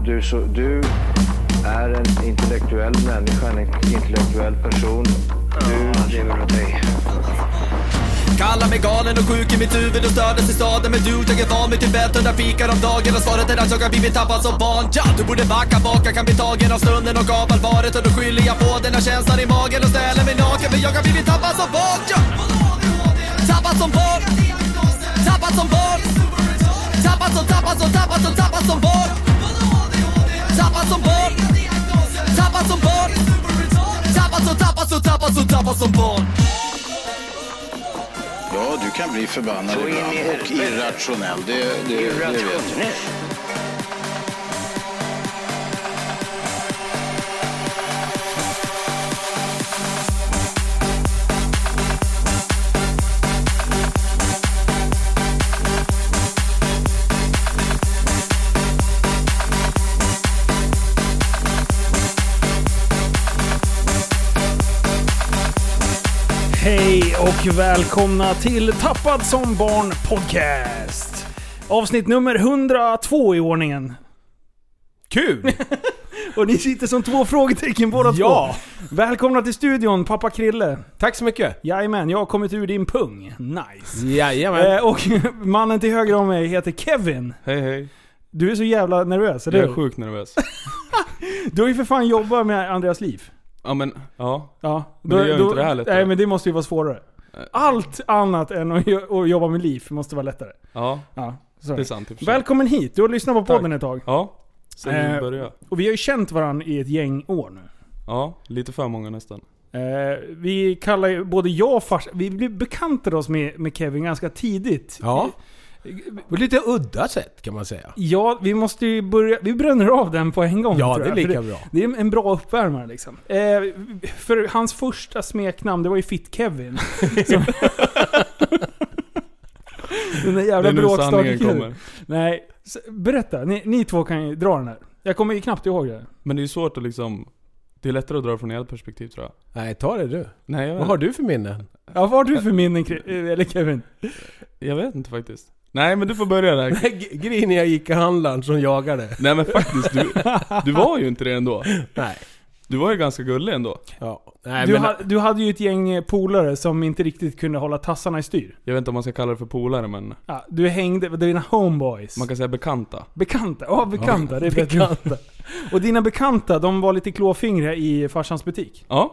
Du är en intellektuell människa, en intellektuell person. Du lever åt dig. Kallar mig galen och sjuk i mitt huvud och stördes i staden. Men du, jag är van vid Tibet under fikar om dagen. Och svaret är att jag har blivit tappad som barn. Ja, du borde backa bak, jag kan bli tagen av stunden och av allvaret. Och då skyller jag på den här känslan i magen och ställer mig naken. För jag har blivit tappad som barn. Ja. Tappad som barn. Tappad som barn. Tappad som barn. Tappad som barn. Tappad som barn. Tappad som barn. Ja, du kan bli förbannad ibland och irrationell. Det vet du. Hej och välkomna till Tappad som barn podcast. Avsnitt nummer 102 i ordningen. Kul! Och ni sitter som två frågetecken båda två. Välkomna till studion, pappa Krille. Tack så mycket. Jajamän, jag har kommit ur din pung. Nice. Jajamän. Och mannen till höger om mig heter Kevin. Hej hej. Du är så jävla nervös, eller? Jag är sjukt nervös. Du har ju för fan jobbat med Andreas liv. Ja men, ja. Men det gör inte det här lättare. Nej men det måste ju vara svårare. Allt annat än att jobba med liv måste vara lättare. Ja, så. det är sant. Välkommen hit, du har lyssnat på podden ett tag. Ja, sen vi började. Och vi har ju känt varandra i ett gäng år nu. Ja, lite för många nästan. Vi kallar ju, både jag och fars, vi blev bekantade oss med Kevin ganska tidigt. Ja. På lite udda sätt kan man säga. Ja, vi måste ju börja, vi bränner av den på en gång. Ja, tror det är jag, lika bra. Det är en bra uppvärmare liksom. För hans första smeknamn, det var ju Fit Kevin. Den där jävla bråkstaken. Nej, berätta. Ni två kan ju dra den här. Jag kommer ju knappt ihåg det. Men det är svårt att liksom, det är lättare att dra från ett perspektiv tror jag. Nej, ta det du. Nej, vad har du för minnen? Ja, vad har du för minnen, eller Kevin? Jag vet inte faktiskt. Nej, men du får börja där. Griniga gick i handlaren som jagade. Nej, men faktiskt, du var ju inte det ändå. Nej. Du var ju ganska gullig ändå. Ja. Nej, du hade ju ett gäng polare som inte riktigt kunde hålla tassarna i styr. Jag vet inte om man ska kalla det för polare, men... Ja, du hängde med dina homeboys. Man kan säga bekanta. Bekanta, bekanta. Ja, det är bekanta. Och dina bekanta, de var lite klåfingriga i farsans butik. Ja.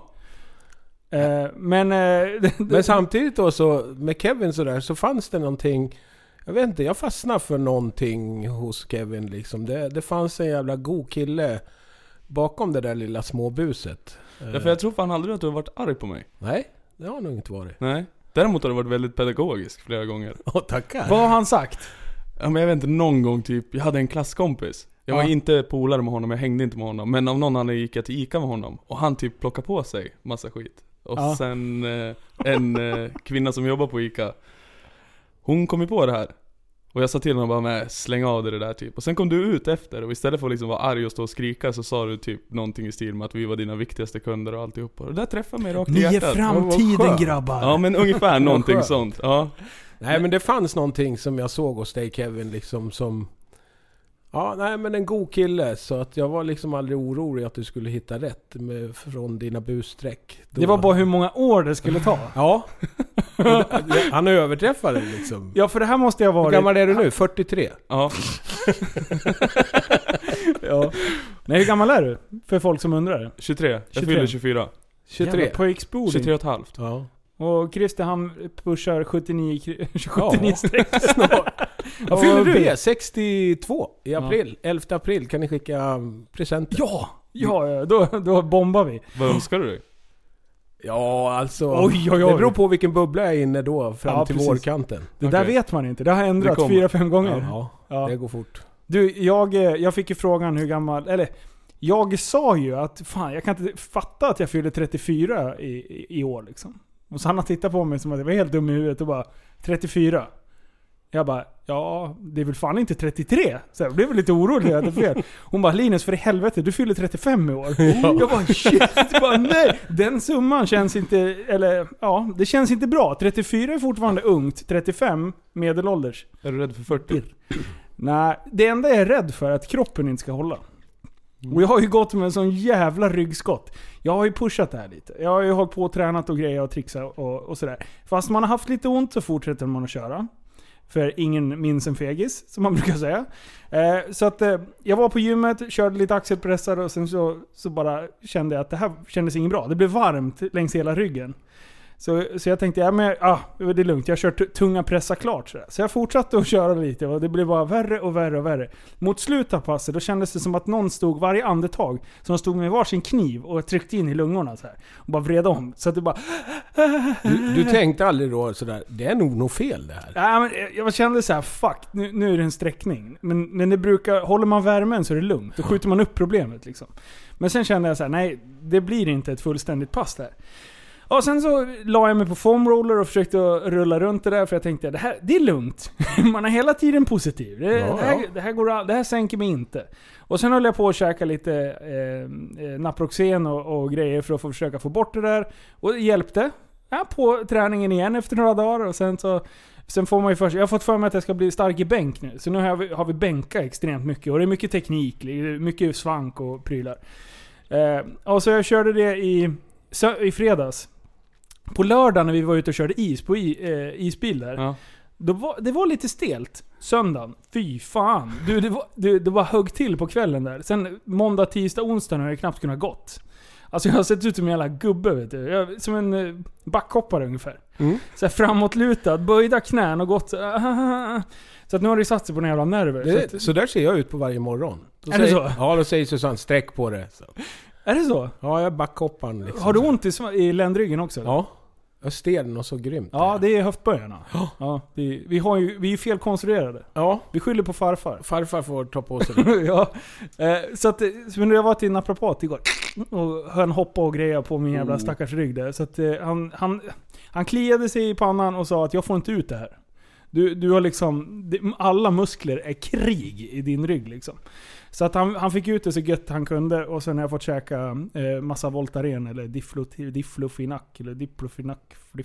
Men samtidigt då så, med Kevin så där, så fanns det någonting... Jag vet inte, jag fastnade för någonting hos Kevin liksom. Det fanns en jävla god kille bakom det där lilla småbuset. Därför jag tror fan aldrig att du har varit arg på mig. Nej, det har nog inte varit. Nej. Däremot har du varit väldigt pedagogisk flera gånger. Tackar. Vad har han sagt? Ja, men jag vet inte, någon gång typ, jag hade en klasskompis. Jag var inte polare med honom, jag hängde inte med honom. Men av någon anledning gick jag till Ica med honom. Och han typ plockade på sig massa skit. Och sen en kvinna som jobbar på Ica, hon kom ju på det här. Och jag sa till honom bara med släng av det där typ. Och sen kom du ut efter. Och istället för att liksom vara arg och stå och skrika, så sa du typ någonting i stil med att vi var dina viktigaste kunder och alltihop. Och det där träffade mig rakt i hjärtat. Ni är framtiden, grabbar. Ja, men ungefär någonting sånt. Ja. Nej, men det fanns någonting som jag såg hos dig, Kevin, liksom som... Ja, nej, men en god kille. Så att jag var liksom aldrig orolig att du skulle hitta rätt från dina bussträck. Det var bara hur många år det skulle ta. Ja. Han är överträffade liksom. Ja, för det här måste jag vara... Hur gammal är du nu? 43? Ja. Ja. Nej, hur gammal är du? För folk som undrar. 23. Jag fyller 24. 23. På exploding. 23 och ett halvt. Ja. Och Christer, han pushar 79 streck snart. Vad fyller du? 62 i april. 11 april kan ni skicka presenter. Ja, då bombar vi. Vad önskar du dig? Ja, alltså... Oj. Det beror på vilken bubbla jag är inne då, fram till precis. vårkanten. Det där vet man inte. Det har ändrats 4-5 gånger. Ja, det går fort. Du, jag fick ju frågan hur gammal... Eller, jag sa ju att fan, jag kan inte fatta att jag fyller 34 i år liksom. Och så han har tittat på mig som att jag var helt dum i huvudet och bara 34. Jag bara, ja, det är väl fan inte 33. Så jag blev lite orolig att det fel. Hon bara, Linus, för i helvete, du fyller 35 i år. Jag bara, shit, nej. Den summan känns inte, eller ja, det känns inte bra. 34 är fortfarande ungt, 35 medelålders. Är du rädd för 40? Nej, det enda jag är rädd för är att kroppen inte ska hålla. Och jag har ju gått med en sån jävla ryggskott. Jag har ju pushat det här lite. Jag har ju hållit på och tränat och grejer och trixat och sådär. Fast man har haft lite ont så fortsätter man att köra. För ingen minns en fegis, som man brukar säga. Så att jag var på gymmet, körde lite axelpressar och sen så bara kände jag att det här kändes inget bra. Det blev varmt längs hela ryggen. Så jag tänkte, det är lugnt. Jag kör tunga pressar klart. Så jag fortsatte att köra lite och det blev bara värre och värre och värre. Mot slutet av passet, då kändes det som att någon stod varje andetag. Så de stod med varsin kniv och tryckte in i lungorna så här. Och bara vred om. Så att det bara... Du tänkte aldrig då sådär, det är nog fel det här? Ja, men jag kände så här, fuck, nu är det en sträckning. Men det brukar, håller man värmen så är det lugnt. Då skjuter man upp problemet liksom. Men sen kände jag så här, nej, det blir inte ett fullständigt pass där. Och sen så la jag mig på foamroller och försökte rulla runt det där, för jag tänkte det är lugnt. Man är hela tiden positiv. Det här sänker mig inte. Och sen höll jag på att käka lite Naproxen och grejer för att försöka få bort det där. Och det hjälpte. På träningen igen efter några dagar. Och sen får man ju först... Jag har fått för mig att jag ska bli stark i bänk nu. Så nu har vi bänka extremt mycket. Och det är mycket teknik, mycket svank och prylar. Och så jag körde det i fredags. På lördag när vi var ute och körde is på isbil där. Ja. Det var lite stelt. Söndagen. Fy fan. Det var högg till på kvällen där. Sen måndag, tisdag, onsdag har jag knappt kunnat gått. Alltså jag har sett ut som en jävla gubbe, vet du. Som en backhoppare ungefär. Så här framåtlutad, böjda knän och gått. Så att nu har det satt sig på några jävla nerver. Så där ser jag ut på varje morgon. Det så? Ja, då säger Susanne, sträck på det. Så. Är det så? Ja, jag backhoppar liksom. Har du ont i ländryggen också? Ja. Jag stel något så grymt. Ja, det är höftböjarna. Ja, vi är fel konstruerade. Ja. Vi skyller på farfar. Farfar får ta på sig det. Ja. Så jag var till naprapat igår och han hoppade och grejer på min jävla stackars rygg där. Så att han kliade sig i pannan och sa att jag får inte ut det här. Du har liksom... alla muskler är krig i din rygg liksom. Så att han fick ut det så gött han kunde. Och sen har jag fått käka massa Voltaren eller Diflofenac eller Diplofenac.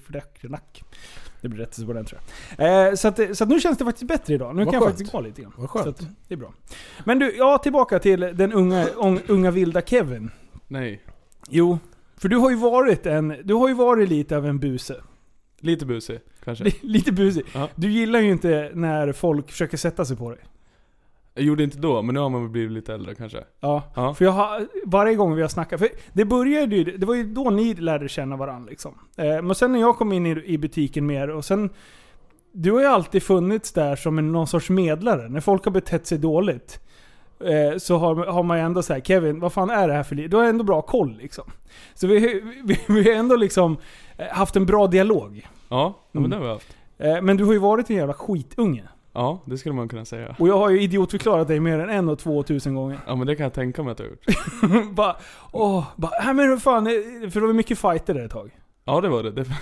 Det blir rätt så på den, tror jag. Så att nu känns det faktiskt bättre idag. Nu kan jag faktiskt gå lite grann. Vad skönt. Så att det är bra. Men du, tillbaka till den unga vilda Kevin. Nej. Jo, för du har ju varit lite av en buse. Lite busig, kanske. Lite busig. Ja. Du gillar ju inte när folk försöker sätta sig på dig. Jag gjorde inte då, men nu har man blivit lite äldre kanske. Ja. För varje gång vi har snackat, för det började ju, det var ju då ni lärde känna varandra liksom. Men sen när jag kom in i butiken mer, och sen du har ju alltid funnits där som någon sorts medlare. När folk har betett sig dåligt så har man ju ändå så här, Kevin, vad fan är det här för liv? Du har ändå bra koll liksom. Så vi har ändå liksom haft en bra dialog. Ja, men det har vi haft. Men du har ju varit en jävla skitunge. Ja, det skulle man kunna säga. Och jag har ju idiotförklarat dig mer än 1 och 2000 gånger. Ja, men det kan jag tänka mig att jag har gjort. Men hur fan, för det var mycket fighter där ett tag. Ja, det var det.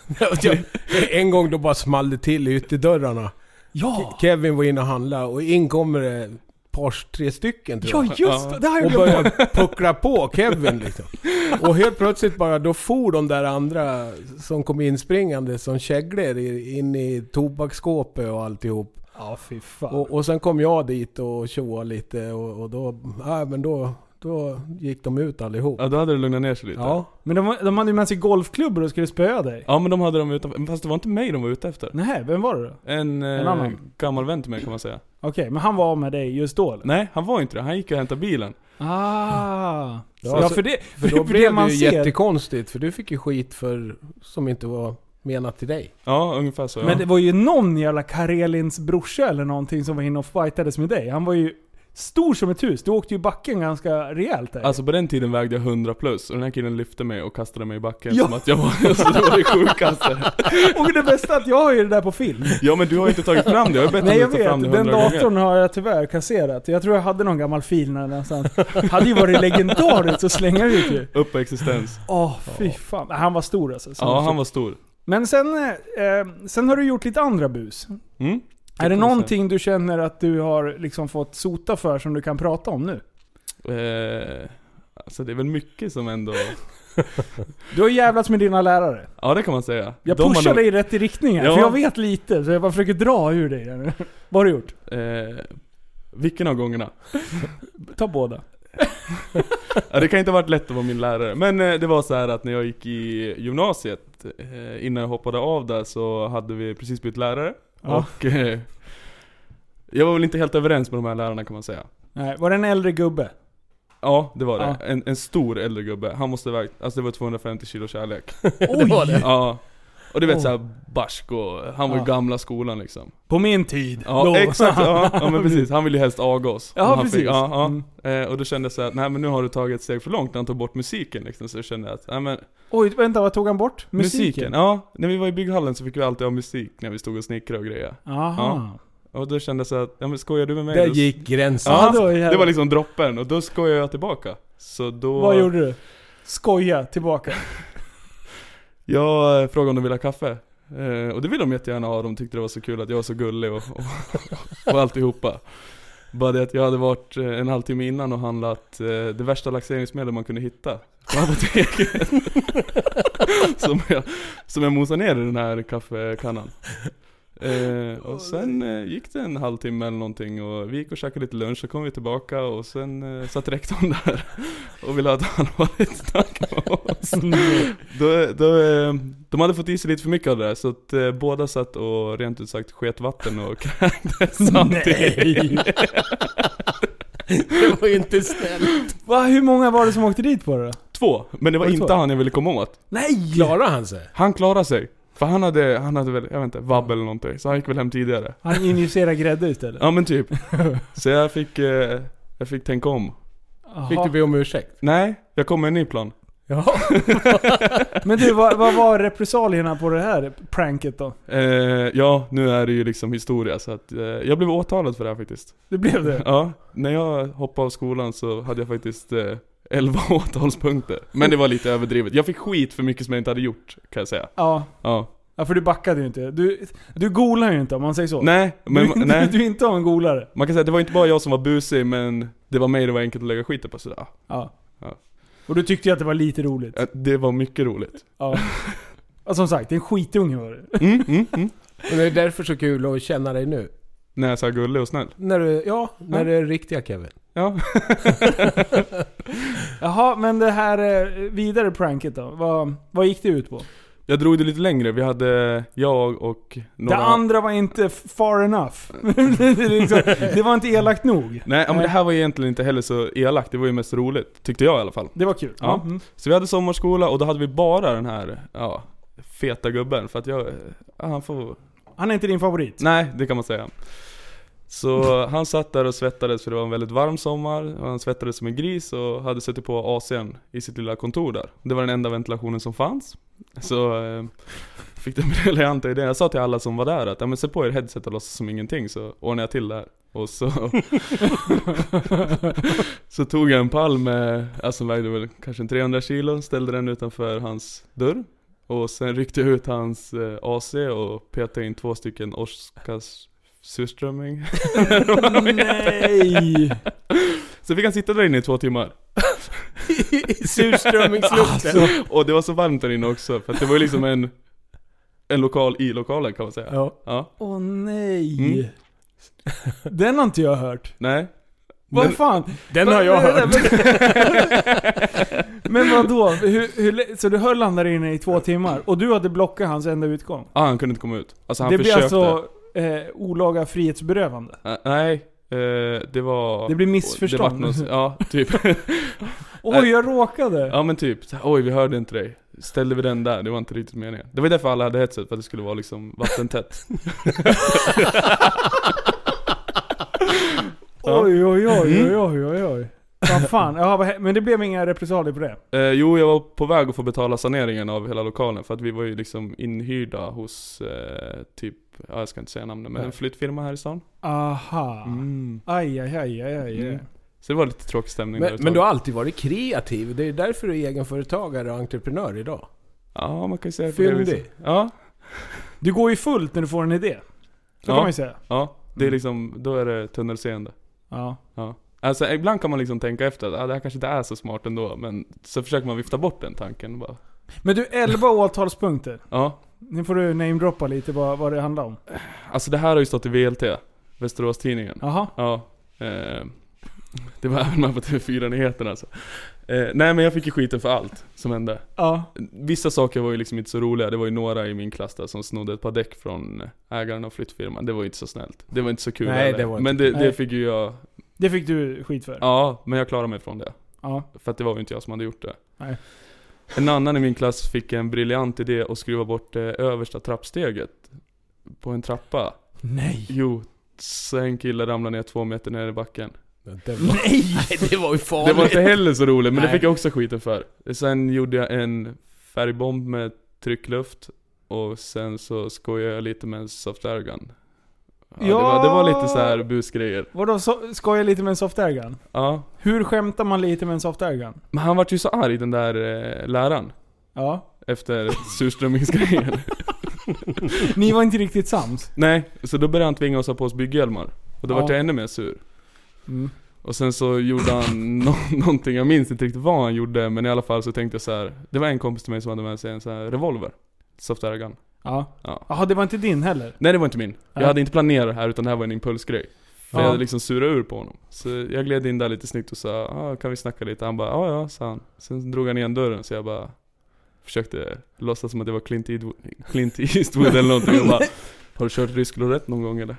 En gång då bara small det till i ytterdörrarna. Ja. Kevin var inne och handlade och in kommer det 3 stycken tror jag. Ja, just det har jag och började puckla på Kevin liksom. Och helt plötsligt bara då for de där andra som kom inspringande som käglor in i tobaksskåpet och alltihop. Ja, fy fan. Och sen kom jag dit och tjoade lite och då gick de ut allihop. Ja, då hade det lugnat ner sig lite. Ja. Men de hade ju med sig golfklubbor och skulle spöa dig. Ja, men de hade dem utanför. Fast det var inte mig de var ute efter. Nej, vem var det då? En annan gammal vän till mig kan man säga. Okej, men han var med dig just då eller? Nej, han var inte det. Han gick och hämtade bilen. Ja, för då blev det ju jättekonstigt. För du fick ju skit som inte var menat till dig. Ja, ungefär så. Men det var ju någon jävla Karelins brorsa eller någonting som var inne och fightades med dig. Han var ju stor som ett hus. Du åkte ju backen ganska rejält där. Alltså på den tiden vägde jag 100 plus. Och den här killen lyfte mig och kastade mig i backen. Som att jag var, så det var det sjukaste. Och det bästa att jag har ju det där på film. Ja, men du har ju inte tagit fram det. Jag har bett Nej, jag ta fram vet. det Den 100 datorn gånger. har jag tyvärr kasserat. Jag tror jag hade någon gammal fil nästan. Hade ju varit legendariskt att slänga ut ju. Upp på existens. Fy fan. Han var stor alltså. Ja, han var stor. Men sen har du gjort lite andra bus. Är det någonting du känner att du har liksom fått sota för som du kan prata om nu? Alltså det är väl mycket som ändå... Du har jävlats med dina lärare. Ja, det kan man säga. Jag pushar dig i rätt riktning här, för jag vet lite. Så jag bara försöker dra ur dig. Vad har du gjort? Vilken av gångerna? Ta båda. Ja, det kan inte ha varit lätt att vara min lärare. Men det var så här att när jag gick i gymnasiet, innan jag hoppade av där, så hade vi precis bytt lärare. Ja. Och jag var väl inte helt överens med de här lärarna, kan man säga. Nej, var det en äldre gubbe? Ja, det var det. Ja. En stor äldre gubbe. Han måste väga, alltså det var 250 kilo kärlek. Det var det. Ja. Och du vet såhär barsk, och han var i gamla skolan liksom. På min tid. Ja, då. exakt. Ja, men precis. Han ville ju helst avgås. Ja, precis. Och då kände jag så att nej, men nu har du tagit ett steg för långt när han tog bort musiken liksom. Så jag kände att, nej men... Oj, vänta, vad tog han bort? Musiken? Ja, när vi var i bygghallen så fick vi alltid ha musik när vi stod och snickrade och grejer. Aha. Ja. Och då kände jag så att, ja men skojar du med mig? Där gick gränsen. Ja, det var liksom droppen. Och då skojade jag tillbaka. Så då... Vad gjorde du? Skoja tillbaka. Jag frågade om de ville ha kaffe. Och det ville de jättegärna ha. De tyckte det var så kul att jag var så gullig och alltihopa. Bara det att jag hade varit en halvtimme innan och handlat det värsta laxeringsmedel man kunde hitta på apoteket. som jag mosade ner i den här kaffekannan. Och sen gick det en halvtimme eller någonting, och vi gick och käkade lite lunch, så kom vi tillbaka och sen satt rektorn där och ville ha ett allvarligt snack med oss. De hade fått i sig lite för mycket av det där, så att båda satt och rent ut sagt sket vatten och krängdes samtidigt. Det var ju inte snällt. Va, hur många var det som åkte dit på det då? 2, men det var inte han jag ville komma åt. Nej! Klarade han sig? Han klarade sig. För han hade väl, jag vet inte, vabb eller någonting. Så han gick väl hem tidigare. Han injicerade grädde istället. Ja men typ. Så jag fick tänka om. Aha. Fick du be om ursäkt? Nej, jag kom med en ny plan. Ja. Men du, vad var repressalierna på det här pranket då? Ja, nu är det ju liksom historia. Så att jag blev åtalad för det här faktiskt. Det blev det? Ja, när jag hoppade av skolan så hade jag faktiskt 11 åtalspunkter. Men det var lite överdrivet. Jag fick skit för mycket som jag inte hade gjort, kan jag säga. Ja. Ja. Ja, för du backade ju inte. Du golar ju inte, om man säger så. Nej, men nej. Du är inte en golare. Man kan säga att det var inte bara jag som var busig, men det var mig det var enkelt att lägga skiten på sådär. Ja. Ja. Och du tyckte ju att det var lite roligt. Det var mycket roligt. Ja. Ja, som sagt, det är en skitunge var det. Och det är därför så kul att känna dig nu. När jag är så här gullig och snäll. När det är riktiga Kevin. Ja. Jaha, men det här vidare pranket då. Vad gick det ut på? Jag drog det lite längre. Vi hade jag och några... Det andra var inte far enough. Det var inte elakt nog. Nej, men det här var egentligen inte heller så elakt. Det var ju mest roligt, tyckte jag i alla fall. Det var kul. Ja. Mm. Så vi hade sommarskola och då hade vi bara den här feta gubben. För att Han är inte din favorit? Nej, det kan man säga. Så han satt där och svettades, för det var en väldigt varm sommar. Och han svettades som en gris och hade suttit på AC:n i sitt lilla kontor där. Det var den enda ventilationen som fanns. Så fick den briljanta idén. Jag sa till alla som var där att men se på er headset och låtsas som ingenting, så ordnar jag till det här. Och så så tog jag en pall med, alltså vägde väl kanske 300 kilo, ställde den utanför hans dörr. Och sen ryckte jag ut hans AC och petade in 2 stycken Oskars surströmming. Nej! Så vi kan sitta där inne i 2 timmar. Surströmmingslukten. Och det var så varmt där inne också, för att det var ju liksom en lokal i lokalen, kan man säga. Ja. Åh nej. Den har inte jag hört. Nej. Vad fan? Den har jag hört. Men vadå? Så du höll han där inne i 2 timmar och du hade blockat hans enda utgång? Ja, han kunde inte komma ut. Alltså han det försökte. Det blir alltså olaga frihetsberövande? Nej, det var... Det blir missförstånd. Ja, typ. Oj, jag råkade. Ja, men typ. Oj, vi hörde inte dig. Ställde vi den där? Det var inte riktigt meningen. Det var därför alla hade headset, för att det skulle vara liksom vattentätt. Oj. Vad fan? Ja, men det blev inga repressalier på det? Jo, jag var på väg att få betala saneringen av hela lokalen. För att vi var ju liksom inhyrda hos typ, jag ska inte säga namnet, men en flyttfirma här i stan. Aha. Aj. Så det var lite tråkig stämning där. Men du har alltid varit kreativ. Det är därför du är egenföretagare och entreprenör idag. Ja, man kan ju säga Fyndig. Ja. Du går ju fullt när du får en idé. Så kan man ju säga. Ja, det är liksom, då är det tunnelseende. Ja. Alltså ibland kan man liksom tänka efter att det här kanske inte är så smart ändå, men så försöker man vifta bort den tanken bara. Men du, 11 åtalspunkter. Ja. Nu får du namedroppa lite vad det handlar om. Alltså det här har ju stått i VLT, Västerås-tidningen. Jaha. Ja. Det var även med på TV4-nyheterna alltså. Nej, men jag fick ju skiten för allt som hände. Ja. Vissa saker var ju liksom inte så roliga. Det var ju några i min klass där som snodde ett par däck från ägaren av flyttfirman. Det var ju inte så snällt. Det var inte så kul. Nej, det var men det fick ju jag... Det fick du skit för? Ja, men jag klarade mig från det. Ja. För att det var ju inte jag som hade gjort det. Nej. En annan i min klass fick en briljant idé att skruva bort det översta trappsteget på en trappa. Nej. Jo, så en kille ramlade ner 2 meter ner i backen. Nej, det var ju farligt. Det var inte heller så roligt, men Nej. det fick jag också skiten för. Sen gjorde jag en färgbomb med tryckluft. Och sen så skojade jag lite med en soft airgun. Ja, det var lite så här busgrejer. Vadå, skojar lite med en soft airgun? Ja. Hur skämtar man lite med en soft airgun? Men han var ju så arg, den där läraren. Ja. Efter surströmmingsgrejen. Ni var inte riktigt sams? Nej, så då började han tvinga oss ha på oss bygghjälmar. Och då Ja. var jag ännu mer sur. Mm. Och sen så gjorde han någonting, jag minns inte riktigt vad han gjorde. Men i alla fall så tänkte jag så här. Det var en kompis till mig som hade med sig en så här revolver. Soft airgun. Ja. Ja. Jaha, det var inte din heller? Nej, det var inte min. Jag Ja. hade inte planerat det här, utan det här var en impulsgrej. För Ja. jag hade liksom surat ur på honom. Så jag gled in där lite snyggt och sa, kan vi snacka lite? Han bara, ja, sa han. Sen drog han igen dörren, så jag bara försökte låtsas som att det var Clint Eastwood eller någonting. Och bara, har du kört rysk roulette någon gång eller?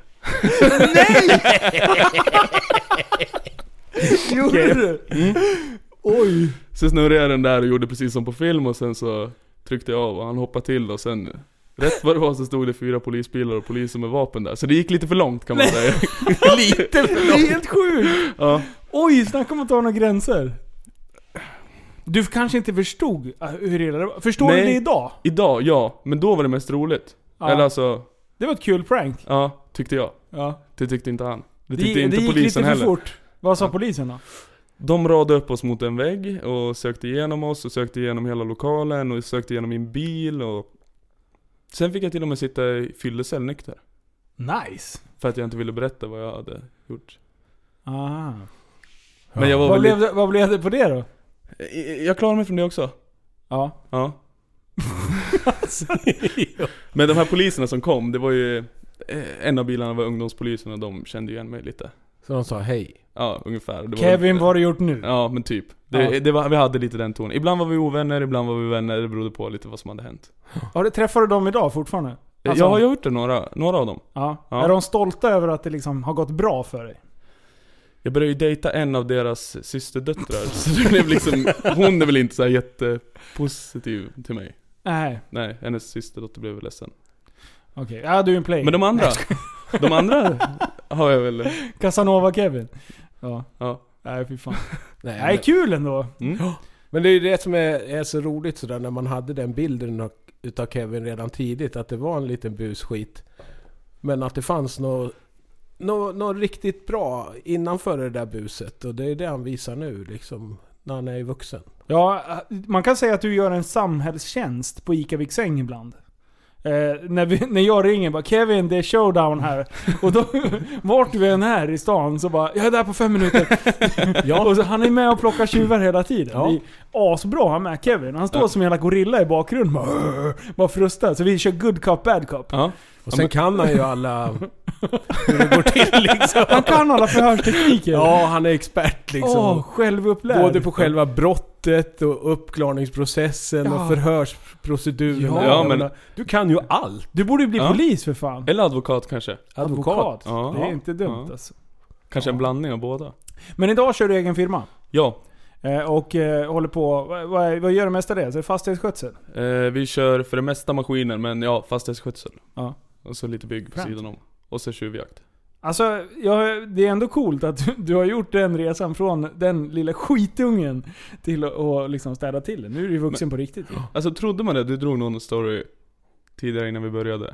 Gjorde du? Oj. Så snurrade jag den där och gjorde precis som på film. Och sen så tryckte jag av och han hoppade till. Och sen, rätt vad det var, så stod det 4 polisbilar och poliser med vapen där. Så det gick lite för långt, kan man säga. Lite för långt. Det är helt sjukt. Ja. Oj, snacka om att ta några gränser. Du kanske inte förstod hur illa det var. Förstår Nej. du det idag? Idag, ja. Men då var det mest roligt. Ja. Eller alltså, Det var ett kul prank. ja, tyckte jag. Ja. Det tyckte inte han. Det Det tyckte inte gick polisen lite för heller. fort. Vad sa Ja. polisen då? De radade upp oss mot en vägg och sökte igenom oss och sökte igenom hela lokalen och sökte igenom min bil och sen fick jag till och med sitta i fyllecell nykter. Nice. För att jag inte ville berätta vad jag hade gjort. Aha. Men jag var Vad blev det på det då? Jag klarade mig från det också. Ja. Ja. Men de här poliserna som kom, det var ju en av bilarna var ungdomspolisen och de kände ju igen mig lite. Så de sa hej. Ja, ungefär. Det Kevin, vad har du gjort nu? Ja, men typ. Ja. Vi hade lite den tonen. Ibland var vi ovänner, ibland var vi vänner. Det berodde på lite vad som hade hänt. Träffar du dem idag fortfarande? Alltså- Jag har gjort det, några av dem. Ja. Ja. Är de stolta över att det liksom har gått bra för dig? Jag började ju dejta en av deras systerdöttrar. Så det blev liksom, hon är väl inte så här jättepositiv till mig. Nej, hennes systerdotter blev väl ledsen. Okej, ja, du är en player. Men de andra har jag väl. Casanova Kevin. Ja. Ja. Nej, fy fan. Nej, Nej, kul ändå. Mm. Men det är ju det som är så roligt sådär när man hade den bilden utav Kevin redan tidigt, att det var en liten busskit. Men att det fanns något riktigt bra innanför det där buset. Och det är det han visar nu liksom, när han är vuxen. Ja, man kan säga att du gör en samhällstjänst på Ica Viksäng ibland. När jag ringer bara, Kevin, det är showdown här. Och då, vart vi än är i stan så bara, jag är där på 5 minuter. Ja. Och så, han är med och plockar tjuvar hela tiden. Ja. Det är asbra han med Kevin. Han står som en jävla gorilla i bakgrunden. Bara frustar. Så vi kör good cop, bad cop. Ja. Och sen kan han ju alla hur det går till liksom. Han kan alla förhörstekniker. Ja, han är expert liksom. Självupplärd. Både på själva brottet och uppklarningsprocessen och förhörsproceduren. Ja, men du kan ju allt. Du borde ju bli polis för fan. Eller advokat kanske. Advokat. Ja. Det är inte dumt Ja. alltså. Kanske en blandning av båda. Men idag kör du egen firma. Ja. Och håller på, vad gör du mestadels? Är det fastighetsskötsel? Vi kör för det mesta maskiner, men ja, fastighetsskötsel. Ja. Och så lite bygg på Främt. sidan om. Och så tjuvjakt. Alltså, det är ändå coolt att du har gjort den resan från den lilla skitungen till att liksom städa till den. Nu är du ju vuxen på riktigt. Ja. Alltså trodde man det? Du drog någon story tidigare innan vi började.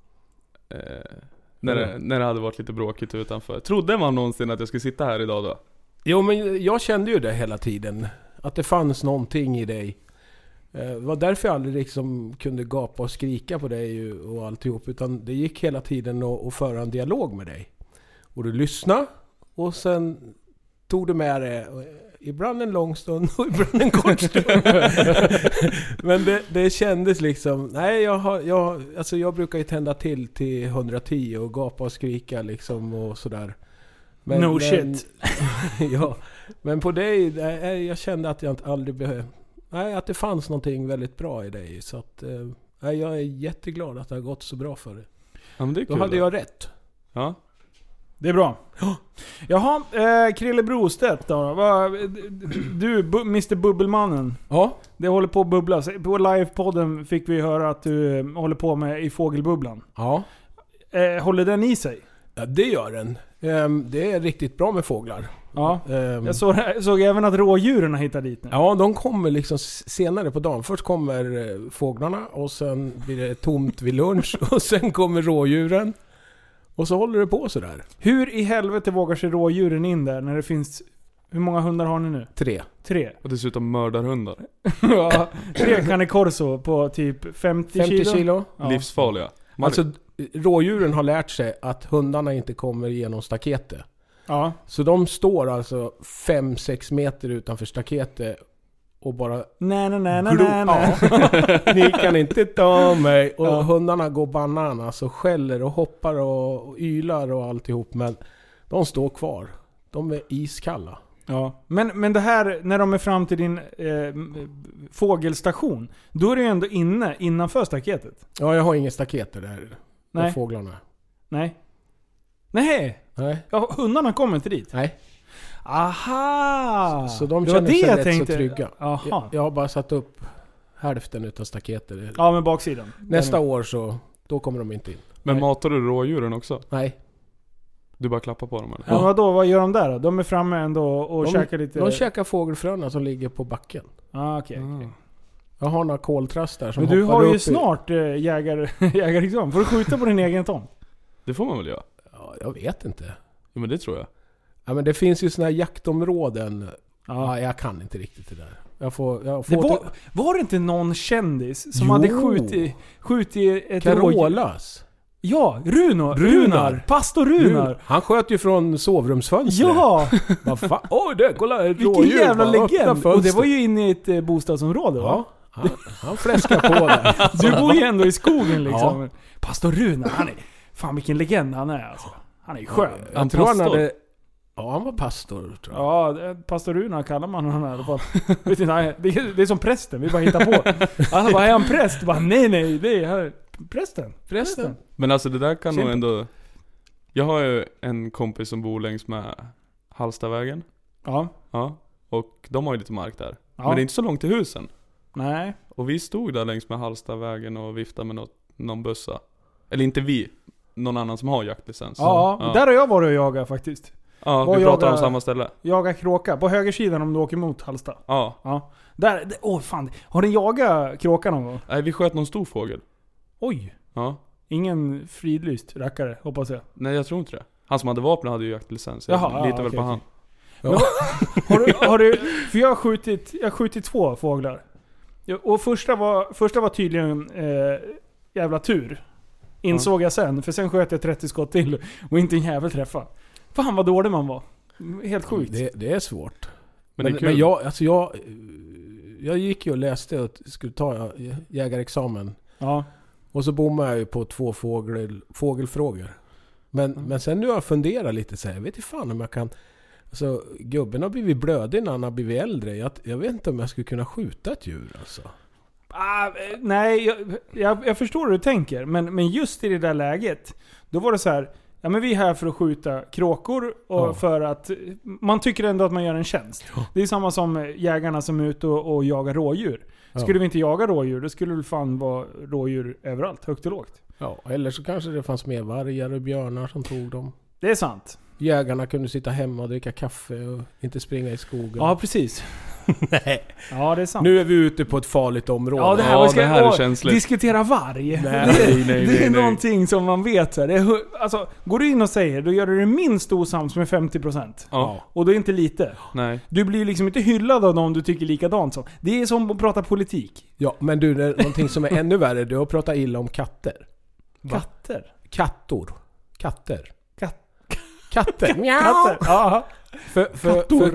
När det hade varit lite bråkigt utanför. Trodde man någonsin att jag skulle sitta här idag då? Jo, men jag kände ju det hela tiden. Att det fanns någonting i dig. Det var därför jag aldrig liksom kunde gapa och skrika på dig och alltihop. Utan det gick hela tiden att föra en dialog med dig. Och du lyssnade och sen tog du med det. Ibland en lång stund och ibland en kort stund. Men det kändes liksom... Nej, jag brukar ju tända till 110 och gapa och skrika liksom och sådär. No shit. Ja, men på dig, jag kände att jag aldrig behövde... Nej, att det fanns någonting väldigt bra i dig. Så att, jag är jätteglad att det har gått så bra för dig. Ja, men det är kul. Då hade jag rätt. Ja. Det är bra. Jaha, Krille Brostedt då. Du, Mr. Bubbelmannen. Ja. Det håller på att bubbla. På livepodden fick vi höra att du håller på med i fågelbubblan. Ja. Håller den i sig? Ja, det gör den. Det är riktigt bra med fåglar. Ja. Jag såg även att rådjuren har hittat dit nu. Ja, de kommer liksom senare på dagen. Först kommer fåglarna och sen blir det tomt vid lunch och sen kommer rådjuren. Och så håller det på sådär. Hur i helvete vågar sig rådjuren in där när det finns... Hur många hundar har ni nu? 3. Och dessutom mördarhundar. Ja, 3 Cane Corso på typ 50 kilo. Ja. Livsfarliga. Alltså rådjuren har lärt sig att hundarna inte kommer genom staketet. Ja. Så de står alltså 5-6 meter utanför staketet och bara... Nej. Ni kan inte ta mig. Och hundarna går bananas och skäller och hoppar och ylar och alltihop. Men de står kvar. De är iskalla. Ja. Men det här, när de är fram till din fågelstation, då är det ju ändå innanför staketet. Ja, jag har ingen staketer där. Nej. Fåglarna. Nej. Ja, hundarna kommer inte dit. Nej. Aha! Så de känner sig rätt så trygga. Aha. Jag har bara satt upp hälften utav staketet. Ja, med baksidan. Nästa år så, då kommer de inte in. Men matar du rådjuren också? Nej. Du bara klappar på dem eller? Ja, vadå? Vad gör de där då? De är framme ändå och käkar lite... De käkar fågelfröna som ligger på backen. Okej. Jag har några koltrast där som men du hoppar har ju upp snart jägarexamen. Får du skjuta på din egen tomt? Det får man väl göra? Ja, jag vet inte. Ja, men det tror jag. Ja, men det finns ju såna här jaktområden. Ja, jag kan inte riktigt det där. Var det inte någon kändis som hade skjutit ett Carolas? Ja, Runar. Pastor Runar. Han sköt ju från sovrumsfönstret. Ja! Vad fan? Kolla, vilken jävla legend. Och det var ju inne i ett bostadsområde, va? Ja, han fläskar på där. Du bor ju ändå i skogen liksom. Ja. Pastor Runar, han är... Fan vilken legend han är alltså. Han är ju skön. Jag tror han hade... Ja, han var pastor, tror jag. Ja, pastor Runar kallar man honom här i alla fall. Vet inte, det är som prästen, vi bara hittar på. Han bara, är han präst? Bara, nej, det är prästen. Men alltså det där kan nog ändå... Jag har ju en kompis som bor längs med Hallstavägen. Ja. Ja. Och de har ju lite mark där. Ja. Men det är inte så långt till husen. Nej. Och vi stod där längs med Hallstavägen och viftade med någon bussa. Eller inte vi. Någon annan som har jaktlicens. Ja, där har jag varit och jagat faktiskt. Ja, vi pratar om samma ställe. Jaga kråka. På högersidan om du åker mot Hallsta. Ja. Där, fan. Har ni jagat kråka någon gång? Nej, vi sköt någon stor fågel. Oj. Ja. Ingen fridlyst rackare, hoppas jag. Nej, jag tror inte det. Han som hade vapen hade ju jaktlicens. Jaha, jag litar väl på han. Ja. Har du, för jag har skjutit 2 fåglar. Och första var tydligen jävla tur. Insåg jag sen. För sen sköt jag 30 skott till och inte en jävel träffa. Fan vad dålig man var. Helt sjukt. Det är svårt. Men det är kul. Jag gick ju och läste och skulle ta jägarexamen. Ja. Och så bommade jag ju på 2 fågelfrågor. Men sen nu har jag funderat lite så här, jag vet inte fan om jag kan... Alltså, gubben har blivit blödig när han har blivit äldre. Jag vet inte om jag skulle kunna skjuta ett djur alltså. Nej, jag förstår hur du tänker. Men just i det där läget, då var det så här... Ja, men vi är här för att skjuta kråkor och för att man tycker ändå att man gör en tjänst. Ja. Det är samma som jägarna som är ute och jagar rådjur. Skulle vi inte jaga rådjur, då skulle det fan vara rådjur överallt, högt och lågt. Ja, eller så kanske det fanns mer vargar och björnar som tog dem. Det är sant. Jägarna kunde sitta hemma och dricka kaffe och inte springa i skogen. Ja, precis. Nej. Ja, det är sant. Nu är vi ute på ett farligt område. Ja, det här är känsligt. Diskutera varg. Nej. Det är någonting som man vet så här. Alltså, går du in och säger, då gör du det minst osams med 50%. Ja. Och det är inte lite. Nej. Du blir liksom inte hyllad av dem du tycker likadant som. Det är som att prata politik. Ja, men du, det är någonting som är ännu värre. Du har pratat illa om katter. Katter? Katter. Katter. Ja. För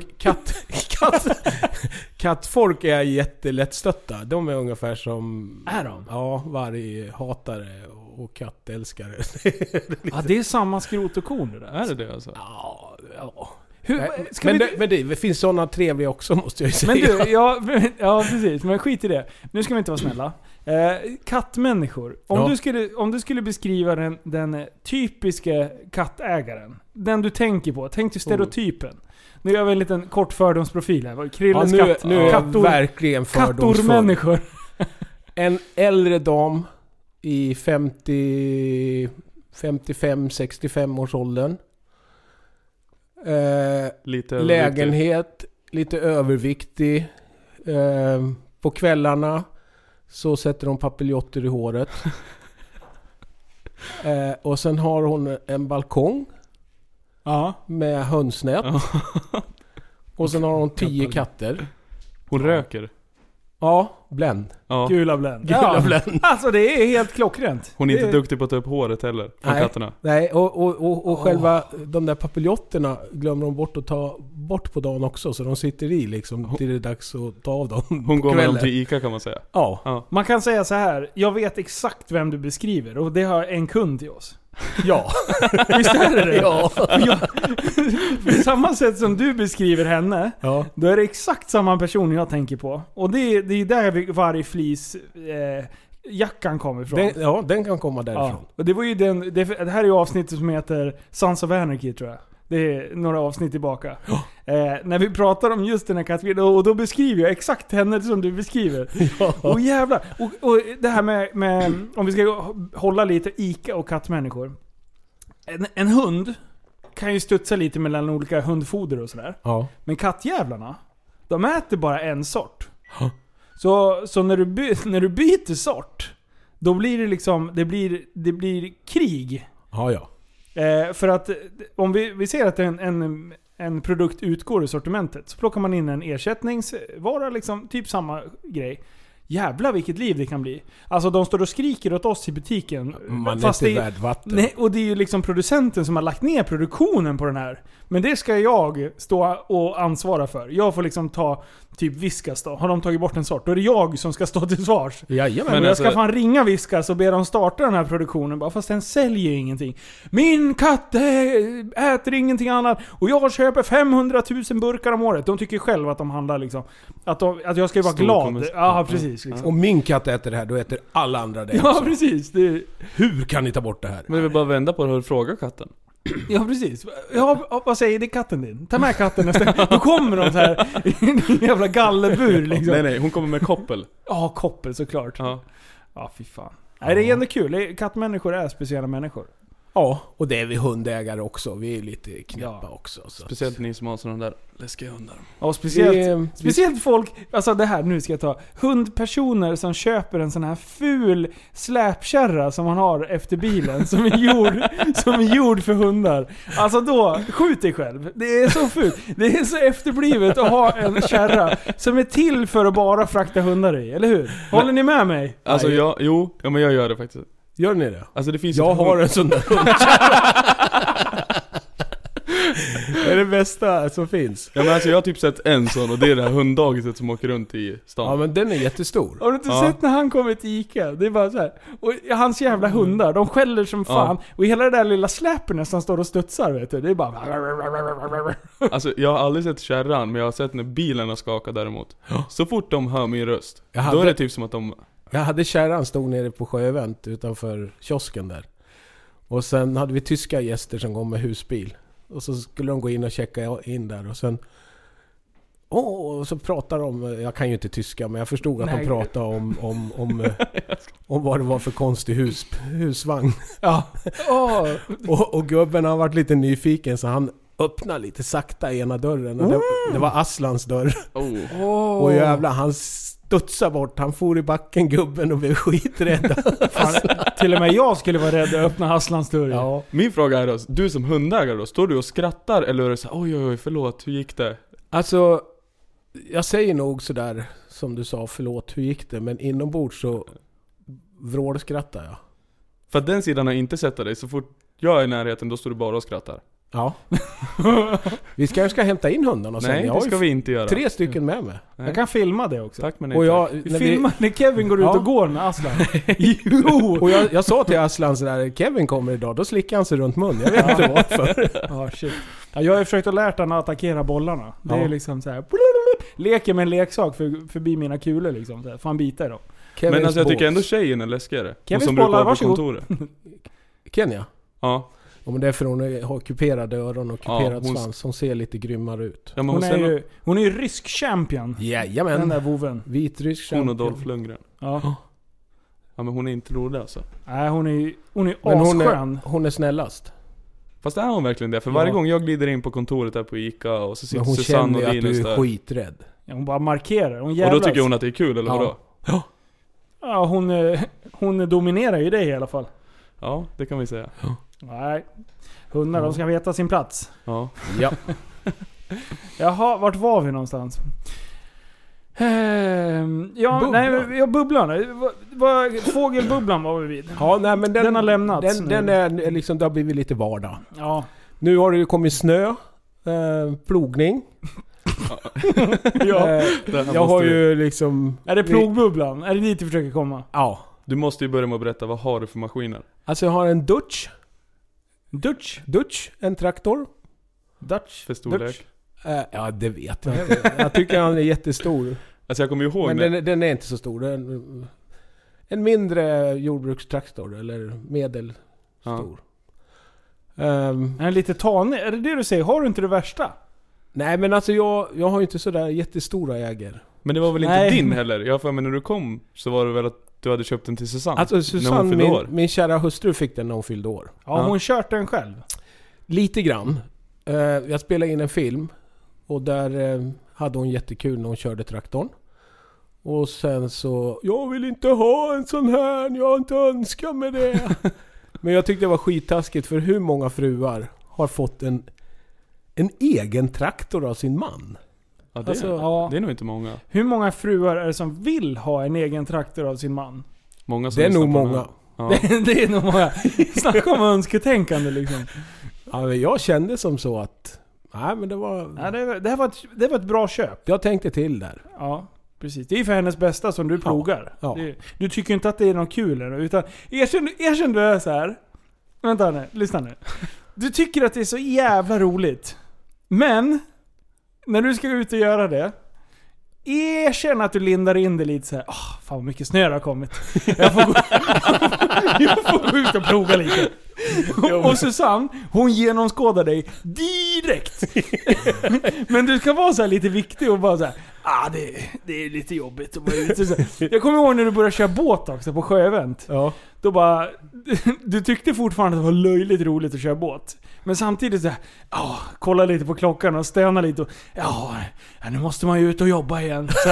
kattfolk är jättelättstötta. De är ungefär som... Är de? Ja, varghatare och kattälskare. Ja, det är samma skrot och korn det där. Är det alltså? Ja, Ja. Men det finns sådana trevliga också, måste jag ju säga. Men du, ja precis. Men skit i det. Nu ska vi inte vara snälla. Kattmänniskor. Om du skulle beskriva den typiska kattägaren. Den du tänker på. Tänk dig stereotypen. Nu gör vi en liten kort fördomsprofil här. Krilles katt. Nu är jag verkligen fördomsfull. Kattormänniskor. En äldre dam i 55-65 års åldern. Lägenhet, lite överviktig. På kvällarna så sätter de papiljotter i håret. Och sen har hon en balkong med hönsnät. Och sen har hon 10 katter. Hon röker. Ja, Blend. Ja. Gula Blend. Blend. Alltså det är helt klockrent. Hon är inte duktig på att ta upp håret heller från katterna. Nej, och själva de där papilotterna glömmer de bort att ta bort på dagen också. Så de sitter i liksom till det är dags att ta av dem. Hon går med dem till Ica, kan man säga. Ja. Man kan säga så här. Jag vet exakt vem du beskriver. Och det har en kund till oss. Ja. Visst är det? Ja. På samma sätt som du beskriver henne, då är det exakt samma person jag tänker på. Och det är där varje flis jackan kommer ifrån. Den kan komma därifrån. Ja. Och det var ju det här är ju avsnittet som heter Sons of Anarchy, tror jag. Det är några avsnitt tillbaka. När vi pratar om just den här kattbilden, och då beskriver jag exakt henne som du beskriver. Och jävlar. Och det här med om vi ska hålla lite Ica och kattmänniskor. En hund kan ju studsa lite mellan olika hundfoder och sådär. Ja. Men kattjävlarna, de äter bara en sort. Så när du byter sort, då blir det liksom det blir krig. Ja. För att om vi ser att en produkt utgår i sortimentet, så plockar man in en ersättningsvara, liksom, typ samma grej. Jävla vilket liv det kan bli. Alltså de står och skriker åt oss i butiken. Man fast är inte värd vatten. Nej, och det är ju liksom producenten som har lagt ner produktionen på den här. Men det ska jag stå och ansvara för. Jag får liksom ta typ Whiskas då. Har de tagit bort en sort, då är det jag som ska stå till svars. Jajamän. Men jag ska fan ringa Whiskas och be dem starta den här produktionen. Bara, fast den säljer ju ingenting. Min katt äter ingenting annat. Och jag köper 500 000 burkar om året. De tycker själva att de handlar liksom. Att jag ska ju vara glad. Ja, precis. Liksom. Om min katt äter det här, då äter alla andra det också. Ja, precis. Hur kan ni ta bort det här? Men det vill bara vända på det och fråga katten. Ja, precis. Ja, vad säger det, katten din? Ta med katten nästa. Då kommer de så här i en jävla gallerbur liksom. Nej, hon kommer med koppel. Ja, koppel såklart. Ja, fy fan. Nej, det är ändå kul. Kattmänniskor är speciella människor. Ja, och det är vi hundägare också. Vi är lite knäppa också. Så. Speciellt ni som har sådana där läskiga hundar. Ja, speciellt folk, alltså det här, nu ska jag ta hundpersoner som köper en sån här ful släpkärra som man har efter bilen som är gjord för hundar. Alltså då, skjut dig själv. Det är så fult. Det är så efterblivet att ha en kärra som är till för att bara frakta hundar i, eller hur? Håller ni med mig? Alltså men jag gör det faktiskt. Gör ni det? Alltså det finns jag har en sån där det är det bästa som finns. Ja, men alltså jag har typ sett en sån, och det är det här hunddagiset som åker runt i stan. Ja, men den är jättestor. Har du inte sett när han kommer till Ica? Det är bara så här. Och hans jävla hundar, de skäller som fan. Och hela det där lilla släpen nästan står och studsar, vet du. Det är bara... Alltså jag har aldrig sett kärran, men jag har sett när bilarna skakar däremot. Så fort de hör min röst, då är det typ som att de... Jag hade kärran stod nere på Sjöevent utanför kiosken där. Och sen hade vi tyska gäster som kom med husbil. Och så skulle de gå in och checka in där. Och sen... och så pratar de... Jag kan ju inte tyska, men jag förstod att de pratade om vad det var för konstig husvagn. Ja. Och gubben har varit lite nyfiken, så han öppnade lite sakta ena dörren. Och det var Aslans dörr. Och jävla, han studsade bort. Han for i backen, gubben, och blev skiträdd. Till och med jag skulle vara rädd att öppna Aslans dörr. Ja. Min fråga är då, du som hundägare då, står du och skrattar eller är det så här, oj, förlåt, hur gick det? Alltså, jag säger nog sådär som du sa, förlåt, hur gick det? Men inombords så vrålskrattar jag. För att den sidan har inte sett dig, så fort jag är i närheten, då står du bara och skrattar. Ja. Vi ska hämta in hundarna sen. Nej, det ska vi inte göra. 3 stycken med mig. Nej. Jag kan filma det också. Tack men nej. Och När Kevin går ut och går med Aslan. Jo! Och jag sa till Aslan sådär, Kevin kommer idag, då slickar han sig runt mun. Jag vet inte varför. Ja, shit. Ja, jag har försökt att lära honom att attackera bollarna. Det är liksom så här. Leker med en leksak förbi mina kulor liksom. Så här. Fan bita då. Kevins men alltså jag tycker bås. ändå tjejen är läskigare. Kevins som brukar bollar, vara på varsågod. kontoret. Kenya? Ja. Ja, men det är för hon har kuperade öron och kuperad hon... svans. Hon ser lite grymmare ut. Ja, men hon är ju rysk champion. Jajamän. Den där voven. Vitrysk hon champion. och Dolph Lundgren. Ja. Ja men hon är inte rolig alltså. Nej, hon är Men asskön. hon är snällast. Fast är hon verkligen det? För Ja. varje gång jag glider in på kontoret där på Ica och så Men sitter hon Susanne känner och ju att Linus du är där. skiträdd. Ja, hon bara markerar. Hon Och jävlas. då tycker hon att det är kul, eller Ja. vadå? Ja, hon dominerar ju det i alla fall. Ja, det kan vi säga. Nej. Hundar, de ska veta sin plats. Ja. Ja. Jaha, vart var vi någonstans? Bubblan. Fågelbubblan var vi vid. Ja, nej, men Den har lämnats nu. Den är liksom, det har blivit lite vardag. Ja. Nu har det ju kommit snö, plogning. Jag har ju liksom... Är det plogbubblan? Är det dit du försöker komma? Ja. Du måste ju börja med att berätta, vad har du för maskiner? Alltså jag har en Dutch, en traktor. För storlek? Ja, det vet jag inte. Jag tycker han är jättestor. Alltså jag kommer ju ihåg men den är inte så stor. En mindre jordbrukstraktor, eller medelstor. Är den lite tanig? Är det du säger? Har du inte det värsta? Nej, men alltså jag har ju inte sådär jättestora äger. Men det var väl inte din heller? Jag för mig när du kom så var det väl att du hade köpt den till Susanne? Alltså Susanne, när hon min kära hustru, fick den när hon fyllde år. Ja, hon kört den själv? Lite grann. Jag spelade in en film och där hade hon jättekul när hon körde traktorn. Och sen så, jag vill inte ha en sån här, jag har inte önskat med det. Men jag tyckte det var skittaskigt, för hur många fruar har fått en egen traktor av sin man? Ja, det, alltså, det är nog inte många. Hur många fruar är det som vill ha en egen traktor av sin man? Många som det är nog många. Ja. Det är nog många. Snacka om önsketänkande liksom. Ja, men jag kände som så att nej, men det var... Ja, det var ett bra köp. Jag tänkte till där. Ja, precis. Det är för hennes bästa som du plogar. Ja. Du tycker inte att det är något kul eller, utan erkänn du är så här. Vänta nu, lyssna nu. Du tycker att det är så jävla roligt. Men när du ska ut och göra det, erkänn att du lindar in det lite så här. Fan vad mycket snö det har kommit. Jag får gå ut och ploga lite. Och Susanne, hon genomskådar dig direkt. Men du ska vara så här lite viktig och bara så här. Det är lite jobbigt att vara ute så här. Jag kommer ihåg när du började köra båt också på sjöevent. Ja. Då bara, du tyckte fortfarande att det var löjligt roligt att köra båt. Men samtidigt så här, kolla lite på klockan och stöna lite och nu måste man ju ut och jobba igen. Så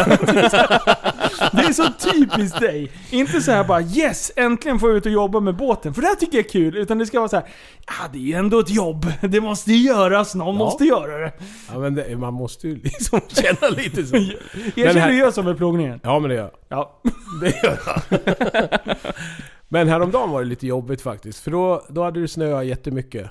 det är så typiskt dig. Inte så här bara, yes, äntligen får jag ut och jobba med båten. För det här tycker jag är kul. Utan det ska vara så här, det är ju ändå ett jobb. Det måste ju göras, någon måste göra det. Ja, men man måste ju liksom känna lite så. Erkänn du gör som med plogningen. Ja, men det gör jag. Ja. Det gör jag. Men häromdagen var det lite jobbigt faktiskt. För då hade det snöat jättemycket.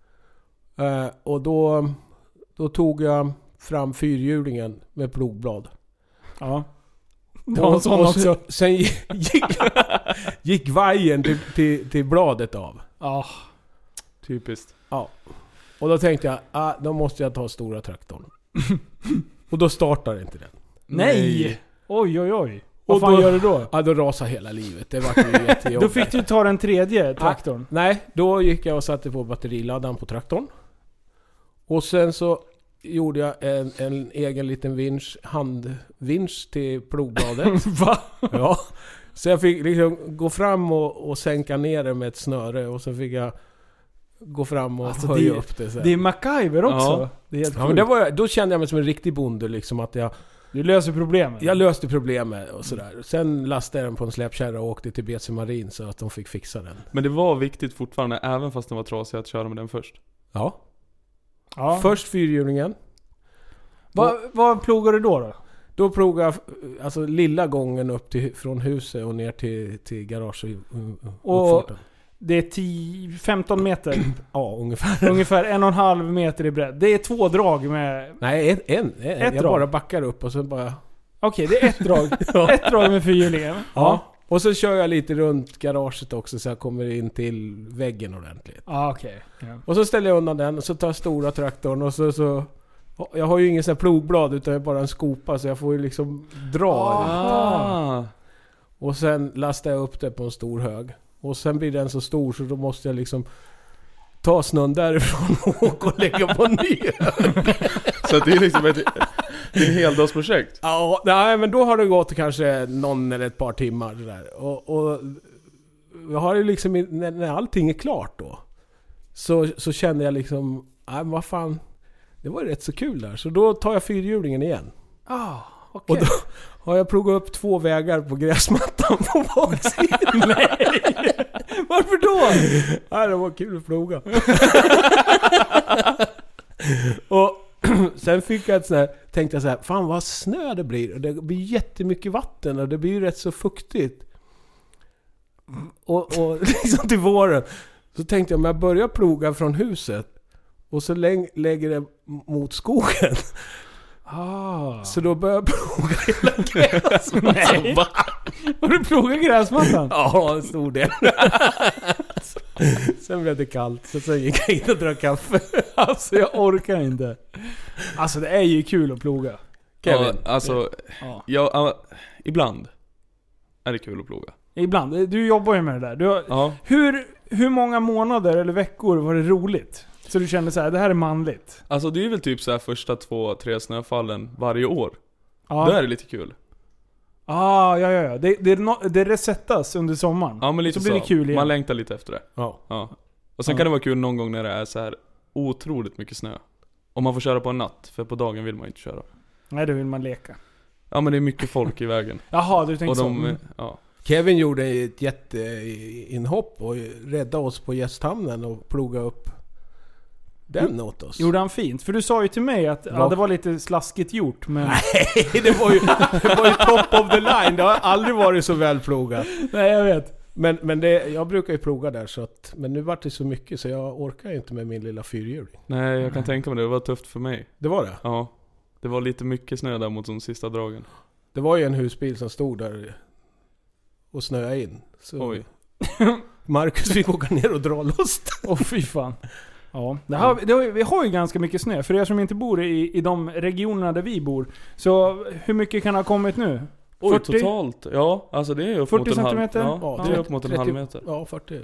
Och då tog jag fram fyrhjulingen med plogblad. Ja. Det var en sån också. Sen gick vajern till bladet av. Ja. Typiskt. Ja. Och då tänkte jag, då måste jag ta stora traktorn. Och då startar inte den. Nej! Oj. Vad fan gör du då? Ja, då rasade hela livet. Det var ju jättejobbigt. Då fick du ta den tredje traktorn. Nej, då gick jag och satte på batteriladdaren på traktorn. Och sen så gjorde jag en egen liten handvinsch till plogbladet. Va? Ja. Så jag fick liksom gå fram och sänka ner det med ett snöre. Och så fick jag gå fram och höja upp det. Så det är MacGyver också. Ja. Det är helt ja, men då kände jag mig som en riktig bonde. Liksom, att du löser problemet. Jag löste problemet och sådär. Sen lastade jag den på en släpkärra och åkte till BC Marin så att de fick fixa den. Men det var viktigt fortfarande, även fast den var trasig, att köra med den först. Ja. Först fyrhjulingen. Vad plogar du då? Då plogar jag alltså lilla gången upp från huset och ner till garage och Det är 15 meter. Ja, ungefär. Ungefär 1,5 meter i bredd. Det är 2 drag med... Nej, ett jag drag. bara backar upp och så bara... Okej, det är ett drag. Ett drag med fyrhjulingen. Ja. Och så kör jag lite runt garaget också så jag kommer in till väggen ordentligt. Ja, okej. Ja. Och så ställer jag undan den och så tar jag stora traktorn och så... Jag har ju ingen sån här plogblad utan jag bara en skopa så jag får ju liksom dra. Och sen lastar jag upp det på en stor hög. Och sen blir den så stor så då måste jag liksom ta snön därifrån och åka och lägga på en ny hög. Så det är liksom ett heldagsprojekt. Ja, nej, men då har det gått kanske någon eller ett par timmar där. Och jag har ju liksom, när allting är klart då så känner jag liksom, nej vad fan, det var ju rätt så kul där. Så då tar jag fyrhjulingen igen. Okay. Och då har jag plogat upp 2 vägar på gräsmattan på baksidan. Nej! Varför då? Nej, det var kul att ploga. Och sen fick jag tänkte jag så här, fan vad snö det blir. Och det blir jättemycket vatten och det blir rätt så fuktigt. Och liksom till våren så tänkte jag, om jag börjar ploga från huset och så lägger det mot skogen. Så då börjar jag ploga hela gräsmattan. Nej. Har du plogat gräsmattan? Ja, en stor del. Sen blev det kallt, så sen gick jag in och drack kaffe. Alltså jag orkar inte. Alltså det är ju kul att ploga. Kevin, ja, alltså ibland är det kul att ploga. Ibland, du jobbar ju med det där. Hur många månader eller veckor var det roligt? Så du kände så här, det här är manligt. Alltså det är väl typ så här första 2-3 snöfallen varje år. Då är det lite kul. Ja. Det resettas under sommaren. Ja, men lite så blir det kul igen. Man längtar lite efter det. Ja. Och sen kan det vara kul någon gång när det är så här otroligt mycket snö. Om man får köra på en natt, för på dagen vill man inte köra. Nej, då vill man leka. Ja, men det är mycket folk i vägen. Jaha, du tänkte så. Ja. Kevin gjorde ett jätteinhopp och räddade oss på gästhamnen och plogade upp den åt oss. Gjorde han fint? För du sa ju till mig att det var lite slaskigt gjort, men... Nej, det var ju top of the line. Det har aldrig varit så väl plogat. Nej, jag vet. Men jag brukar ju ploga där så att, men nu var det så mycket så jag orkar inte med min lilla fyrhjuling. Nej, jag kan tänka mig det var tufft för mig. Det var det? Ja. Det var lite mycket snö där mot de sista dragen. Det var ju en husbil som stod där och snöade in. Så oj. Marcus fick åka ner och dra loss. Fy fan. Ja, vi har ju ganska mycket snö. För er som inte bor i de regionerna där vi bor. Så hur mycket kan ha kommit nu? Oj, 40? Totalt? Ja, alltså det är upp 40 mot en halv. centimeter? Ja, det är upp mot en 30, halv meter. Ja,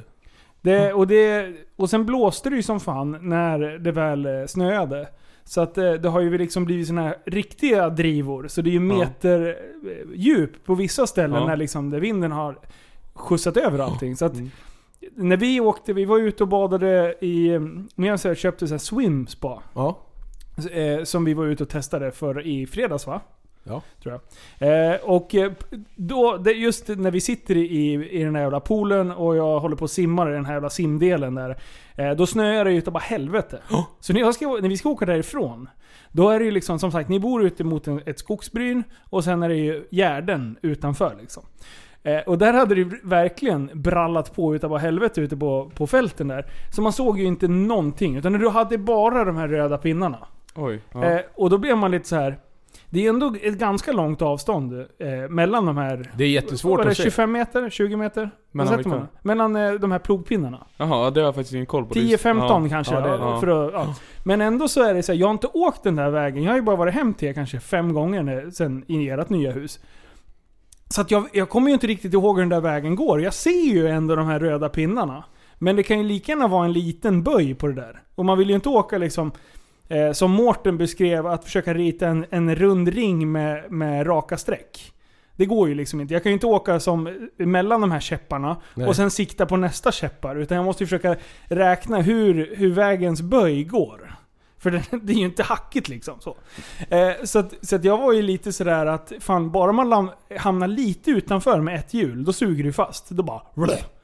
40. Och sen blåste det ju som fan när det väl snöade. Så att det har ju liksom blivit såna här riktiga drivor. Så det är ju meter djup på vissa ställen när liksom där vinden har skjutsat över allting. Så att när vi var ute och badade köpte så här swim spa. Ja. Som vi var ute och testade i fredags, va? Ja, tror jag. Och då just när vi sitter i den här jävla poolen och jag håller på att simma i den här jävla simdelen där, då snöar det utav bara helvete. Så när vi ska åka därifrån, då är det ju liksom, som sagt, ni bor ute mot ett skogsbryn och sen är det ju gärden utanför liksom. Och där hade det verkligen brallat på utav bara helvete ute på fälten där. Så man såg ju inte någonting, utan du hade bara de här röda pinnarna. Oj. Ja. Och då blev man lite så här. Det är ändå ett ganska långt mellan de här. Det är jättesvårt att se. 25 meter, 20 meter. Mellan de här plogpinnarna. Jaha, det har jag faktiskt ingen koll på. 10-15 kanske. Men ändå så är det så här, jag har inte åkt den där vägen. Jag har ju bara varit hem till kanske 5 gånger sen i ert nya hus. Så att jag kommer ju inte riktigt ihåg hur den där vägen går. Jag ser ju ändå de här röda pinnarna. Men det kan ju lika gärna vara en liten böj på det där. Och man vill ju inte åka liksom, som Mårten beskrev, att försöka rita en rund ring med raka streck. Det går ju liksom inte. Jag kan ju inte åka som mellan de här käpparna och sen sikta på nästa käppar. Utan jag måste ju försöka räkna hur vägens böj går. För det är ju inte hackigt liksom. Så att jag var ju lite sådär att fan, bara man hamnar lite utanför med ett hjul, då suger det fast. Då bara...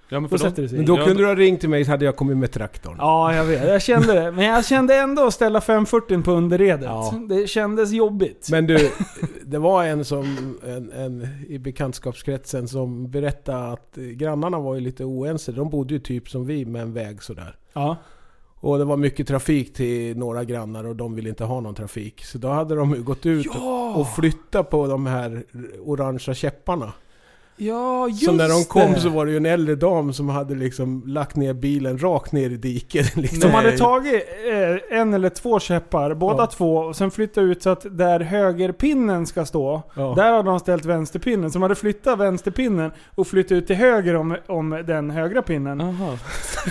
Ja, men Då sätter det sig. Men då kunde du ha ringt till mig så hade jag kommit med traktorn. Ja, jag vet. Jag kände det. Men jag kände ändå att ställa 540 på underredet. Ja. Det kändes jobbigt. Men du, det var en i bekantskapskretsen som berättade att grannarna var ju lite oense. De bodde ju typ som vi med en väg sådär. Ja. Och det var mycket trafik till några grannar och de ville inte ha någon trafik. Så då hade de gått ut och flyttat på de här orangea käpparna. Ja, just så när de kom det. så var det ju en äldre dam som hade liksom lagt ner bilen rakt ner i diket. Liksom. De hade tagit en eller två käppar, båda två, och sen flyttat ut så att där högerpinnen ska stå, där hade de ställt vänsterpinnen. Så de hade flyttat vänsterpinnen och flyttat ut till höger om den högra pinnen. Aha.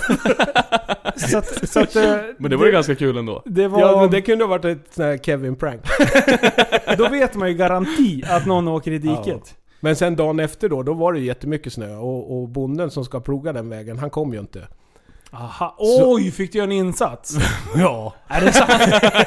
så att, men det var ju ganska kul ändå. Det var, ja, men det kunde ha varit ett sån här Kevin-prank. Då vet man ju garanti att någon åker i diket. Ja. Men sen dagen efter då var det jättemycket snö och bonden som ska ploga den vägen, han kom ju inte. Aha. Oj, fick du göra en insats? Ja. Är det sant?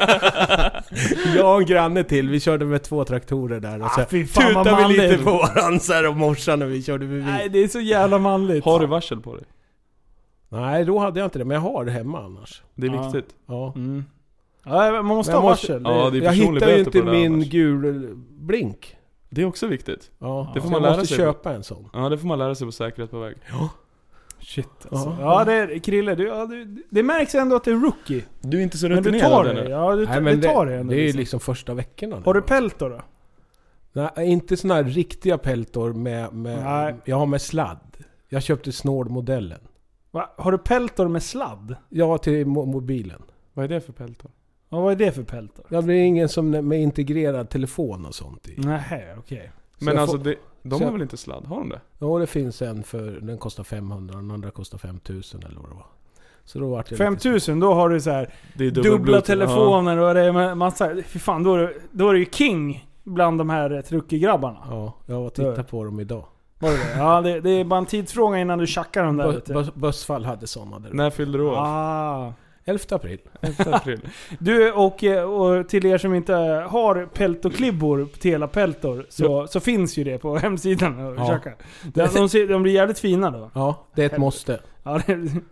Jag och en granne till, vi körde med 2 traktorer där och så tutade vi lite på varandra så här och morsade när vi körde vid. Nej, det är så jävla manligt. Har du varsel på dig? Nej, då hade jag inte det, men jag har det hemma annars. Det är viktigt. Ja. Mm. Ja, man måste ha varsel. Ja, det är jag hittar ju inte min annars. gul blink. Det är också viktigt. Ja, det får man man lära måste sig köpa en sån. Ja, det får man lära sig på säkerhet på väg. Ja. Shit alltså. Ja, det är Krille. Det märks ändå att du är rookie. Du är inte så men du tar det. Ja, du tar det ändå. Det är liksom första veckorna. Har du peltor då? Nej, inte såna här riktiga peltor med jag har med sladd. Jag köpte snålmodellen. Va? Har du peltor med sladd? Ja, till mobilen. Vad är det för peltor? Ja, vad är det för peltor? Det blir ingen som med integrerad telefon och sånt i. Nej, okej. Men alltså de har väl inte sladd? Har de det? Ja, det finns en den kostar 500, den andra kostar 5000 eller vad det var. Så då var det 5000, då har du så här dubbla telefoner och det är massa. Fy fan, då är det ju king bland de här truckergrabbarna. Ja, jag var titta på dem idag. Var det? Ja, det är bara en tidsfråga innan du tjackar dem där. Bussfall hade sådana där. När fyllde du år? 11 april. 11 april. Du, och till er som inte har peltoklibbor till hela peltor så finns ju det på hemsidan och tjacka. De blir jävligt fina då. Ja, det är ett måste. Ja,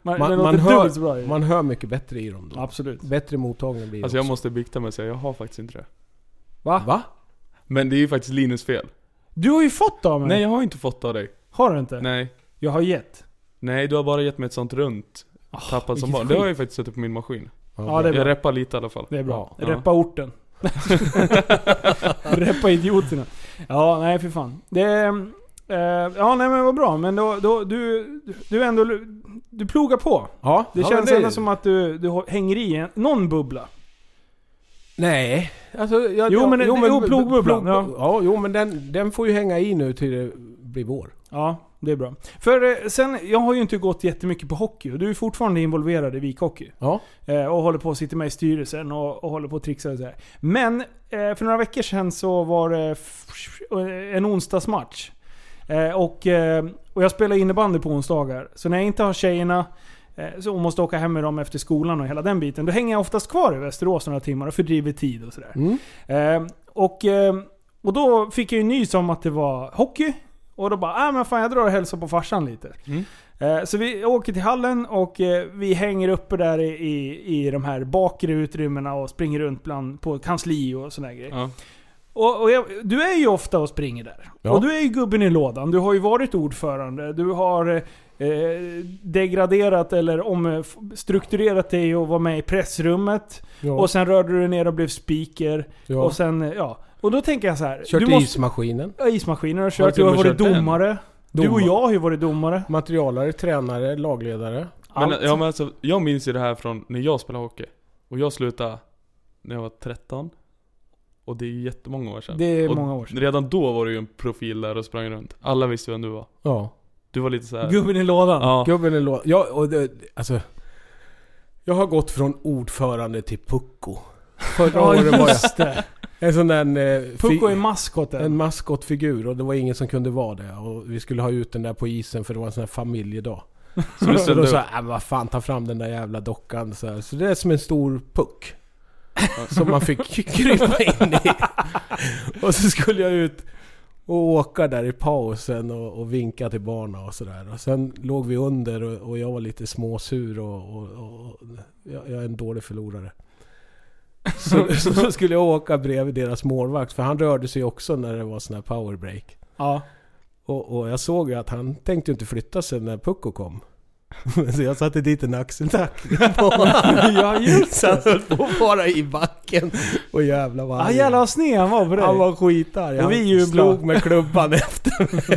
man hör mycket bättre i dem då. Absolut. Bättre mottagning blir det. Alltså jag måste bikta mig och säga, jag har faktiskt inte det. Va? Men det är ju faktiskt Linus fel. Du har ju fått av mig. Nej, jag har inte fått av dig. Har du inte? Nej. Jag har gett. Nej, du har bara gett mig ett sånt runt. Tappad som barn. Det har jag ju faktiskt suttit på min maskin. Ja, det är bra. Jag reppar lite i alla fall. Det är bra. Ja. Reppa orten. Reppa idioterna. Ja, nej för fan. Ja, nej men vad bra. Men då du ändå du plogar på. Ja, det känns ändå som att du hänger i någon bubbla. Nej, alltså plogbubblan. Men den får ju hänga i nu till det blir vår. Ja, det är bra. För sen, jag har ju inte gått jättemycket på hockey och du är fortfarande involverad i Vikhockey. Ja. Och håller på att sitta med i styrelsen och håller på att trixa och så här. Men för några veckor sedan så var det en onsdagsmatch. Och jag spelar innebandy på onsdagar. Så när jag inte har tjejerna så måste åka hem med dem efter skolan och hela den biten, då hänger jag oftast kvar i Västerås några timmar och fördriver tid och sådär. Och då fick jag ju nys om att det var hockey. Och då bara, men fan jag drar och hälsar på farsan lite. Så vi åker till hallen och vi hänger uppe där i de här bakre utrymmena och springer runt på kansli och sådana grejer. Ja. Och du är ju ofta och springer där. Ja. Och du är ju gubben i lådan. Du har ju varit ordförande. Du har degraderat eller omstrukturerat dig och var med i pressrummet. Ja. Och sen rörde du ner och blev speaker. Ja. Och sen, och då tänker jag så här. Kört ismaskinen. Ja, ismaskinen har kört. Du har varit domare. Du och jag har ju varit domare. Materialare, tränare, lagledare. Men alltså, jag minns ju det här från när jag spelade hockey. Och jag slutade när jag var 13. Och det är ju jättemånga år sedan. Det är många år sedan. Redan då var du ju en profil där och sprang runt. Alla visste vem du var. Ja. Du var lite så här. Gubben i lådan. Ja. Gubben i lådan. Ja, och alltså jag har gått från ordförande till Pucko. Förra året var jag en sån där Pucko är maskoten. En maskotfigur och det var ingen som kunde vara det och vi skulle ha ut den där på isen för det var en sån här familjedag. Så då sa jag, vad fan, ta fram den där jävla dockan så det är som en stor puck. Som man fick krypa in i. Och så skulle jag ut och åka där i pausen och vinka till barnen och sådär. Och sen låg vi under och jag var lite småsur och jag är en dålig förlorare. Så skulle jag åka bredvid deras målvakt, för han rörde sig också när det var sån här powerbreak. Ja. Och jag såg ju att han tänkte inte flytta sig när Pucko kom. Så jag satte dit en axeltack på Ja, just det. så han höll på bara i backen. Och jävla var Ja, jävla sned han var på det. Han var skitarg. Han vi slog med klubban efter.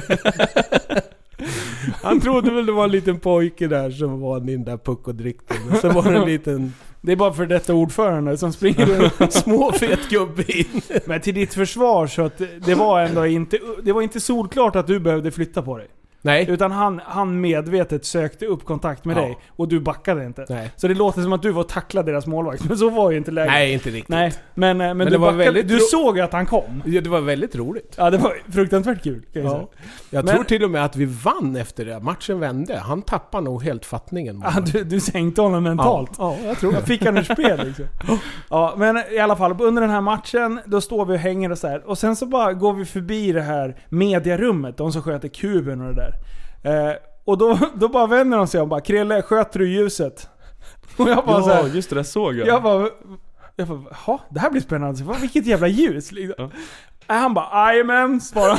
Han trodde väl det var en liten pojke där som var den där Pucko-drikten. Men så var det en liten... Det är bara för detta ordförande som springer en småfet gubbe in. Men till ditt försvar så att det var ändå inte... Det var inte solklart att du behövde flytta på dig. Nej. Utan han medvetet sökte upp kontakt med dig och du backade inte. Nej. Så det låter som att du var tackla deras målvakt. Men så var ju inte läget. Nej, inte riktigt. Nej, men det du, var väldigt du såg att han kom. Ja, det var väldigt roligt. Ja, det var fruktansvärt kul. Kan jag säga. Jag tror till och med att vi vann efter det. Matchen vände. Han tappade nog helt fattningen. Ja, du sänkte honom mentalt. Ja, jag tror jag fick han ur spel liksom. Ja, men i alla fall under den här matchen då står vi och hänger och så här. Och sen så bara går vi förbi det här mediarummet, de som sköter kuben och det där. Och då bara vänder de sig och bara, Krille, sköter du ljuset? Och jag bara så här, just det, där såg jag. Jag bara, jaha, det här blir spännande. Vilket jävla ljus liksom. Han bara, ajamän, svarar.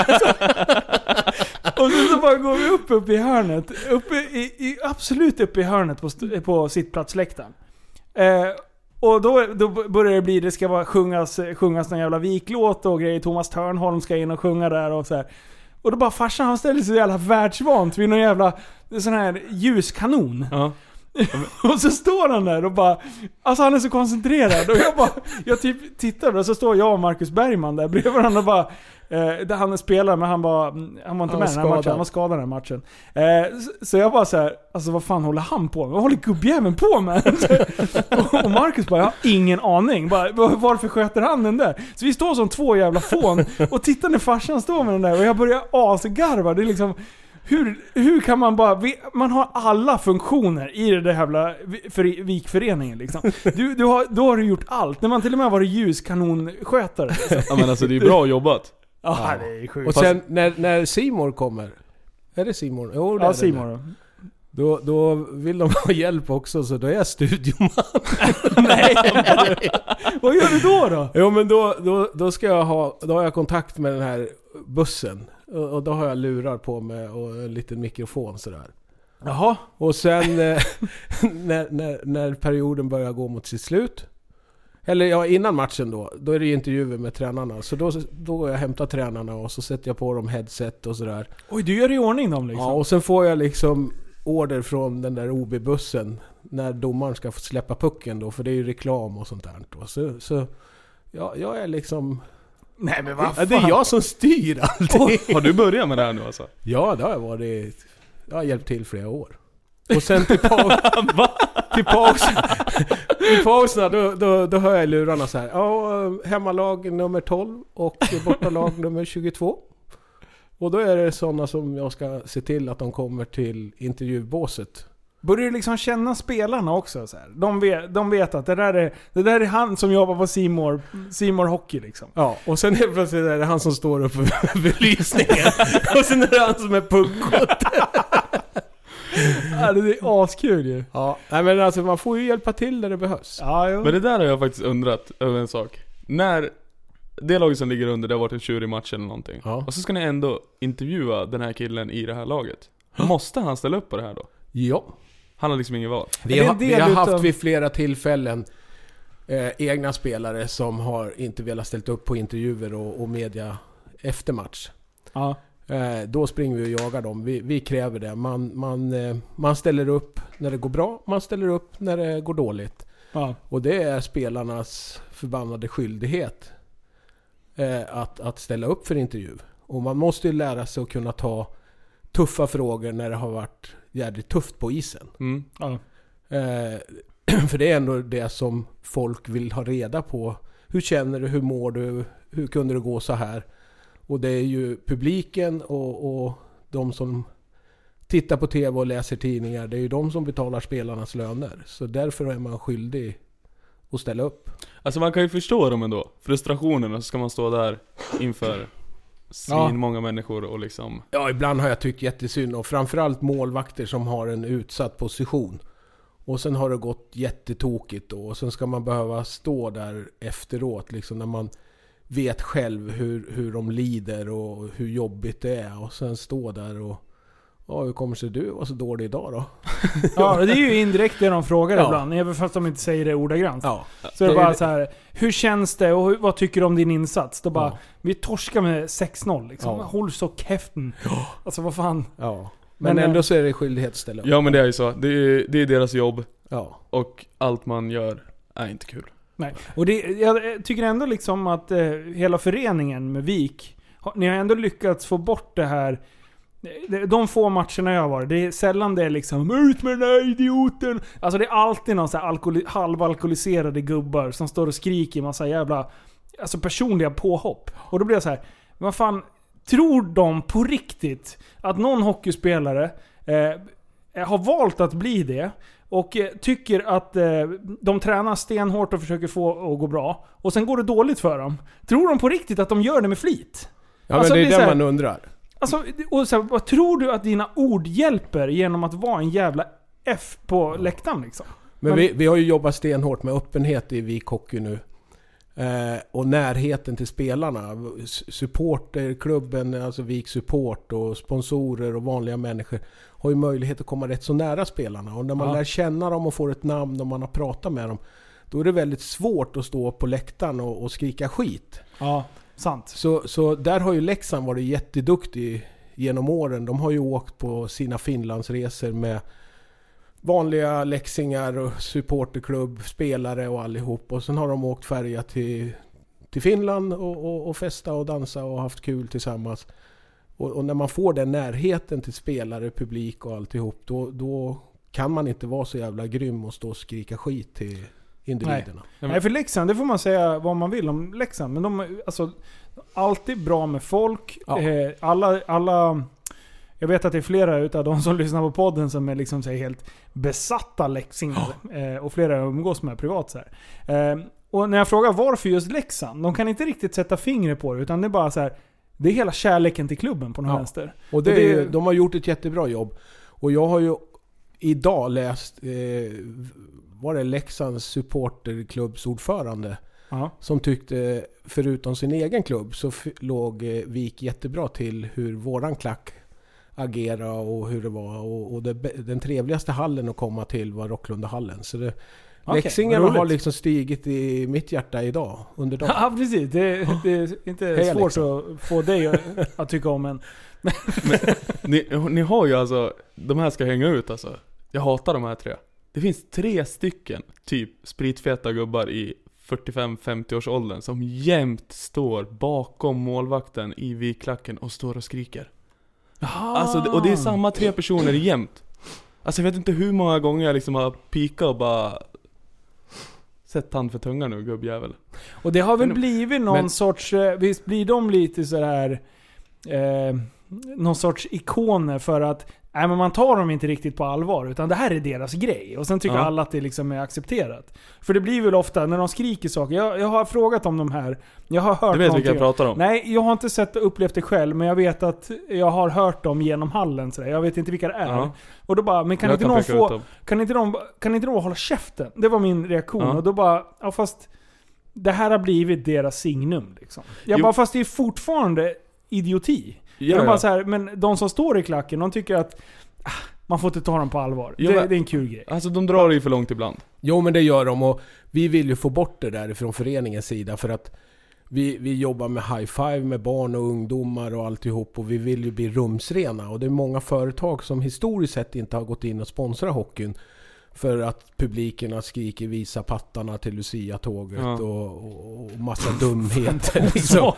Och så bara går vi upp i hörnet. Absolut upp i hörnet på sittplatsläktaren. Och då börjar det bli, det ska vara sjungas någon jävla viklåt och grejer. Thomas Törnholm ska in och sjunga där och så här. Och då bara farsan, han ställer sig så jävla världsvant vid någon jävla sån här ljuskanon. Ja. Och så står han där och bara, alltså han är så koncentrerad. Och jag typ tittar och så står jag och Marcus Bergman där bredvid varandra och bara, där han är spelare men han var inte med den här matchen, han var skadad den här matchen. Så jag bara så här, alltså vad fan håller han på med? Vad håller gubbjäveln på med? Och Marcus bara, jag har ingen aning. Bara, varför sköter han den där? Så vi står som två jävla fån och tittar när farsan står med den där och jag börjar asgarva. Det är liksom, hur kan man bara... Man har alla funktioner i det där jävla vikföreningen liksom. Då har du gjort allt. När man till och med varit ljuskanonskötare liksom. Ja men alltså det är bra jobbat. Ja, det är sjukt. Och sen när Simor kommer... Är det Simor? Jo, det är Simor då. Då vill de ha hjälp också, så då är jag studioman. Nej. Vad gör du då? Jo men då ska jag då har jag kontakt med den här bussen. Och då har jag lurar på mig och en liten mikrofon sådär. Jaha. Och sen när perioden börjar gå mot sitt slut, eller innan matchen då är det intervjuer med tränarna. Så då går jag och hämtar tränarna och så sätter jag på dem headset och sådär. Oj, du gör i ordning dem liksom. Ja, och sen får jag liksom order från den där OB-bussen när domaren ska få släppa pucken då, för det är ju reklam och sånt där. Så jag är liksom... Nej men vad fan? Det är jag som styr allting. Har du börjat med det här nu alltså? Ja, det har jag varit. Jag har hjälpt till flera år. Och sen till pauserna då hör jag i lurarna så här. Ja, hemmalag nummer 12 och bortalag nummer 22. Och då är det sådana som jag ska se till att de kommer till intervjubåset. Börjar du liksom känna spelarna också så här? De vet att det där är han som jobbar på Simor Hockey liksom. Ja, och sen helt plötsligt är det han som står uppe vid belysningen. Och sen är det han som är punkot. Ja, det är askul ju. Ja, nej men alltså man får ju hjälpa till där det behövs. Ja, jo. Men det där har jag faktiskt undrat över en sak. När det laget som ligger under, det har varit en jurymatch eller någonting. Ja. Och så ska ni ändå intervjua den här killen i det här laget. Måste han ställa upp på det här då? Ja. Han har liksom ingen val. Vi har haft vid flera tillfällen egna spelare som har inte velat ställa upp på intervjuer och media efter match. Ja. Då springer vi och jagar dem. Vi kräver det. Man ställer upp när det går bra. Man ställer upp när det går dåligt. Ja. Och det är spelarnas förbannade skyldighet att ställa upp för intervju. Och man måste ju lära sig att kunna ta tuffa frågor när det har varit jävligt tufft på isen. Mm. Ja. För det är ändå det som folk vill ha reda på. Hur känner du? Hur mår du? Hur kunde det gå så här? Och det är ju publiken och de som tittar på tv och läser tidningar. Det är ju de som betalar spelarnas löner. Så därför är man skyldig att ställa upp. Alltså man kan ju förstå dem ändå. Frustrationen, och så ska man stå där inför många människor och liksom... Ja, ibland har jag tyckt jättesynd, och framförallt målvakter som har en utsatt position. Och sen har det gått jättetokigt då, och sen ska man behöva stå där efteråt liksom, när man vet själv hur de lider och hur jobbigt det är, och sen stå där och hur kommer sig du var så dålig idag då? Ja, det är ju indirekt det de frågar ibland, även fast de inte säger det ordagrant. Ja. Så det är bara så här: hur känns det och vad tycker du om din insats? Då bara, vi torskar med 6-0 liksom. Håll så käften. Alltså vad fan. Ja. Men ändå så är det skyldighet att ställa upp. Ja, men det är ju så. Det är deras jobb. Ja. Och allt man gör är inte kul. Nej. Och jag tycker ändå liksom att hela föreningen med Vik, ni har ändå lyckats få bort det här. De få matcherna jag har varit, det är sällan det är liksom ut med den här idioten. Alltså det är alltid någon så här halvalkoholiserade gubbar som står och skriker massa jävla, alltså personliga påhopp. Och då blir jag så här: vad fan, tror de på riktigt att någon hockeyspelare har valt att bli det och tycker att de tränar stenhårt och försöker få att gå bra, och sen går det dåligt för dem? Tror de på riktigt att de gör det med flit? Ja, alltså, men det är det man undrar. Alltså, och så här, vad tror du att dina ord hjälper genom att vara en jävla F på läktaren liksom? Men vi har ju jobbat stenhårt med öppenhet i Vik Hockey nu. Och närheten till spelarna. Supporterklubben, alltså Vik Support och sponsorer och vanliga människor har ju möjlighet att komma rätt så nära spelarna. Och när man lär känna dem och får ett namn och man har pratat med dem, då är det väldigt svårt att stå på läktaren och skrika skit. Ja, sant. Så där har ju Leksand varit jätteduktig genom åren. De har ju åkt på sina Finlandsresor med vanliga läxingar och supporterklubb, spelare och allihop. Och sen har de åkt färja till Finland och festa och dansa och haft kul tillsammans. Och när man får den närheten till spelare, publik och alltihop, då kan man inte vara så jävla grym och stå och skrika skit till individerna. Nej, för Leksand, det får man säga vad man vill om Leksand. Men de alltså alltid bra med folk. Ja. Alla jag vet att det är flera utav de som lyssnar på podden som är liksom så helt besatta Leksingar. Och flera umgås med privat så här. Och när jag frågar varför just Leksand, de kan inte riktigt sätta fingret på det, utan det är bara så här, det är hela kärleken till klubben på något vänster. Och de har gjort ett jättebra jobb. Och jag har ju idag läst var det Leksands supporterklubbs ordförande som tyckte, förutom sin egen klubb, så låg Vik jättebra till hur våran klack agera och hur det var, och den trevligaste hallen att komma till var Rocklundahallen. Så det, Leksingarna har liksom stigit i mitt hjärta idag under dagen. Ja, precis. Det är inte svårt att få dig att tycka om en. Men ni har ju alltså, de här ska hänga ut alltså. Jag hatar de här 3. Det finns 3 stycken typ spritfeta gubbar i 45-50 års åldern som jämt står bakom målvakten i Vikklacken och står och skriker. Alltså, och det är samma 3 personer jämt. Alltså jag vet inte hur många gånger jag liksom har pikat och bara sett hand för tungan nu, gubbjävel. Och det har väl blivit någon sorts, visst blir de lite så här någon sorts ikoner för att men man tar dem inte riktigt på allvar, utan det här är deras grej. Och sen tycker alla att det liksom är accepterat. För det blir väl ofta när de skriker saker. Jag har frågat om de här. Jag har hört. Du vet vilka jag pratar om? Nej, jag har inte sett och upplevt det själv, men jag vet att jag har hört dem genom hallen så där. Jag vet inte vilka det är. Och då bara, men kan inte de hålla käften? Det var min reaktion. Och då bara, fast det här har blivit deras signum liksom. Fast det är fortfarande idioti. Bara så här, men de som står i klacken, de tycker att man får inte ta dem på allvar. Det är en kul grej. Alltså de drar ju för långt ibland. Jo, men det gör de, och vi vill ju få bort det där från föreningens sida, för att vi jobbar med high five med barn och ungdomar och alltihop, och vi vill ju bli rumsrena, och det är många företag som historiskt sett inte har gått in och sponsrat hockeyn för att publiken skriker visa pattarna till Lucia-tåget och massa dumheter liksom.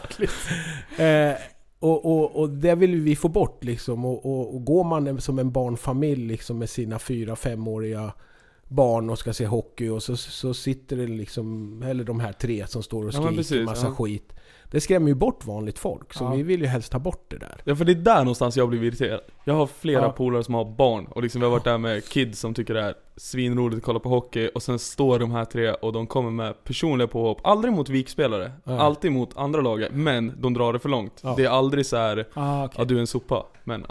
Och det vill vi få bort liksom, och går man som en barnfamilj liksom med sina 4-5-åriga barn och ska se hockey, och så sitter det liksom, eller de här 3 som står och skriker massa skit. Det skrämmer ju bort vanligt folk, så vi vill ju helst ta bort det där. Ja, för det är där någonstans jag blir irriterad. Jag har flera polare som har barn, och liksom vi har varit där med kids som tycker det är svinroligt att kolla på hockey. Och sen står de här 3 och de kommer med personliga påhopp. Aldrig mot vikspelare, alltid mot andra laget. Men de drar det för långt. Det är aldrig så här, okay. du är en sopa. Men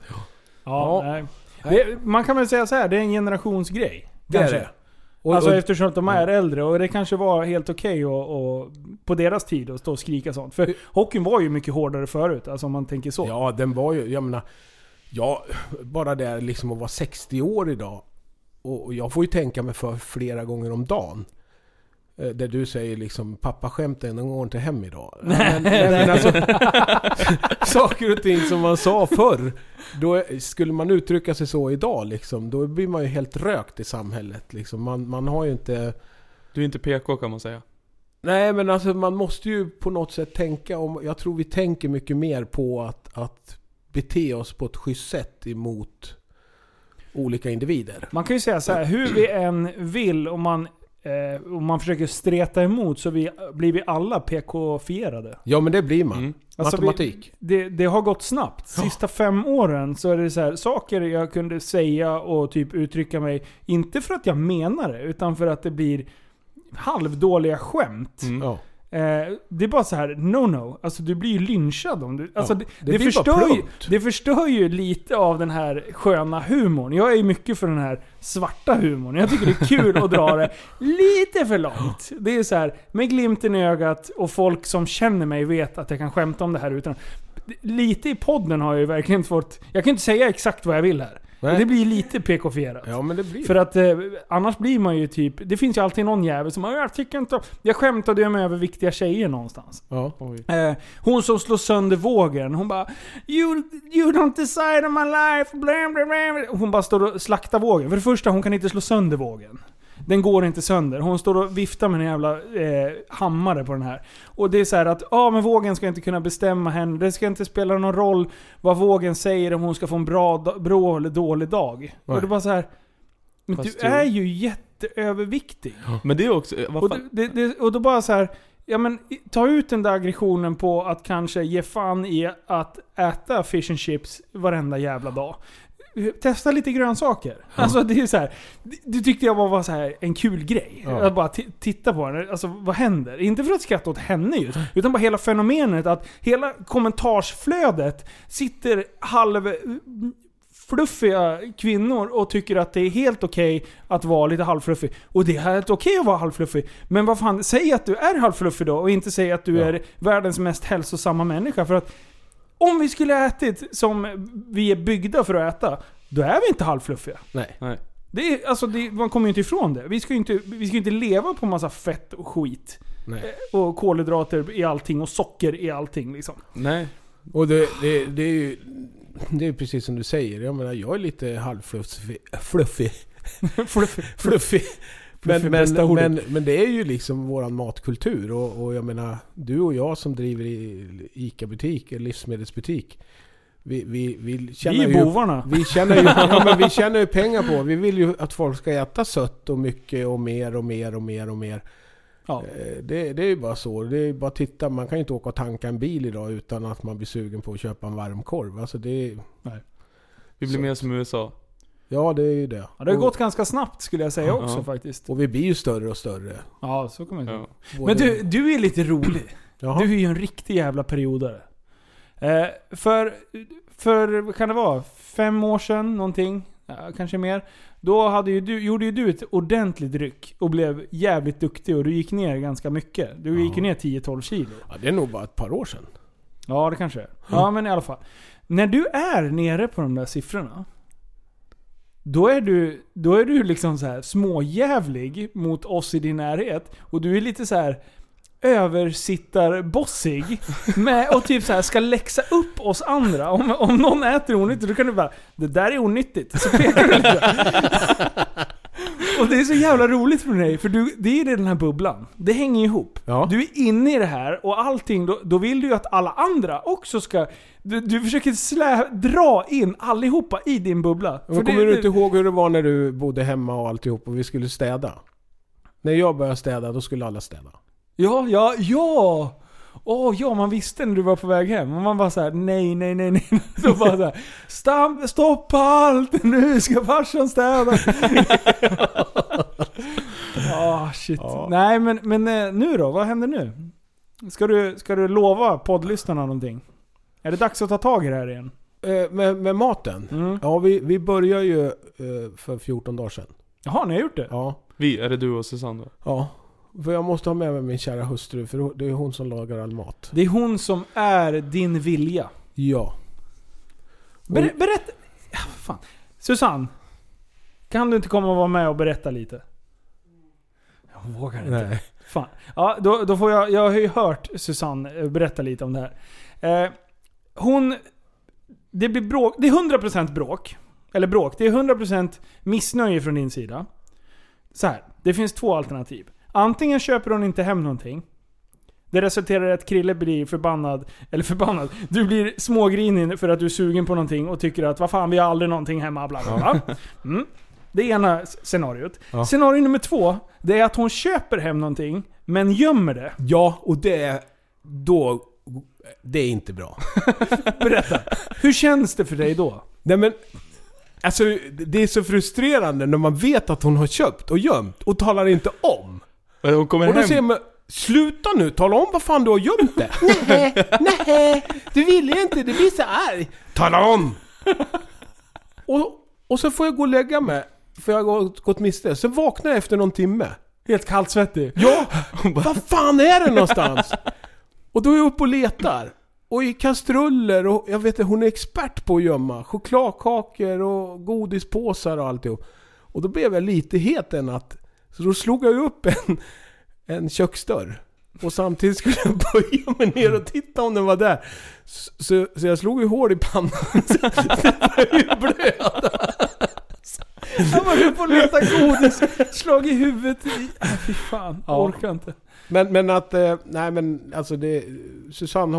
nej. Man kan väl säga så här, det är en generationsgrej. Det är det. Alltså eftersom de är äldre, och det kanske var helt okej och på deras tid att stå och skrika sånt. För hockeyn var ju mycket hårdare förut, alltså om man tänker så. Ja, den var ju, jag menar, bara det liksom att vara 60 år idag, och jag får ju tänka mig för flera gånger om dagen. Där du säger liksom, pappa skämtar, den går inte hem idag. Men alltså, saker och ting som man sa förr, då skulle man uttrycka sig så idag liksom, då blir man ju helt rökt i samhället liksom. Man har ju inte... Du är inte PK kan man säga. Nej, men alltså man måste ju på något sätt tänka om, jag tror vi tänker mycket mer på att bete oss på ett schysst sätt emot olika individer. Man kan ju säga så här, hur vi än vill, om man försöker streta emot, så blir vi alla PK-fierade. Ja, men det blir man. Alltså matematik. Det har gått snabbt. Sista 5 åren så är det så här, saker jag kunde säga och typ uttrycka mig, inte för att jag menar det, utan för att det blir halvdåliga skämt. Det är bara så här, no. Alltså du blir ju lynchad om du... Alltså det förstör ju lite av den här sköna humorn. Jag är ju mycket för den här svarta humorn. Jag tycker det är kul att dra det lite för långt. Det är så här, med glimten i ögat, och folk som känner mig vet att jag kan skämta om det här utan... Lite i podden har jag ju verkligen fått... Jag kan inte säga exakt vad jag vill här. Nej. Det blir lite PK-fierat. Ja, men det blir. För att annars blir man ju typ... Det finns ju alltid någon jävel som jag skämtade ju med över viktiga tjejer någonstans. Ja. Hon som slår sönder vågen. Hon bara... You don't decide on my life. Blam, blam, blam. Hon bara står och slaktar vågen. För det första, hon kan inte slå sönder vågen. Den går inte sönder. Hon står och viftar med en jävla hammare på den här. Och det är så här att men vågen ska inte kunna bestämma henne. Det ska inte spela någon roll vad vågen säger om hon ska få en bra eller dålig dag. Nej. Och det är bara så här, men du är ju jätteöverviktig. Men det är också... Och då bara så här, ja men ta ut den där aggressionen på att kanske ge fan i att äta fish and chips varenda jävla dag. Testa lite grönsaker. Alltså det är så här, det tyckte jag var så här en kul grej. Att bara titta på henne. Alltså vad händer? Inte för att skratta åt henne just, utan bara hela fenomenet att hela kommentarsflödet sitter halvfluffiga kvinnor och tycker att det är helt okej att vara lite halvfluffig. Och det är helt okej att vara halvfluffig. Men vad fan, säg att du är halvfluffig då och inte säg att du är världens mest hälsosamma människa. För att om vi skulle ätit som vi är byggda för att äta, då är vi inte halvfluffiga. Nej. Det är, alltså man kommer ju inte ifrån det. Vi ska ju inte leva på massa fett och skit. Nej. Och kolhydrater i allting och socker i allting liksom. Nej. Och det är ju, det är precis som du säger. Jag menar, jag är lite halvfluffig. Fluffig. Men det är ju liksom våran matkultur, och jag menar, du och jag som driver i ICA-butik eller livsmedelsbutik, vi tjänar ju bovarna. Vi tjänar ju pengar på. Vi vill ju att folk ska äta sött och mycket och mer. Ja. Det är ju bara så. Det är bara att titta, man kan ju inte åka och tanka en bil idag utan att man blir sugen på att köpa en varm korv. Alltså nej. Vi blir mer som USA. Ja, det är ju det. Ja, det har gått ganska snabbt skulle jag säga också faktiskt. Och vi blir ju större och större. Ja, så kommer det. Men du är lite rolig. Jaha. Du är ju en riktig jävla periodare. För kan det vara 5 år sedan någonting, kanske mer. Då gjorde ju du ett ordentligt ryck och blev jävligt duktig, och du gick ner ganska mycket. Du gick ner 10-12 kilo. Ja, det är nog bara ett par år sedan. Ja, det kanske är. Ja, men i alla fall. När du är nere på de där siffrorna, då är du liksom så här småjävlig mot oss i din närhet, och du är lite så här översittarbossig med och typ så här ska läxa upp oss andra. Om någon äter onyttigt, då kan du bara, det där är onyttigt, så pekar du lite. Och det är så jävla roligt för dig, för det är den här bubblan. Det hänger ihop. Ja. Du är inne i det här och allting, då vill du ju att alla andra också ska... Du försöker dra in allihopa i din bubbla. Kommer du inte ihåg hur det var när du bodde hemma och alltihop och vi skulle städa? När jag började städa, då skulle alla städa. Ja. Ja, man visste när du var på väg hem. Och man var så här: nej. Så bara så här: stoppa allt, nu ska farsan städa. Shit. Ja. Nej, men nu då? Vad händer nu? Ska du lova poddlyssnarna någonting? Är det dags att ta tag i det här igen? Med maten? Mm. Ja, vi börjar ju för 14 dagar sedan. Jaha, ni har gjort det? Ja. Är det du och Susanne då? Ja. För jag måste ha med mig min kära hustru, för det är hon som lagar all mat. Det är hon som är din vilja. Ja. Berätta. Ja, fan. Susanne, kan du inte komma och vara med och berätta lite? Jag vågar inte. Nej. Fan. Ja, då får jag har ju hört Susanne berätta lite om det här. Det blir bråk. Det är 100% bråk. Eller bråk. Det är 100% missnöje från din sida. Så här, det finns 2 alternativ. Antingen köper hon inte hem någonting. Det resulterar i att Krille blir förbannad. Du blir smågrinig för att du är sugen på någonting och tycker att vad fan, vi har aldrig någonting hemma, bla bla bla. Mm. Det är ena scenariot. Ja. Scenario nummer 2, det är att hon köper hem någonting men gömmer det. Ja, och det är inte bra. Berätta. Hur känns det för dig då? Nej, men alltså, det är så frustrerande när man vet att hon har köpt och gömt och talar inte om. Hon kommer och då hem. säger man: sluta nu, tala om vad fan du har gömt det. nej, du vill ju inte, det blir så arg. Tala om! och så får jag gå och lägga mig, för jag har gått miste. Så vaknar jag efter någon timme. Helt kallsvettig. Ja, vad fan är det någonstans? Och då är jag uppe och letar. Och i kastruller, och jag vet att hon är expert på att gömma chokladkakor och godispåsar och alltihop. Och då blev jag lite het en natt. Så då slog jag upp en köksdörr. Och samtidigt skulle jag böja mig ner och titta om den var där. Så jag slog ju hål i pannan. Så det var ju blöda. Jag var på att leta godis. Slag i huvudet. Fy fan, jag orkar inte. Men att, nej men alltså det, Susanne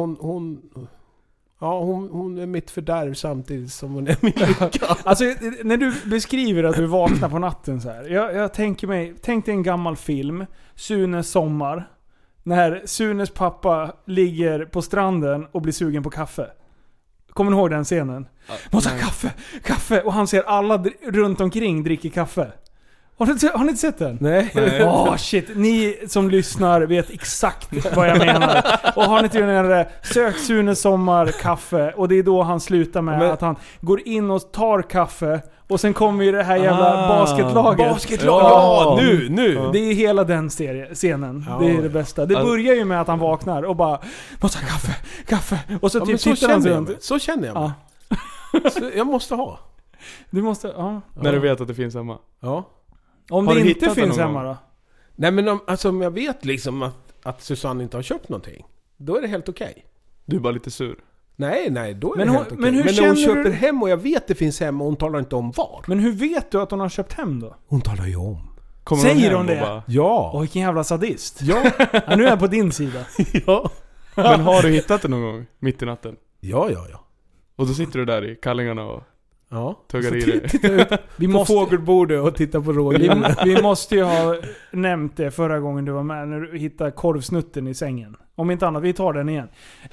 hon är mitt fördärv samtidigt som hon är min lycka. Alltså när du beskriver att du vaknar på natten så här. Jag tänk dig en gammal film, Sunes sommar. När Sunes pappa ligger på stranden och blir sugen på kaffe. Kommer ni ihåg den scenen? Måste ha kaffe. Och han ser alla runt omkring dricker kaffe. Har ni inte sett den? Nej. Shit. Ni som lyssnar vet exakt vad jag menar. Och har ni inte gjort det? Sök Sunes sommar kaffe. Och det är då han slutar med att han går in och tar kaffe. Och sen kommer ju det här jävla basketlaget. Ja, nu. Det är hela den scenen. Det är det bästa. Det börjar ju med att han vaknar och bara måste ha kaffe. Och så typ så känner jag mig. Så jag måste ha. Du måste, När du vet att det finns hemma. Ja. Om det inte finns hemma då? Nej, men om jag vet liksom att Susanne inte har köpt någonting, då är det helt okej. Du är bara lite sur. Nej, då är det helt okej. Men när hon köper hem och jag vet det finns hem och hon talar inte om var. Men hur vet du att hon har köpt hem då? Hon talar ju om. Säger hon det? Bara... Ja. Vilken jävla sadist. Ja. Nu är jag på din sida. Ja. Men har du hittat det någon gång mitt i natten? Ja. Och då sitter du där i kallingarna och tuggar i dig. Vi måste fågelbordet och titta på rådjur. Vi måste ju ha nämnt det förra gången du var med, när du hittade korvsnutten i sängen. Om inte annat, vi tar den igen.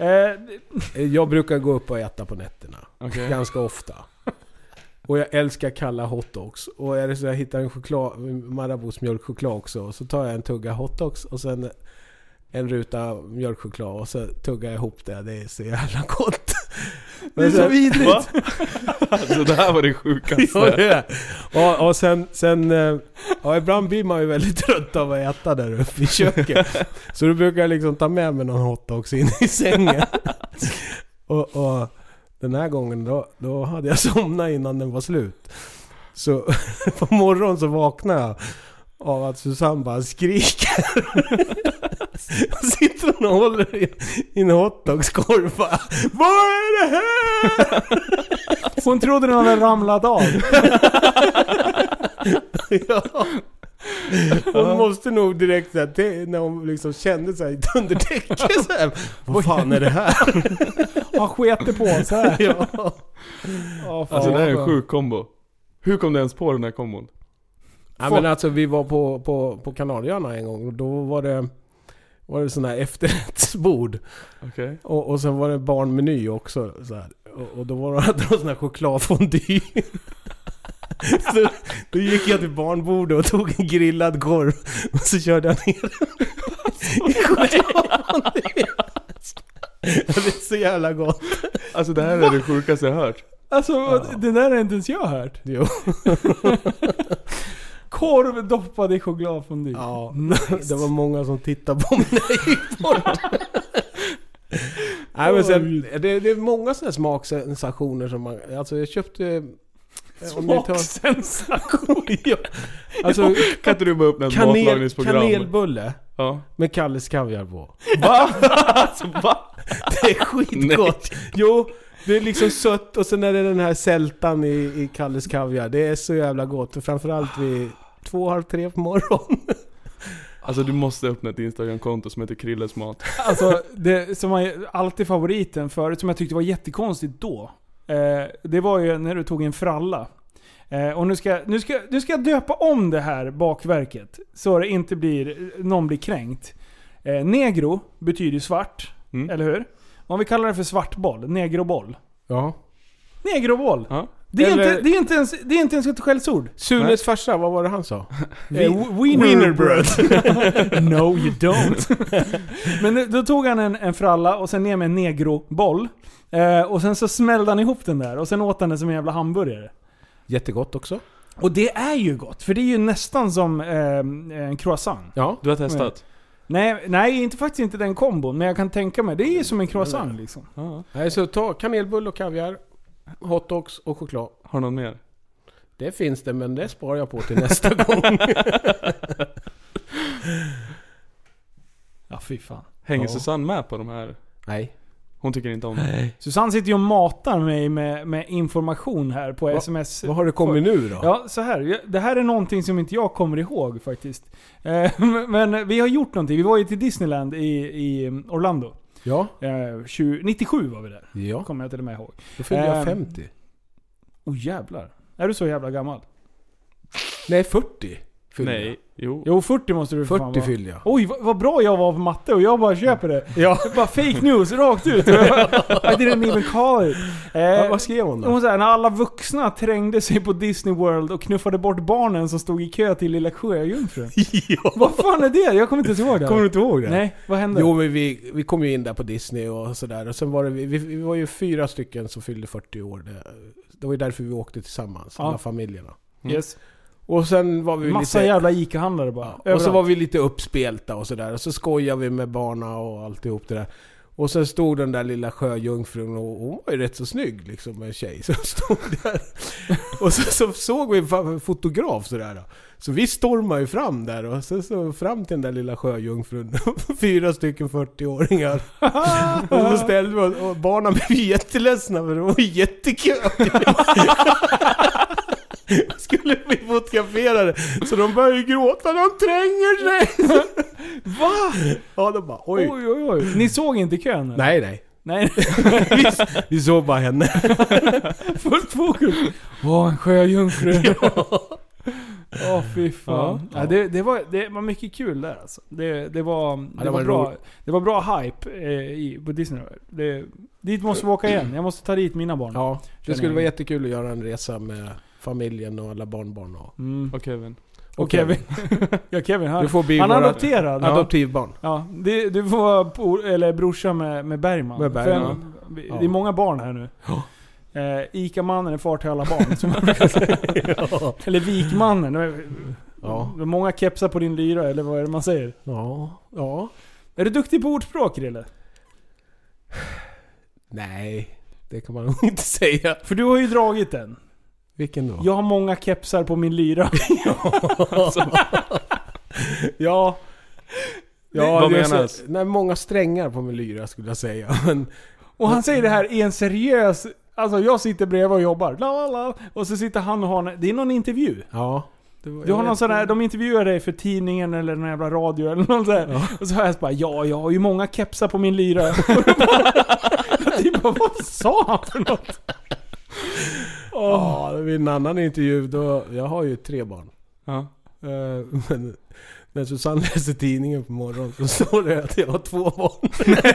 Jag brukar gå upp och äta på nätterna. Okay. Ganska ofta. Och jag älskar kalla hotdogs. Och är det så jag hittar en Marabous mjölkchoklad också, så tar jag en tugga hotdogs och sen en ruta mjölkchoklad och så tuggar jag ihop det. Det är så jävla gott. Det är så vidrigt. Alltså det här var det sjukaste. Ja, det är. Och sen ibland blir man ju väldigt trött av att äta där uppe i köket. Så då brukar jag liksom ta med mig någon hotdogs in i sängen. och den här gången då hade jag somnat innan den var slut. Så på morgonen så vaknade jag av att Susanne bara skriker. Och sitter hon och håller i en hotdogskorv. Vad är det här? Hon trodde den hade ramlat av. Ja. Hon måste nog direkt när hon liksom kände sig i ett undertäcke så här, vad fan är det här? Han skete på så här. Ja. Alltså det här är en sjuk kombo. Hur kom du ens på den här kombon? Ja, men alltså vi var på Kanarieöarna en gång och då var det var det sån här efterrättsbord. Okej. Och sen var det barnmeny också så här. Och då hade de sån här chokladfondy. Så då gick jag till barnbordet och tog en grillad korv och så körde jag ner i chokladfondy. Det är så jävla gott. Alltså det här är det sjukaste jag hört. Alltså, det där är inte ens jag hört. Jo. Korv doppad i chokladfondy. Ja, det var många som tittade på mig när jag gick bort. Nej, men sen, det är många sådana smaksensationer som man... Alltså jag köpte... Smaksensation. Ja. Alltså, kan inte du bara öppna ett matlagningsprogram? Kanelbulle med Kalles kaviar på. Va? Alltså, va? Det är skitgott. Nej. Jo, det är liksom sött och sen är det den här sältan i Kalles kaviar. Det är så jävla gott. Och framförallt vid 2:30 på morgonen. Alltså du måste öppna ett Instagram-konto som heter Krilles mat. Alltså det som var alltid favoriten förut, som jag tyckte var jättekonstigt då. Det var ju när du tog en fralla. Och nu ska jag döpa om det här bakverket så det inte någon blir kränkt. Negro betyder svart, eller hur? Om vi kallar det för svartboll, negroboll. Ja. Negroboll. Ja. Det är inte ens ett skällsord. Sunes farsa, vad var det han sa? Wienerbröd. No you don't. Men då tog han en fralla och sen ner med en negroboll. Och sen så smällde han ihop den där och sen åt han den som en jävla hamburgare. Jättegott också. Och det är ju gott, för det är ju nästan som en croissant. Ja, du har testat? Nej, faktiskt inte den kombon, men jag kan tänka mig, det är ju som en croissant liksom. Nej, så ta kanelbull och kaviar, hotdogs och choklad. Har någon mer? Det finns det, men det sparar jag på till nästa gång. Ja, fy fan. Hänger Susanne med på de här? Nej. Hon tycker inte om det. Susanne sitter ju och matar mig med information här på sms. Vad har det kommit nu då? Ja, så här. Det här är någonting som inte jag kommer ihåg faktiskt. Men vi har gjort någonting. Vi var ju till Disneyland i Orlando. Ja. 97 var vi där. Ja. Kommer jag till och med ihåg. Då fyllde jag 50. Jävlar. Är du så jävla gammal? Nej, 40. Nej, Jo, 40 måste du 40 fyllde jag. Oj, vad bra jag var på matte och jag bara köper det. Ja. Det är bara fake news, rakt ut. I didn't even call it. Vad skrev hon då? Hon säger, när alla vuxna trängde sig på Disney World och knuffade bort barnen som stod i kö till Lilla Sjöjungfrun. Ja. Vad fan är det? Jag kommer inte ihåg det. Kommer du inte ihåg det? Nej, vad hände? Jo, men vi kom ju in där på Disney och sådär. Och sen var det vi var ju 4 stycken som fyllde 40 år. Det var ju därför vi åkte tillsammans, alla familjerna. Yes. Och sen var vi massa lite... jävla Ica-handlare bara. Ja. Och så var vi lite uppspelta och sådär. Och så skojade vi med barna och alltihop det där. Och sen stod den där lilla sjöjungfrun och hon var ju rätt så snygg liksom, en tjej som stod där. Och så såg vi en fotograf sådär då. Så vi stormade ju fram där och så fram till den där lilla sjöjungfrun. 4 stycken 40-åringar. Och så ställde vi och barnen blev jätteledsna för det var jättekul. Skulle vi fotografera det. Så de började gråta, de tränger sig. Va? Ja, de bara, oj. Oj. Ni såg inte kön? Eller? Nej. vi såg bara henne. Fullt fokus. En sjöjungfru. Fy fan. Ja. Det var mycket kul där alltså. Det var bra hype på Disney. Dit måste vi åka igen. Jag måste ta dit mina barn. Ja, det skulle vara jättekul att göra en resa med familjen och alla barnbarn och Kevin. Och Kevin. Ja, Kevin. Han är adopterad. Adoptivbarn. Ja, du får brorsa med Bergman. Med Bergman. Det är många barn här nu. Ica-mannen är far till alla barn, som man brukar säga. Eller Vikmannen. Ja. Det är många kepsar på din lyra, eller vad är det man säger? Ja. Är du duktig på ordspråk, Rille? Nej, det kan man nog inte säga. För du har ju dragit den. Vilken då? Jag har många kepsar på min lyra. Ja. Vad menas? Nej, många strängar på min lyra skulle jag säga. Och han säger det här i en seriös... Alltså jag sitter bredvid och jobbar. Och så sitter han och har... Det är någon intervju. Ja. Du har någon sån här... De intervjuar dig för tidningen eller någon jävla radio eller något sånt. Ja. Och så har jag bara... Jag har ju många kepsar på min lyra. Vad sa han för något? Det är en annan intervju då. Jag har ju 3 barn. Ja. Men När Susanne läser tidningen på morgonen så står det att jag har 2 barn.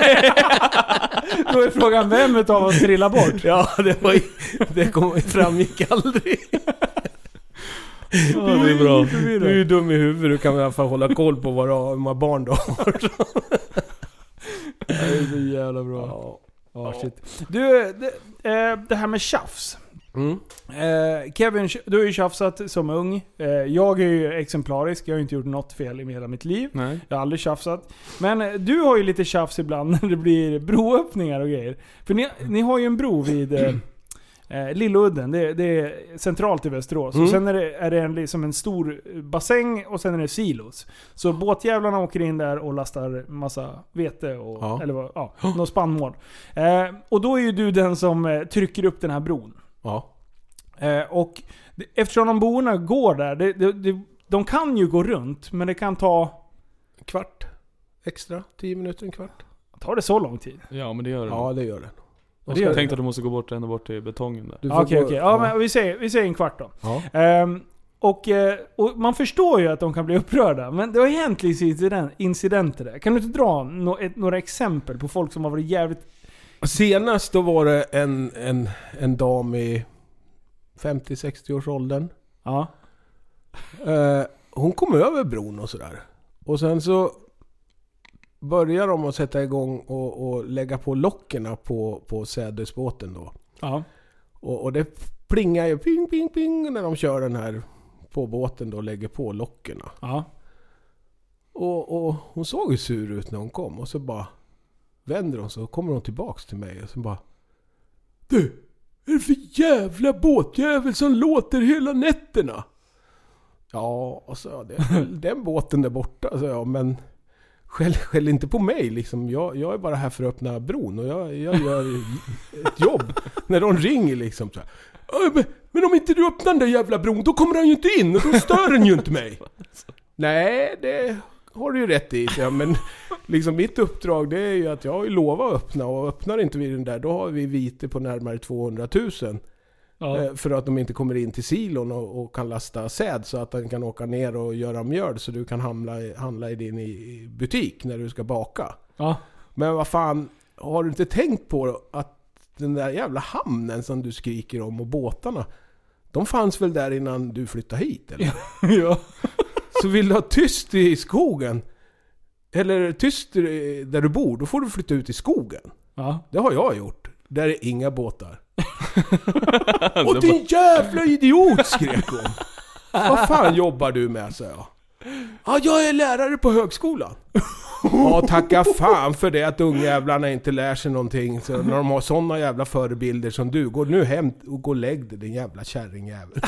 Då är frågan, vem utav oss trillar bort? Ja, det framgick aldrig. Ja, det är bra. Du är dum i huvudet, du kan i alla fall hålla koll på vad barn du har. Det är så jävla bra. Ja, shit. Du, det här med tjafs. Kevin, du har ju tjafsat som ung. Jag är ju exemplarisk. Jag har inte gjort något fel i hela mitt liv. Nej. Jag har aldrig tjafsat. Men du har ju lite tjafs ibland när det blir broöppningar och grejer. För ni har ju en bro vid Lilludden. Det är centralt i Västerås. Och sen är det liksom en stor bassäng och sen är det silos. Så båtjävlarna åker in där och lastar massa vete och något spannmål. Och då är ju du den som trycker upp den här bron. Ja. Och eftersom de boende går där, de kan ju gå runt, men det kan ta kvart extra, 10 minuter, en kvart. Tar det så lång tid? Ja, men det gör det. Ja, det gör det. Jag tänkte att du måste gå ända bort till betongen där. Okej. Ja, men vi säger en kvart då. Ja. Och man förstår ju att de kan bli upprörda, men det har hänt incidenter där. Kan du inte dra några exempel på folk som har varit jävligt... Senast då var det en dam i 50-60 års åldern. Ja. Hon kom över bron och sådär. Och sen så börjar de att sätta igång och lägga på lockerna på sädesbåten då. Ja. Och det plingar ju ping ping ping när de kör den här på båten då och lägger på lockerna. Ja. Och hon såg ju sur ut när hon kom och så bara vänder hon, så kommer hon tillbaks till mig och så bara: Du, är det för jävla båtjävel som låter hela nätterna? Ja, och så den båten där borta, så ja, men skäll inte på mig liksom. Jag är bara här för att öppna bron och jag gör ett jobb när de ringer liksom så här. Men om inte du öppnar den där jävla bron, då kommer han ju inte in och då stör den ju inte mig. Nej, det har du ju rätt i. Ja, men liksom mitt uppdrag, det är ju att jag har ju lovat att öppna, och öppnar inte vi den där, då har vi vite på närmare 200 000. Ja. För att de inte kommer in till silon och kan lasta säd så att den kan åka ner och göra mjöl så du kan handla i din i butik när du ska baka. Ja. Men vad fan, har du inte tänkt på att den där jävla hamnen som du skriker om och båtarna, de fanns väl där innan du flyttade hit, eller? Ja. Så vill du ha tyst i skogen eller tyst där du bor, då får du flytta ut i skogen. Ja. Det har jag gjort. Där är inga båtar. Och din jävla idiot, skrek hon. Vad fan jobbar du med, sa jag. Ja, jag är lärare på högskolan. Ja, tacka fan för det att ungjävlarna inte lär sig någonting. Så när de har såna jävla förebilder som du, går nu hem och gå och lägg dig, din jävla kärringjävel.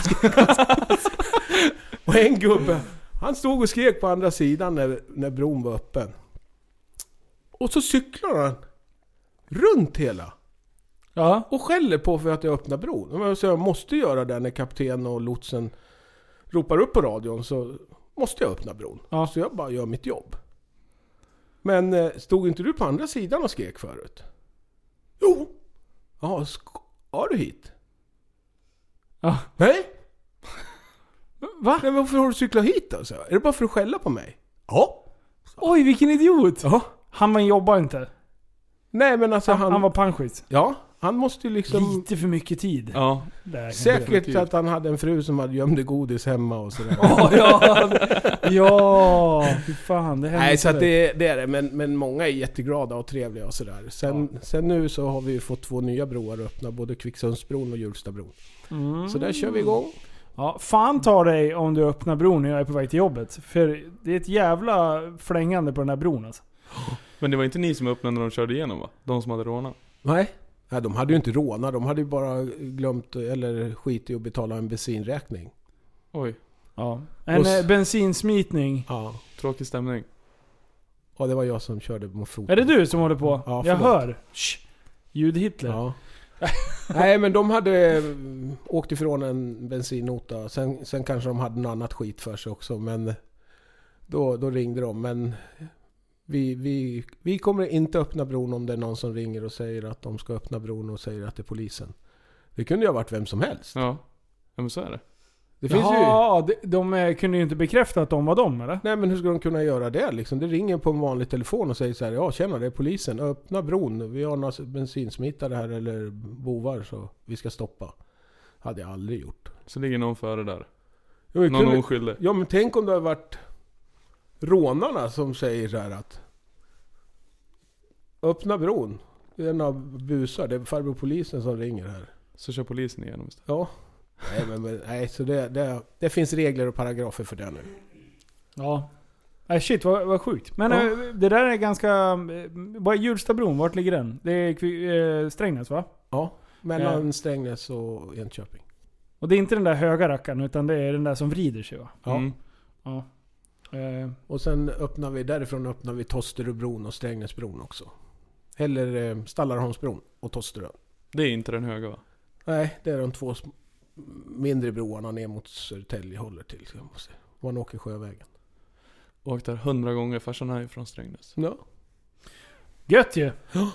Och en gubbe, han stod och skrek på andra sidan när bron var öppen. Och så cyklar han runt hela. Ja. Och skäller på för att jag öppnar bron. Så jag måste göra det när kapten och lotsen ropar upp på radion, så måste jag öppna bron. Ja. Så jag bara gör mitt jobb. Men stod inte du på andra sidan och skrek förut? Jo. Ja, ska du hit? Ja. Nej. Va? Men varför har du cyklat hit då? Så? Är det bara för att skälla på mig? Ja. Oj, vilken idiot. Ja. Han jobbar inte. Nej, men alltså han var panschis. Ja, han måste ju liksom... Lite för mycket tid. Ja. Säkert så att han hade en fru som hade gömde godis hemma och sådär. Ja, fy fan. Det nej, så att det är det. Men många är jätteglada och trevliga och sådär. Sen nu så har vi fått 2 nya broar öppna. Både Kvicksundsbron och Hjulstabron. Så där kör vi igång. Ja, fan tar dig om du öppnar bron när jag är på väg till jobbet. För det är ett jävla flängande på den här bron alltså. Men det var inte ni som öppnade när de körde igenom, va? De som hade rånat. Nej, de hade ju inte rånat. De hade ju bara glömt eller skit i att betala en bensinräkning. Oj. Ja. En bensinsmitning. Ja. Tråkig stämning. Ja, det var jag som körde mot foten. Är det du som håller på? Ja, jag hör. Ljud-Hitler. Ja. Nej, men de hade åkt ifrån en bensinnota. Sen kanske de hade något annat skit för sig också. Men då ringde de. Men vi kommer inte öppna bron om det är någon som ringer och säger att de ska öppna bron och säger att det är polisen. Det kunde ju ha varit vem som helst. Ja, men så är det. Det finns de kunde ju inte bekräfta att de var dem, eller? Nej, men hur ska de kunna göra det liksom? Det ringer på en vanlig telefon och säger så här: ja, tjena, det är polisen, öppna bron, vi har några bensinsmittade här eller bovar så vi ska stoppa. Hade jag aldrig gjort. Så ligger någon före där. Någon oskyldig. Ja, men tänk om det har varit rånarna som säger så här att öppna bron. Det är en av busar, det är farbror polisen som ringer här. Så kör polisen igenom istället. Ja. Nej, så det finns regler och paragrafer för det nu. Ja. Nej, shit, vad sjukt. Men det där är ganska... Vad är Hjulstabron? Vart ligger den? Det är Strängnäs, va? Ja, mellan Strängnäs och Enköping. Och det är inte den där höga rackaren, utan det är den där som vrider sig, va? Ja. Ja. Och sen därifrån öppnar vi Tosteröbron och Strängnäsbron också. Eller Stallarholmsbron och Tosterö. Det är inte den höga, va? Nej, det är de två mindre broarna ner mot Södertälje håller till. Man åker Sjövägen. Åkt där 100 gånger, farsan är från Strängnäs. Ja. Gött ju! Ja.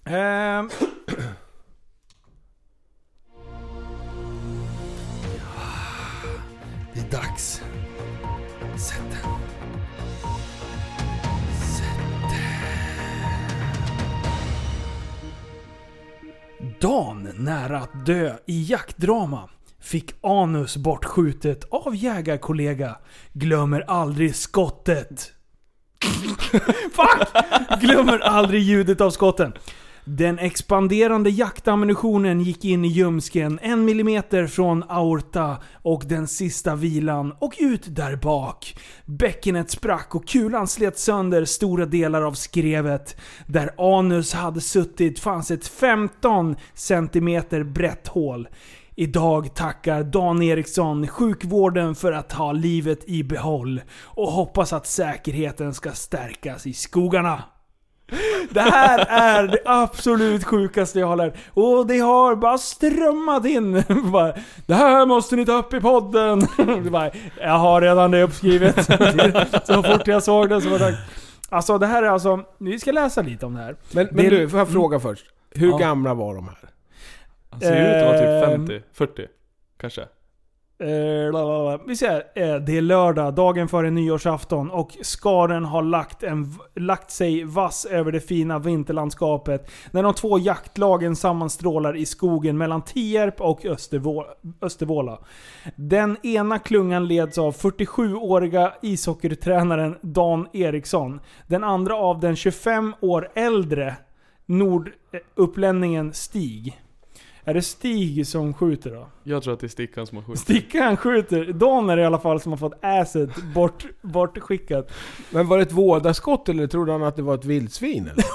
Det är dags. Sätt den. Dan nära att dö i jaktdrama. Fick anus bortskjutet av jägarkollega. Glömmer aldrig skottet. Fuck! Glömmer aldrig ljudet av skotten. Den expanderande jaktammunitionen gick in i ljumsken 1 millimeter från aorta och den sista vilan och ut där bak. Bäckenet sprack och kulan slet sönder stora delar av skrevet. Där anus hade suttit fanns ett 15 centimeter brett hål. Idag tackar Dan Eriksson sjukvården för att ha livet i behåll och hoppas att säkerheten ska stärkas i skogarna. Det här är det absolut sjukaste jag har lärt. Och det har bara strömmat in. Det här måste ni ta upp i podden. Jag har redan det uppskrivet. Så fort jag såg det så var det... Alltså det här är alltså... Vi ska läsa lite om det här. Men du, får jag fråga först. Hur gamla var de här? Han ser ut att vara typ 50, 40 kanske. Vi säger, det är lördag, dagen före nyårsafton och skaren har lagt sig vass över det fina vinterlandskapet när de två jaktlagen sammanstrålar i skogen mellan Tierp och Östervåla. Den ena klungan leds av 47-åriga ishockeytränaren Dan Eriksson. Den andra av den 25 år äldre nordupplänningen Stig. Är det Stig som skjuter då? Jag tror att det är Stickan som har skjutit. Stickan skjuter. Dan är det i alla fall som har fått asset bortskickat. Men var det ett vådaskott eller trodde han att det var ett vildsvin? Eller?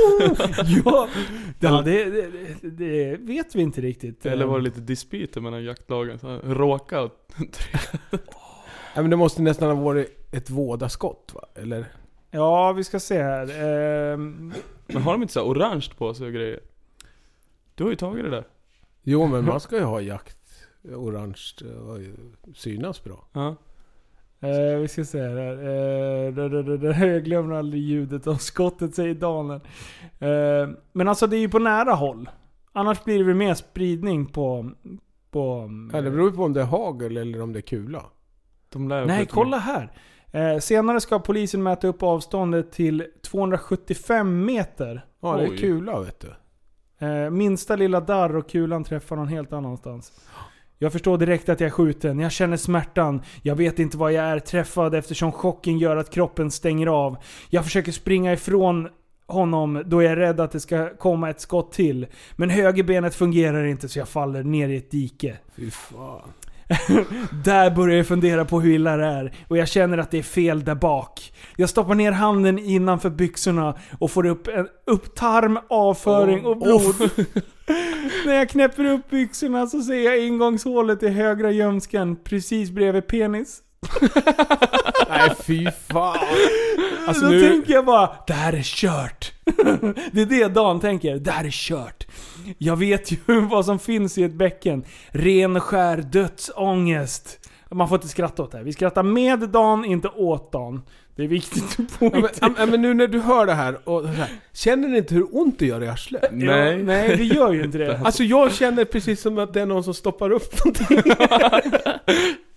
Ja, det vet vi inte riktigt. Eller var det lite dispyter mellan jaktlagen? Så råka. Ja, men det måste nästan ha varit ett vådaskott, va? Eller? Ja, vi ska se här. Men har de inte så orange på sig och grejer? Du har ju tagit det där. Jo, men man ska ju ha jakt orange och synas bra. Ja. Vi ska se här. Jag glömmer aldrig ljudet av skottet, säger Daniel. Men alltså det är ju på nära håll. Annars blir det väl mer spridning på ja, det beror på om det är hagel eller om det är kula. Nej, kolla här. Senare ska polisen mäta upp avståndet till 275 meter. Ja, det är kula, vet du. Minsta lilla darr och kulan träffar någon helt annanstans. Jag förstår direkt att jag är skjuten. Jag känner smärtan. Jag vet inte vad jag är träffad eftersom chocken gör att kroppen stänger av. Jag försöker springa ifrån honom då jag är rädd att det ska komma ett skott till. Men högerbenet fungerar inte så jag faller ner i ett dike. Fy fan. Där börjar jag fundera på hur illa det är. Och jag känner att det är fel där bak. Jag stoppar ner handen innanför byxorna och får upp tarm, avföring och blod. När jag knäpper upp byxorna så ser jag ingångshålet i högra gömskan precis bredvid penis. Nej, fy fan. Alltså då tänker jag bara, det här är kört. Det är det Dan tänker, det här är kört. Jag vet ju vad som finns i ett bäcken. Ren skär dödsångest. Man får inte skratta åt det här. Vi skrattar med Dan, inte åt Dan. Det är viktigt att poängtera. Men nu när du hör det här, och här, känner ni inte hur ont det gör i arslet? Nej. Ja, nej, det gör ju inte det. Alltså jag känner precis som att det är någon som stoppar upp någonting.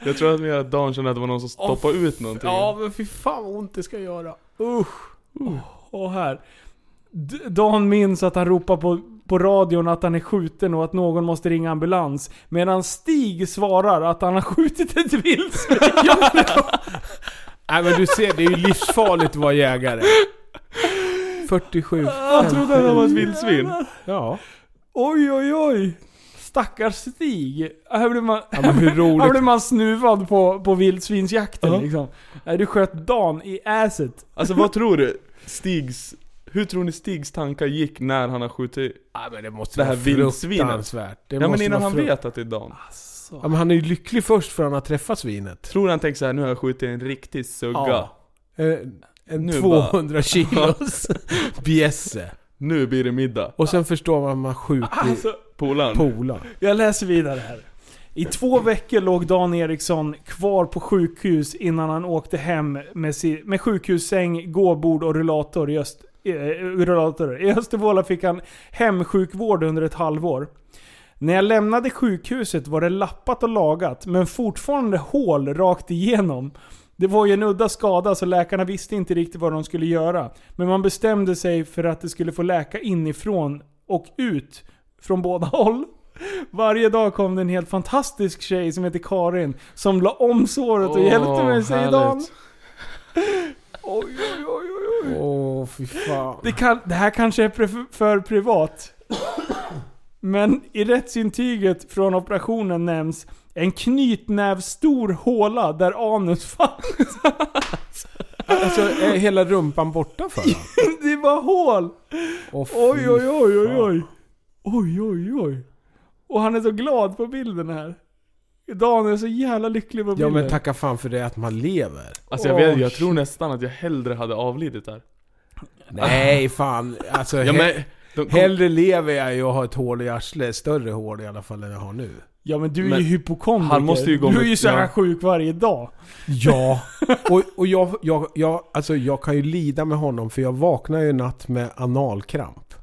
Jag tror att mer att Dan kände att det var någon som stoppade ut någonting. Ja, men fy fan vad ont det ska göra. Och här. Dan minns att han ropar på radion att han är skjuten och att någon måste ringa ambulans. Medan Stig svarar att han har skjutit ett vildsvin. Nej men du ser, det är ju livsfarligt att vara jägare. 47. Jag trodde att det var ett vildsvin. Ja. Oj. Stackars Stig. Här blir man, hur blir man snuvad på vildsvinsjakten liksom. Du sköt Dan i asset. Alltså vad tror du? Hur tror ni Stigs tankar gick när han har skjutit men det måste det här vara vildsvinet? fruktansvärt. Men innan han vet att det är Dan. Ja, men han är ju lycklig först för han har träffat svinet. Tror han tänker så här, nu har jag skjutit en riktig sugga. Ja. En Nu 200 kilos bjässe. Nu blir det middag. Och sen förstår man skjuter Polan. Jag läser vidare här. I 2 veckor låg Dan Eriksson kvar på sjukhus innan han åkte hem med sjukhussäng, gåbord och rullator i Östervåla fick han hemsjukvård under ett halvår. När jag lämnade sjukhuset var det lappat och lagat, men fortfarande hål rakt igenom. Det var ju en udda skada så läkarna visste inte riktigt vad de skulle göra. Men man bestämde sig för att det skulle få läka inifrån och ut från båda håll. Varje dag kom det en helt fantastisk tjej som heter Karin som la om såret och hjälpte mig, säger Dan. Oj. Fy fan. Det här kanske är för privat. Men i rättsintyget från operationen nämns en knytnävstor håla där anus fanns. Alltså är hela rumpan borta för honom? Det var hål. Oj. Och han är så glad på bilden här. Dan är så jävla lycklig på bilden. Ja men tacka fan för det att man lever. Alltså jag tror nästan att jag hellre hade avlidit där. Nej fan. Alltså hellre lever jag ju och har ett hål i arslet. Större hål i alla fall än jag har nu. Ja men du är ju hypokondriker. Han måste ju gå du är ju så här sjuk varje dag. Ja. Och jag kan ju lida med honom för jag vaknar ju natt med analkramp.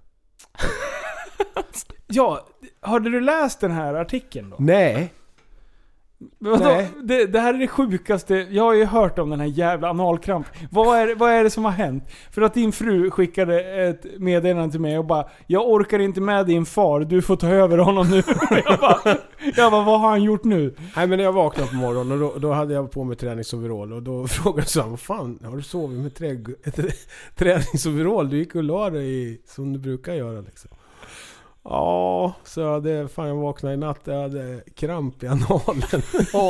Ja, hade du läst den här artikeln då? Nej. Nej. Det här är det sjukaste. Jag har ju hört om den här jävla analkramp. Vad är det som har hänt? För att din fru skickade ett meddelande till mig och bara, jag orkar inte med din far, du får ta över honom nu. jag bara, vad har han gjort nu? Nej men när jag vaknade på morgonen och då hade jag på mig träningsoverall och då frågade jag vad fan, har du sovit med träningsoverall? Du gick och la dig som du brukar göra liksom. Ja, så jag vaknade i natt. Jag hade kramp i analen.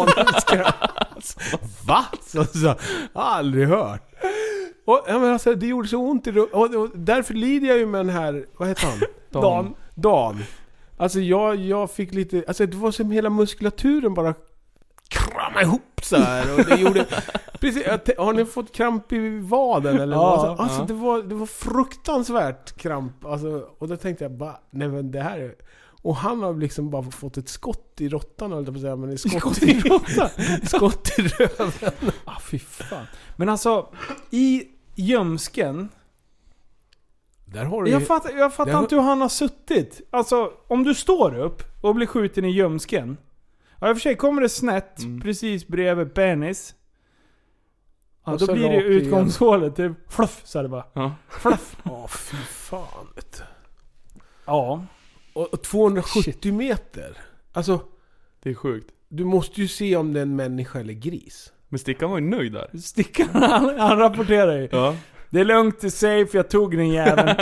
Va? Så aldrig hört. Och men alltså, det gjorde så ont i och därför lider jag ju med den här, vad heter han? Dan. Alltså jag fick lite, alltså det var som hela muskulaturen bara krama ihop så här och det gjorde precis. Har ni fått kramp i vaden eller vad? Alltså det var fruktansvärt kramp alltså, och då tänkte jag bara nej men det här är, och han har liksom bara fått ett skott i råttan eller på säga men skott i råttan. Skott i röven. Fy fan. Men alltså i Gömsken där har du jag fattar inte hur han har suttit. Alltså om du står upp och blir skjuten i Gömsken. Ja, i och för sig kommer det snett precis bredvid penis. Ja, då blir det utgångshålet. Det är fluff, så är det bara. Ja. Fluff. Fy fan. Ja. Och 270 meter. Alltså, det är sjukt. Du måste ju se om det är en människa eller gris. Men Stickan var ju nöjd där. Stickan, han rapporterar ju. Ja. Det är lugnt, det är safe, jag tog den jäveln.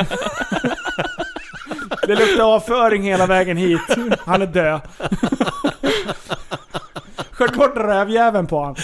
Det luktar avföring hela vägen hit. Han är död. Skjut bort rävjäveln på han.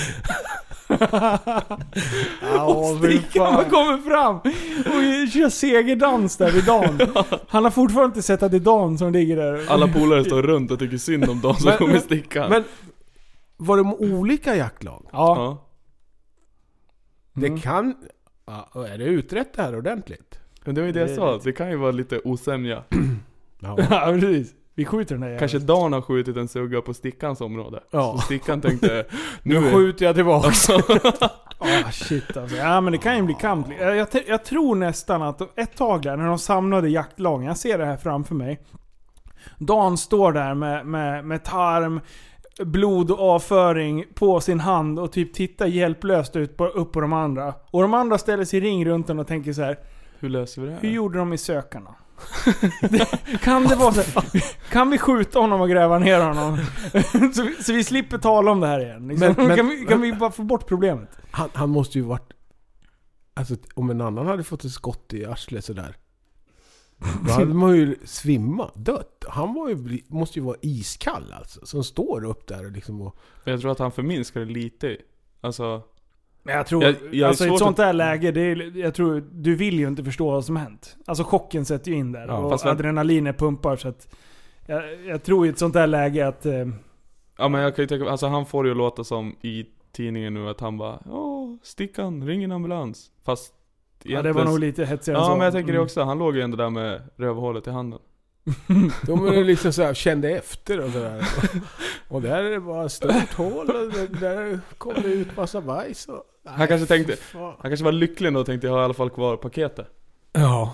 Och Stickan kommer fram och kör segerdans där vid Dan. Han har fortfarande inte sett att det är Dan som ligger där. Alla polare står runt och tycker synd om Dan som kommer Stickan. Men var de olika jaktlag? Ja. Det kan... Ja, är det utrett det här ordentligt? Men det var ju det jag sa. Det kan ju vara lite osämja. Ja, precis. Vi skjuter den här jäveln. Kanske Dan har skjutit en sugga på Stickans område. Ja. Så Stickan tänkte, nu skjuter jag tillbaka. Shit alltså. Ja, men det kan ju bli kamp. Jag tror nästan att ett tag där när de samlade jaktlagen, jag ser det här framför mig. Dan står där med tarm, blod och avföring på sin hand och typ tittar hjälplöst upp på de andra. Och de andra ställer sig i ring runt den och tänker så här: hur löser vi det här? Hur gjorde de i sökarna? Kan det vara så här, kan vi skjuta honom och gräva ner honom? så vi slipper tala om det här igen liksom. Kan vi bara få bort problemet? Han måste ju varit... Alltså om en annan hade fått ett skott i arslet sådär, då hade man ju dött. Han måste ju vara iskall alltså, som står upp där och liksom och... Jag tror att han förminskade lite. Alltså... Jag tror, alltså i ett sånt där läge, jag tror, du vill ju inte förstå vad som hänt. Alltså chocken sätter ju in där, och adrenalin pumpar, så att jag tror i ett sånt där läge att... Ja, men jag kan ju tänka, alltså han får ju låta som i tidningen nu att han bara, Stickan, ring en ambulans. Fast det var nog lite hetsigare. Ja, men jag tänker det också. Han låg ju ändå där med rövhålet i handen. De är liksom så här, kände efter och sådär. Och där är det bara ett stort hål och där kom det ut massa bajs och... Han kanske tänkte, han kanske var lycklig då och tänkte, jag har i alla fall kvar paketet. Ja.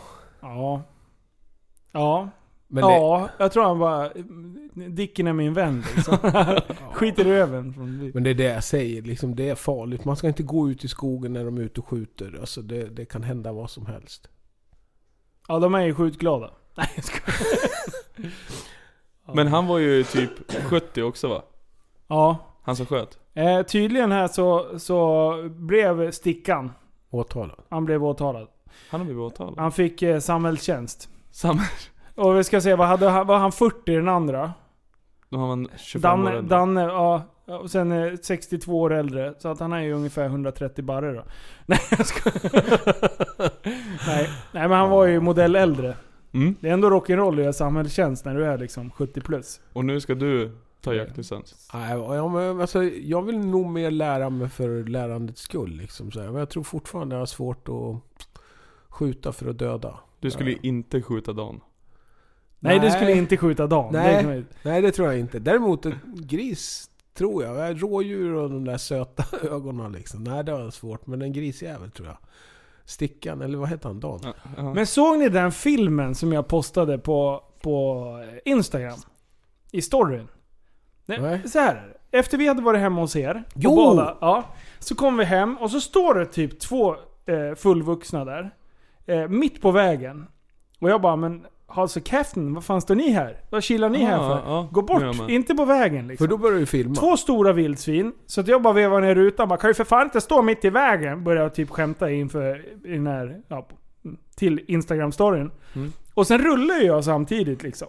Men jag tror han bara, Dicken är min vän liksom. Skiter i öven. Men det är det jag säger, liksom, det är farligt. Man ska inte gå ut i skogen när de är ute och skjuter. Alltså det kan hända vad som helst. Ja, de är ju skjutglada. Nej, jag ska. Men han var ju typ 70 också, va? Ja. Han som sköt. Tydligen här så blev Stickan åtalad. Han blev åtalad. Han fick samhällstjänst. Och vi ska se, var han 40 den andra? Då har han 25 år äldre. Danne, ja. Och sen 62 år äldre. Så att han är ju ungefär 130 barre då. Nej, jag ska... Nej, men han var ju modell äldre. Det är ändå rock'n'roll att göra samhällstjänst när du är liksom 70 plus. Och nu ska du ta jaktlicens. Alltså, jag vill nog mer lära mig för lärandets skull liksom, så här. Men jag tror fortfarande jag har svårt att skjuta för att döda. Du skulle inte skjuta Dan. Nej, du skulle inte skjuta Dan. Nej, det tror jag inte. Däremot en gris tror jag. Rådjur och de där söta ögonen liksom. Nej, det var svårt. Men en grisjävel tror jag. Stickan, eller vad heter han? Dan? Ja. Men såg ni den filmen som jag postade på Instagram? I storyn? Nej. Så här. Efter vi hade varit hemma hos er. Båda, så kom vi hem och så står det typ 2 fullvuxna där. Mitt på vägen. Och jag bara, men alltså käften, vad fan står ni här? Vad chillar ni här för? Gå bort, inte på vägen liksom. För då börjar du filma. 2 stora vildsvin. Så att jag bara vevar ner rutan. Bara, kan ju för fan inte stå mitt i vägen? Börjar jag typ skämta inför den här, till Instagram-storyn. Och sen rullar jag samtidigt liksom.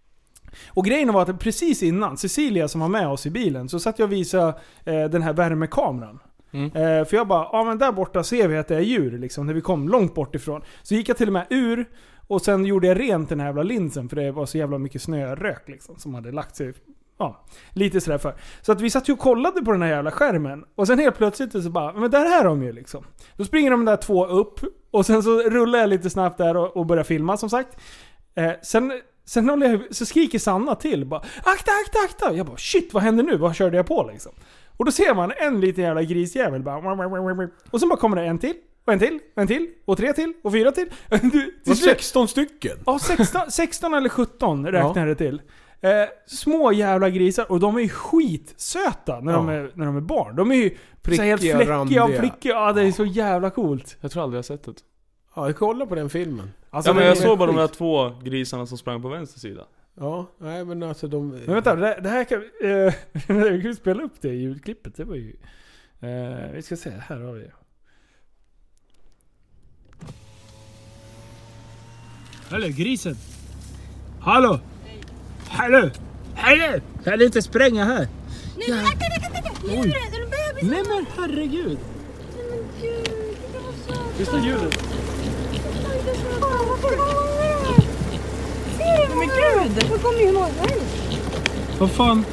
Och grejen var att precis innan Cecilia som var med oss i bilen, så satt jag och visade den här värmekameran. För jag bara, men där borta ser vi att det är djur liksom, när vi kom långt bort ifrån. Så gick jag till och med ur och sen gjorde jag rent den här jävla linsen, för det var så jävla mycket snörök liksom, som hade lagt sig lite sådär för. Så att vi satt ju och kollade på den här jävla skärmen, och sen helt plötsligt så bara, men där är de ju liksom. Då springer de där 2 upp och sen så rullar jag lite snabbt där och börjar filma som sagt. Sen så skriker Sanna till bara, akta! Jag bara, shit, vad händer nu? Vad körde jag på liksom? Och då ser man en liten jävla grisjävel bara, och så bara kommer det en till, och en till, och 3 till, och 4 till. Och 16 stycken? Ja, 16 eller 17 räknar det till. Små jävla grisar, och de är ju skitsöta när de är barn. De är ju helt fläckiga och prickiga. Ja, det är så jävla coolt. Jag tror aldrig jag sett det. Ja, jag kollar på den filmen. Alltså, men jag såg bara de där 2 grisarna som sprang på vänster sida. Ja, nej men alltså de... Men vänta, det här kan vi spela upp det i ljudklippet. Det var ju... vi ska se, här har vi... Hallå, grisen! Hallå! Hallå! Kan du inte spränga här? Nej, men akta! Nu är det en bebis! Nej men herregud! Nej men gud, det var så... Lyssna ljudet! Men gud! Vad kommer ju imorgon? Vad fan?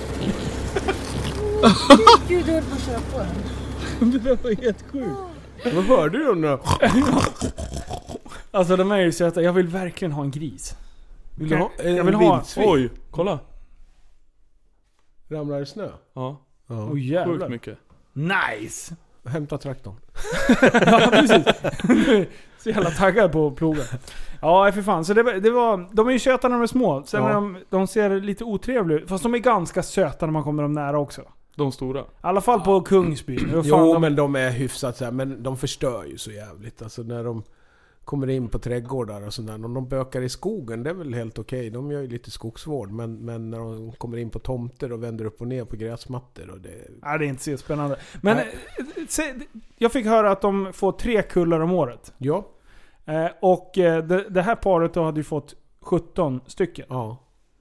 Gud, du höll på att köra på den. Det var helt sjukt. Vad hörde du om det? Alltså de är ju söta. Jag vill verkligen ha en gris. Jag vill ha... Oj, kolla. Ramlar det snö? Ja. Jävlar. Sjukt mycket. Nice! Hämta traktorn. Ja, precis. Så jävla taggad på att ploga. Ja, för fan. Så det var, de är ju söta när de är små. Sen när de ser lite otrevliga ut. Fast de är ganska söta när man kommer dem nära också. De stora. I alla fall på Kungsbyn. Men de är hyfsat så här, men de förstör ju så jävligt. Alltså när de kommer in på trädgårdar och sådär. Om de bökar i skogen, det är väl helt okej. De gör ju lite skogsvård. Men när de kommer in på tomter och vänder upp och ner på gräsmattor. Och det... Nej, det är inte så spännande. Men jag fick höra att de får 3 kullar om året. Ja. Och det här paret då hade ju fått 17 stycken. Ja.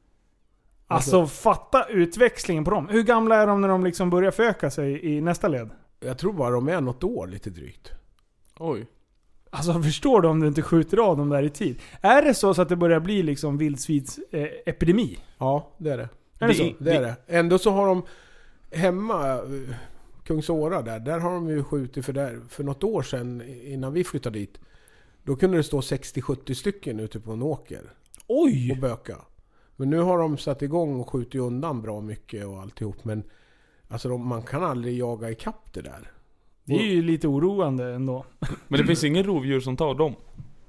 Alltså fatta utväxlingen på dem. Hur gamla är de när de liksom börjar föröka sig i nästa led? Jag tror bara de är något år lite drygt. Oj. Alltså förstår du om du inte skjuter av dem där i tid? Är det så att det börjar bli liksom vildsvinsepidemi? Ja, det är det. Är det så? Det är det. Ändå så har de hemma Kungsåra där har de ju skjutit för något år sedan innan vi flyttade dit. Då kunde det stå 60-70 stycken ute på en åker. Oj! Och böka. Men nu har de satt igång och skjutit undan bra mycket och alltihop. Men alltså man kan aldrig jaga i kapp det där. Det är ju lite oroande ändå. Men det finns ingen rovdjur som tar dem?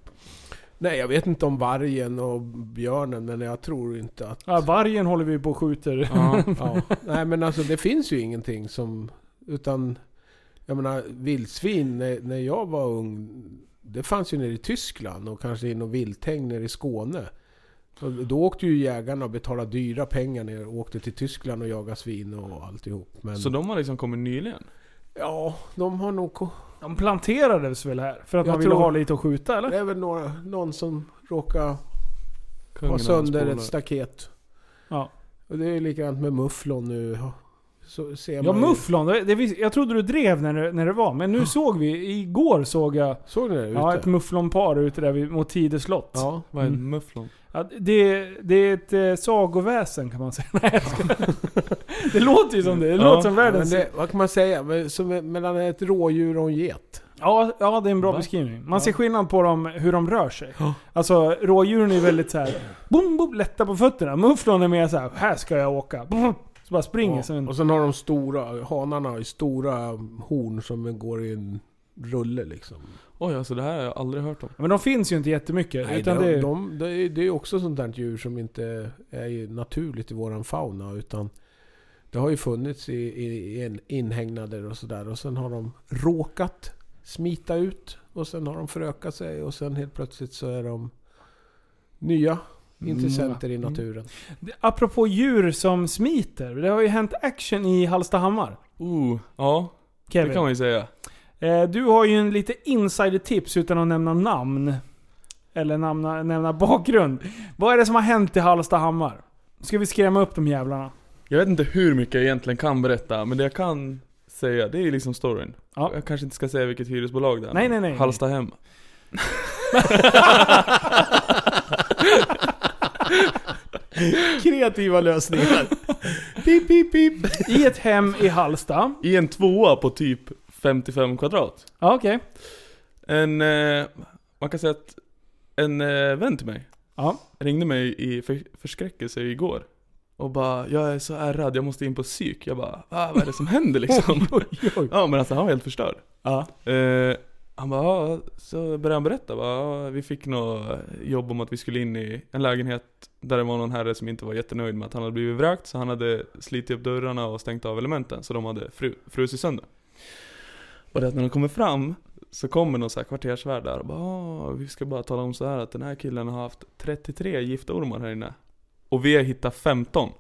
Nej, jag vet inte om vargen och björnen, men jag tror inte att... Ja, vargen håller vi på och skjuter. Ja. Nej, men alltså det finns ju ingenting som... Utan, jag menar, vildsvin när jag var ung, det fanns ju nere i Tyskland och kanske i någon vilthäng nere i Skåne. Och då åkte ju jägarna och betalade dyra pengar ner och åkte till Tyskland och jagade svin och alltihop. Men... Så de har liksom kommit nyligen? Ja, de har nog... De planterades väl här för att Jag man ville tror- ha lite att skjuta, eller? Det är väl någon som råkar ha Kungen sönder och ett hans staket. Ja. Och det är likadant med mufflon nu. Så ser Ja, man ju- mufflon. Jag trodde du drev när det var. Men nu igår såg jag Såg ni det ute? ja, ett mufflonpar ute där mot Tidö slott. Ja. Vad är en mufflon? Ja, det är ett sagoväsen kan man säga. Nej, jag ska... Det låter ju som det. Det låter som Men världens... det, vad kan man säga? Som mellan ett rådjur och en get. Ja, det är en bra Va? beskrivning. Man ser skillnad på dem, hur de rör sig. Ja. Alltså, rådjuren är väldigt så här, boom, boom, lätta på fötterna. Mufflon är mer så här ska jag åka. Så bara springer. Ja. Som Och sen har de stora, hanarna har ju stora horn som går i en rulle liksom. Oj, alltså det här har jag aldrig hört om. Men de finns ju inte jättemycket. Nej, utan det är också sånt där djur som inte är ju naturligt i våran fauna, utan det har ju funnits i inhägnader och sådär, och sen har de råkat smita ut och sen har de förökat sig och sen helt plötsligt så är de nya intressenter i naturen. Apropå djur som smiter. Det har ju hänt action i Hallstahammar. Ja, Kevin. det kan man ju säga. Du har ju en lite insider-tips utan att nämna namn. Eller nämna bakgrund. Vad är det som har hänt i Hallstahammar? Ska vi skrämma upp de jävlarna? Jag vet inte hur mycket jag egentligen kan berätta, men det jag kan säga, det är ju liksom storyn. Ja. Jag kanske inte ska säga vilket hyresbolag det är. Nej. Hallstahem. Kreativa lösningar. Pip, pip, pip. I ett hem i Hallsta. I en tvåa på typ 55 kvadrat. Ja, okej. Man kan säga att en vän till mig Ja. ringde mig i förskräckelse igår. Och bara, jag är så ärrad, jag måste in på psyk. Jag bara, vad är det som händer liksom? Oj. Ja, men alltså han var helt förstörd. Ja. Han bara, ja, så började han berätta. Ja, vi fick något jobb om att vi skulle in i en lägenhet där det var någon herre som inte var jättenöjd med att han hade blivit vräkt. Så han hade slitit upp dörrarna och stängt av elementen. Så de hade frusit sönder. Och det när de kommer fram så kommer någon så här kvartersvärd där och bara, vi ska bara tala om så här att den här killen har haft 33 giftormar här inne. Och vi har hittat 15.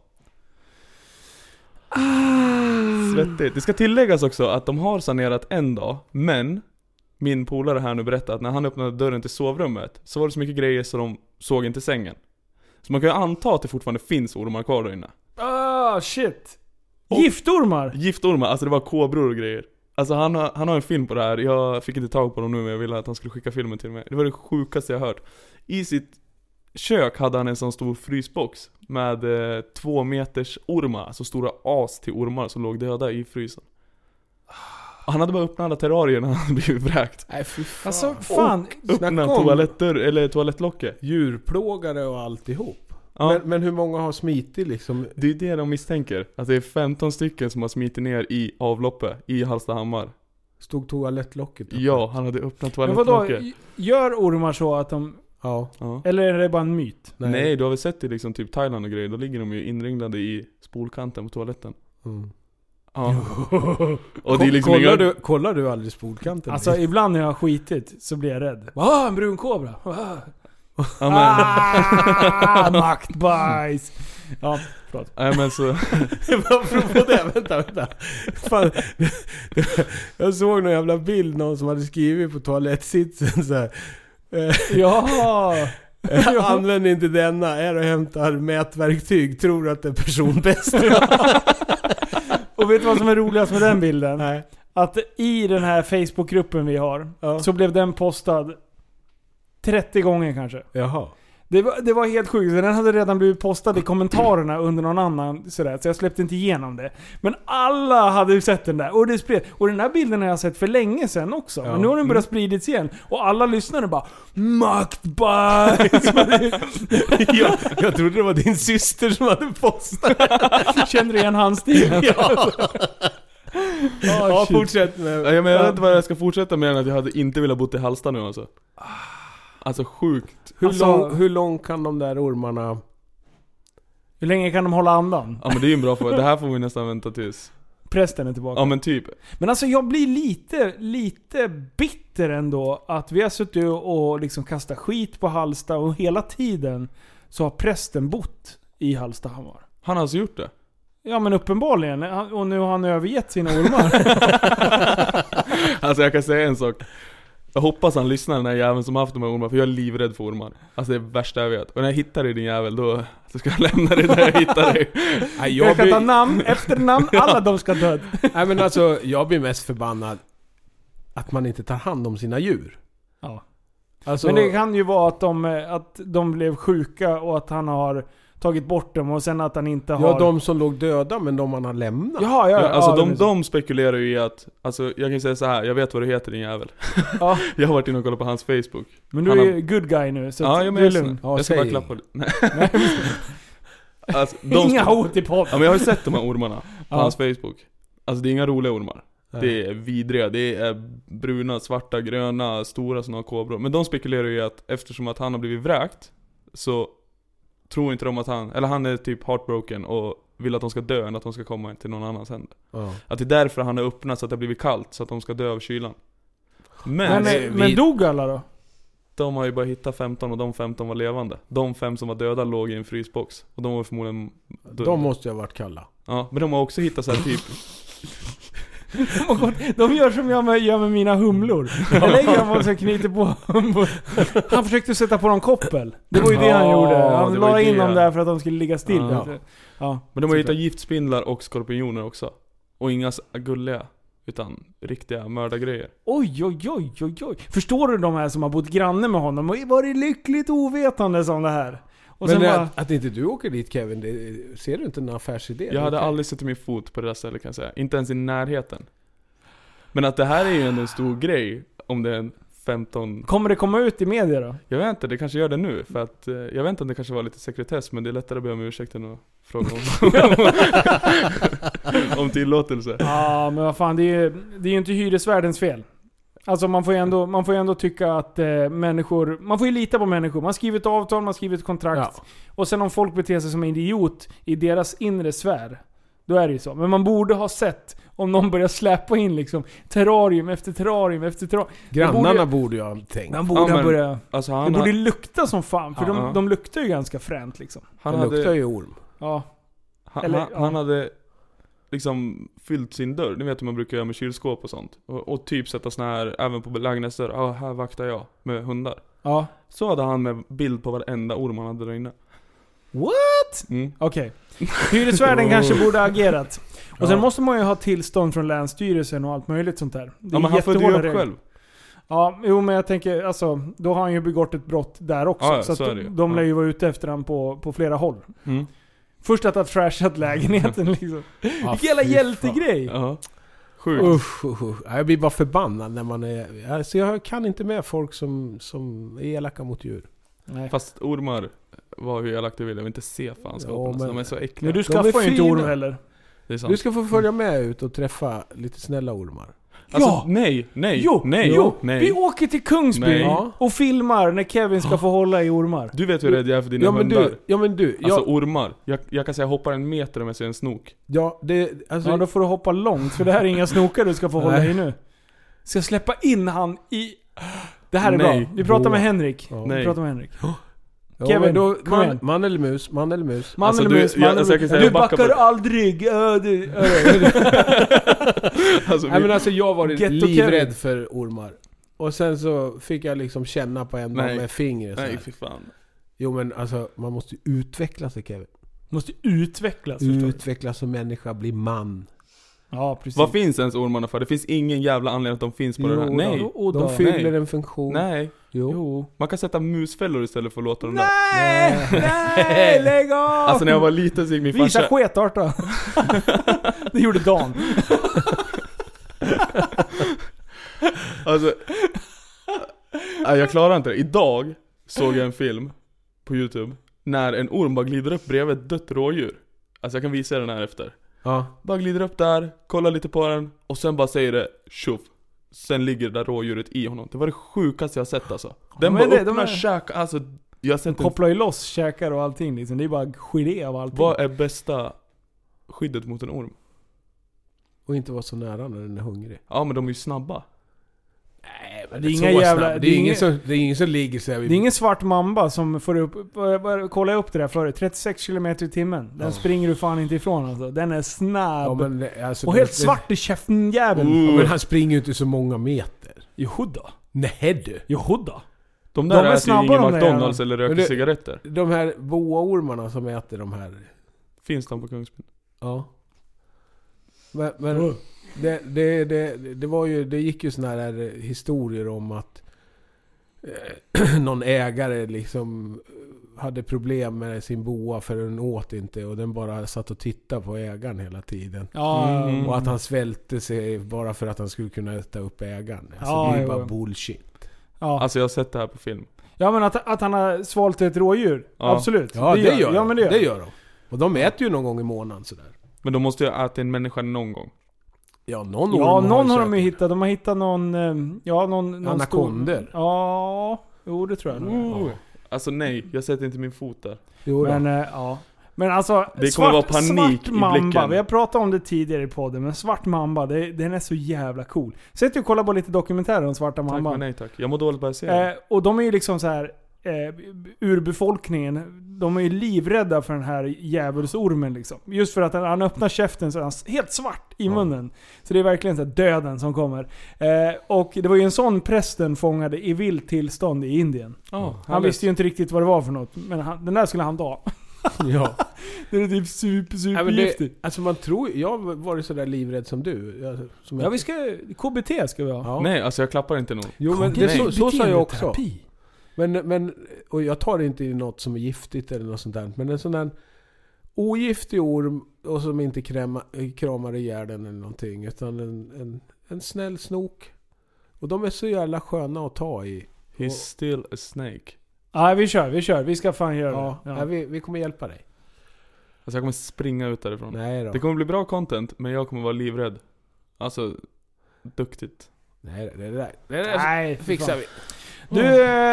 Svettigt. Det ska tilläggas också att de har sanerat en dag, men min polare här nu berättade att när han öppnade dörren till sovrummet så var det så mycket grejer så de såg inte sängen. Så man kan ju anta att det fortfarande finns ormar kvar där inne. Shit. Giftormar? Giftormar, alltså det var kobror och grejer. Alltså han har en film på det här. Jag fick inte tag på dem nu, men jag ville att han skulle skicka filmen till mig. Det var det sjukaste jag hört. I sitt kök hade han en sån stor frysbox med 2 meters ormar, alltså stora as till ormar som låg döda i frysen. Och han hade bara öppnat alla terrarier när han hade blivit vräkt. Nej, fy fan. Alltså, fan. Öppna toaletter eller toalettlocket. Djurplågare och alltihop. Ja. Men hur många har smitit liksom? Det är det de misstänker. Att det är 15 stycken som har smitit ner i avloppet i Hallstahammar. Stod toalettlocket uppe. Ja, han hade öppnat Men vadå, toalettlocket. gör ormar så att de... Ja. Ja. Eller är det bara en myt? Nej, du har väl sett det liksom typ Thailand och grejer. Då ligger de ju inringlade i spolkanten på toaletten. Mm. Ja. Och det är liksom kollar du aldrig spolkanten? Alltså ibland när jag har skitit så blir jag rädd. En brun kobra. Ja, men... Maktbajs. Ja, förlåt. Nej men så... Apropå det, vänta. Fan, jag såg någon jävla bild, någon som hade skrivit på toalettsitsen så här. Ja. Använd inte denna, är och hämtar mätverktyg, tror att det är personbäst. Och vet du vad som är roligast med den bilden? Nej. Att i den här Facebookgruppen vi har, så blev den postad 30 gånger kanske. Jaha. Det var helt sjukt. Den hade redan blivit postad i kommentarerna under någon annan sådär, så jag släppte inte igenom det. Men alla hade ju sett den där. Och den här bilden har jag sett för länge sedan också. Men nu har den börjat spridas igen. Och alla lyssnare bara maktbajs. Jag trodde det var din syster som hade postat. Känner du igen handstilen? Ja, fortsätt med. Ja, men jag vet inte vad jag ska fortsätta med än att jag hade inte velat bo i Hallsta nu alltså. Alltså sjukt. Hur lång kan de där ormarna... Hur länge kan de hålla andan? Ja men det är ju en bra fråga. Det här får vi nästan vänta tills Prästen är tillbaka. Ja men typ. Men alltså jag blir lite bitter ändå att vi har suttit och liksom kastat skit på Hallsta och hela tiden så har prästen bott i Hallstahammar. Han har alltså gjort det? Ja men uppenbarligen. Och nu har han övergett sina ormar. Alltså jag kan säga en sak. Jag hoppas han lyssnar, den här jäveln som har haft de här ormar, för jag är livrädd för ormar. Alltså det är värsta jag vet. Och när jag hittar dig din jävel, då ska jag lämna dig där jag hittar dig. Jag kan ta namn, efternamn, alla de ska död. Nej men alltså, jag blir mest förbannad att man inte tar hand om sina djur. Ja. Alltså... Men det kan ju vara att de blev sjuka och att han har tagit bort dem och sen att han inte har... Ja, de som låg döda, men de man har lämnat. Jaha, ja, alltså de spekulerar ju i att... Alltså jag kan säga så här, jag vet vad du heter din jävel. Ja. Jag har varit inne och kollat på hans Facebook. Men du är good guy nu, så ja, du är lugn. Jag ska bara klappa dig. Alltså, inga hot i podden. Ja, men jag har ju sett de här ormarna på hans Facebook. Alltså det är inga roliga ormar. Nej. Det är vidriga, det är bruna, svarta, gröna, stora såna kobror. Men de spekulerar ju att eftersom att han har blivit vräkt, så tror inte de att han är typ heartbroken och vill att de ska dö än att de ska komma till någon annans händer. Att det är därför han har öppnat så att det har blivit kallt, så att de ska dö av kylan. Men dog alla då? De har ju bara hittat 15 och de 15 var levande. De 5 som var döda låg i en frysbox. Och de var förmodligen döda. De måste ju ha varit kalla. Ja, men de har också hittat så här typ... De gör som jag gör med mina humlor. Jag lägger dem och så knyter på. Han försökte sätta på dem koppel. Det var ju det han gjorde. Han la in dem där för att de skulle ligga still. Ja. Men de har hittat giftspindlar och skorpioner också. Och inga gulliga, utan riktiga mördargrejer. Oj. Förstår du de här som har bott granne med honom och varit lyckligt ovetande som det här? Och men sen att inte du åker dit, Kevin, ser du inte en affärsidé? Jag hade aldrig sett min fot på det där stället, kan jag säga. Inte ens i närheten. Men att det här är ju ändå en stor grej om det är en 15... Kommer det komma ut i media då? Jag vet inte, det kanske gör det nu. För att, jag vet inte om det kanske var lite sekretess, men det är lättare att be om ursäkt än att fråga om tillåtelse. Ja, men vad fan, det är ju inte hyresvärdens fel. Alltså man får ju ändå tycka att människor... Man får ju lita på människor. Man skriver ett avtal, man skriver ett kontrakt. Ja. Och sen om folk beter sig som en idiot i deras inre sfär, då är det ju så. Men man borde ha sett om någon börjar släppa in liksom terrarium efter terrarium efter terrarium. Grannarna borde ju ha tänkt. Man borde börja... Alltså det borde lukta som fan. För de luktar ju ganska fränt liksom. Han luktar ju orm. Ja. Han hade... liksom fyllt sin dörr. Ni vet hur man brukar göra med kylskåp och sånt. Och typ sätta såna här, även på lägenhetsdörr. Här vaktar jag med hundar. Ja. Så hade han med bild på varenda orm han hade där inne. What? Okej. Hyresvärden kanske borde ha agerat. Och sen måste man ju ha tillstånd från Länsstyrelsen och allt möjligt sånt där. Det är men han födde ju upp själv. Ja, men jag tänker, alltså, då har han ju begått ett brott där också. Ja, så att de lär ju vara ute efter han på flera håll. Först att ha trashat lägenheten liksom. Vilken jävla hjältegrej. Ja. Sjukt. Jag blir bara förbannad när man är... Alltså jag kan inte med folk som är elaka mot djur. Nej. Fast ormar var hur elakt du vill. Jag vill inte se fanskapen. De är så äckliga. Men du skaffar ju inte orm heller. Du ska få följa med ut och träffa lite snälla ormar. Alltså, nej. Vi åker till Kungsby och filmar när Kevin ska få hålla i ormar. Du vet hur rädd jag är för dina hundar. Alltså ormar. Jag kan säga hoppar 1 meter om jag ser en snok. Ja, ja, då får du hoppa långt, för det här är inga snokar du ska få hålla i nu. Ska jag släppa in han i... Det här är bra. Vi pratar med Henrik. Kevin, då, man eller mus. Du backar aldrig. Alltså jag var livrädd för ormar. Och sen så fick jag liksom känna på en med fingret. Nej, fy fan. Jo, men alltså man måste utveckla sig, Kevin. Måste utvecklas. Utvecklas som människa, bli man. Ja, precis. Vad finns ens ormarna för? Det finns ingen jävla anledning att de finns på den här. Nej. De fyller en funktion. Nej. Jo. Man kan sätta musfällor istället för att låta dem Nej, lägg av! Alltså när jag var liten så gick min farsa... Visa sketart då. Det gjorde Dan. Alltså... jag klarar inte det. Idag såg jag en film på YouTube när en orm bara glider upp bredvid ett dött rådjur. Alltså jag kan visa den här efter. Ja. Bara glider upp där, kollar lite på den och sen bara säger det tjoff. Sen ligger det där rådjuret i honom. Det var det sjukaste jag sett alltså. Den bara öppnar käkar. Alltså, jag sett kopplar ju loss käkar och allting liksom. Det är bara gelé av allting. Vad är bästa skyddet mot en orm? Och inte vara så nära när den är hungrig. Ja, men de är ju snabba. Nej, men det är inga jävla... Det är ingen som ligger så här. Det är ingen svart mamba som får upp... Kolla upp det där för 36 km i timmen. Den springer du fan inte ifrån alltså. Den är snabb. Ja, men alltså, och helt svart i käften jäveln. Ja, men han springer ju inte så många meter. Johodå. Nej du. Johodå. De där äter ju ingen McDonalds eller röker cigaretter. De här boaormarna som äter de här... Finns de på Kungsbyn? Ja. Men det var ju, det gick ju såna här historier om att någon ägare liksom hade problem med sin boa för den åt inte och den bara satt och tittade på ägaren hela tiden. Och att han svälte sig bara för att han skulle kunna äta upp ägaren. Alltså det är bara bullshit. Ja. Alltså jag har sett det här på film. Ja, men att han har svalt ett rådjur. Ja. Absolut. Ja, det gör de. Det gör de. Och de äter ju någon gång i månaden sådär. Men de måste ju äta en människa någon gång. Ja, någon har de ju hittat. De har hittat någon anakonder. Stor... Ja, jo det tror jag. Alltså nej, jag sätter inte min fot där. Men alltså det kommer vara panik svart mamba, i blicken. Vi har pratat om det tidigare i podden, men svart mamba, den är så jävla cool. Sätt ju och kolla på lite dokumentärer om svarta mamba. Tack, men nej tack. Jag mår dåligt bara se det. Och de är ju liksom så här urbefolkningen, de är ju livrädda för den här djävulsormen liksom. Just för att han öppnar käften så är han helt svart i munnen. Så det är verkligen så här döden som kommer. Och det var ju en sån prästen fångade i vilt tillstånd i Indien. Han visste ju inte riktigt vad det var för något, men den där skulle han ta. Ja. Det är typ supergiftigt. Alltså man tror, jag har varit så där livrädd som du. Vi ska KBT ska vi ha. Ja. Nej, alltså jag klappar inte någon. Jo, men det så sa jag också. Men och jag tar inte i något som är giftigt eller något sånt där, men en sån där ogiftig orm och som inte kramar ihjäl den eller någonting, utan en snäll snok. Och de är så jävla sköna att ta i. He's still a snake. Ja, vi kör. Vi ska fan göra det. Ja, vi kommer hjälpa dig. Alltså jag kommer springa ut därifrån. Nej då. Det kommer bli bra content, men jag kommer vara livrädd. Alltså, duktigt. Nej, det fixar vi. Du,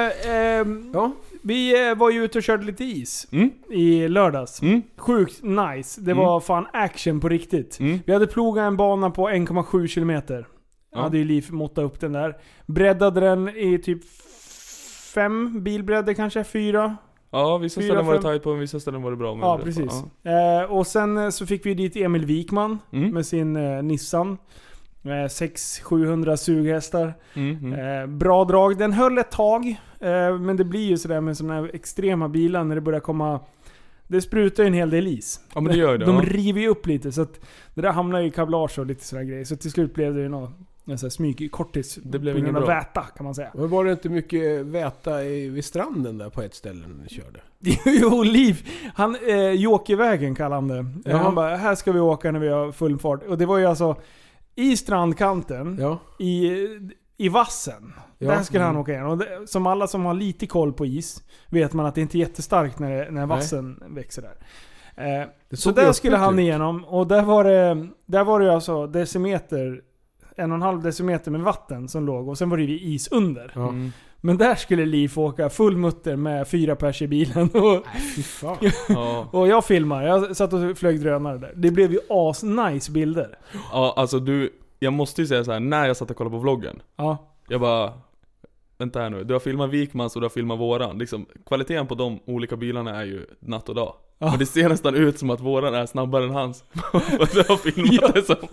vi var ju ute och körde lite is i lördags. Sjukt nice. Det var fan action på riktigt. Vi hade plogat en bana på 1,7 kilometer. Hade ju Liv måttat upp den där. Breddade den i typ 5 bilbredder, kanske 4. Ja, vissa ställen var det tajt på, vissa ställen var det bra med. Ja, precis. Och sen så fick vi dit Emil Wikman med sin Nissan. 600-700 sughästar. Bra drag. Den höll ett tag. Men det blir ju sådär med sådana här extrema bilar när det börjar komma... Det sprutar ju en hel del is. Ja, men det gör det. De river ju upp lite, så att det där hamnar ju i kablage och lite sådär grejer. Så till slut blev det ju en sån här smyg kortis. Det blev ingen bra. väta, kan man säga. Men var det inte mycket väta vid stranden där på ett ställe när ni körde? Jo, Liv. Han, Jokervägen kallar han det. Han bara, här ska vi åka när vi har full fart. Och det var ju alltså i strandkanten, i vassen. Där skulle han åka igen. Och som alla som har lite koll på is vet man att det inte är jättestarkt när vassen växer där. Så där skulle han igenom. Och där var det alltså decimeter 1,5 decimeter med vatten som låg och sen var det is under. Men där skulle Liv åka full mutter med 4 pers i bilen. Och, fy fan. och jag filmar. Jag satt och flög drönare där. Det blev ju nice bilder. Ja, alltså jag måste ju säga så här, när jag satt och kollade på vloggen. Ja. Jag bara, vänta här nu. Du har filmat Wikmans och du har filmat våran. Liksom, kvaliteten på de olika bilarna är ju natt och dag. Ja. Men det ser nästan ut som att våran är snabbare än hans. Vad du har filmat det som.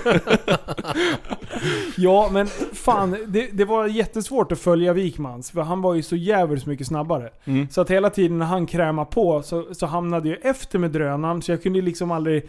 Ja, men fan, det var jättesvårt att följa Wikmans. För han var ju så jävligt mycket snabbare. Så att hela tiden när han krämade på så hamnade jag efter med drönaren. Så jag kunde liksom aldrig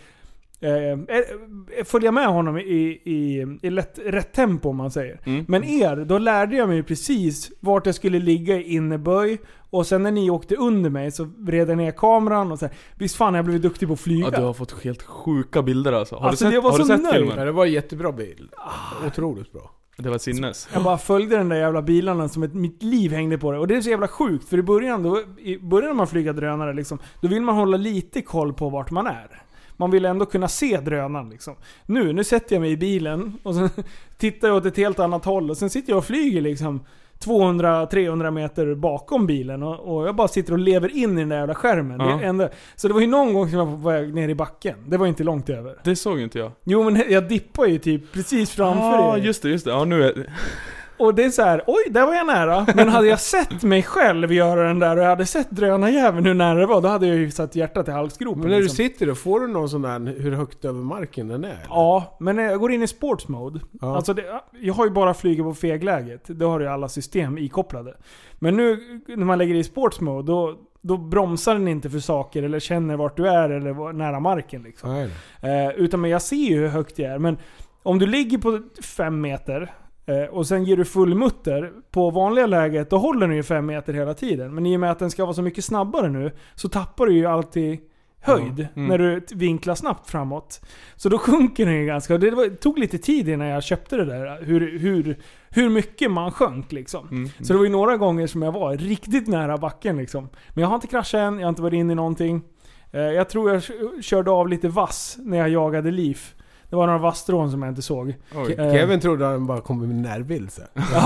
följa med honom i rätt tempo, om man säger. Men då lärde jag mig precis vart jag skulle ligga i inneböj. Och sen när ni åkte under mig så vred jag ner kameran och så här, visst fan jag blev duktig på att flyga. Ja, du har fått helt sjuka bilder alltså. Har alltså, du sett filmen? Ja, det var en jättebra bild. Otroligt bra. Det var sinnes. Jag bara följde den där jävla bilarna som mitt liv hängde på det. Och det är så jävla sjukt, för i början när man flyger drönare liksom, då vill man hålla lite koll på vart man är. Man vill ändå kunna se drönaren liksom. Nu sätter jag mig i bilen och sen tittar jag åt ett helt annat håll och sen sitter jag och flyger liksom 200-300 meter bakom bilen och jag bara sitter och lever in i den där jävla skärmen. Ja. Så det var ju någon gång som jag var på väg ner i backen. Det var inte långt över. Det såg inte jag. Jo, men jag dippar ju typ precis framför er. Ja, just det. Ja, nu är Och det är så här, oj, där var jag nära. Men hade jag sett mig själv göra den där och jag hade sett drönarjäveln hur nära det var, då hade jag ju satt hjärtat i halsgropen. Men när du sitter då, får du någon sån där hur högt över marken den är? Eller? Ja, men jag går in i sports mode. Ja. Alltså jag har ju bara flugit på fegläget. Då har ju alla system ikopplade. Men nu när man lägger i sports mode, då bromsar den inte för saker eller känner vart du är eller nära marken liksom. Utan men jag ser ju hur högt jag är. Men om du ligger på 5 meter och sen ger du full mutter på vanliga läget, då håller den ju 5 meter hela tiden. Men i och med att den ska vara så mycket snabbare nu, så tappar du ju alltid höjd när du vinklar snabbt framåt. Så då sjunker den ju ganska. Det tog lite tid innan jag köpte det där. Hur mycket man sjönk liksom. Så det var ju några gånger som jag var riktigt nära backen liksom. Men jag har inte kraschat än, jag har inte varit in i någonting. Jag tror jag körde av lite vass när jag jagade Liv. Det var några vasstrån som jag inte såg. Kevin trodde att han bara kom med närbild.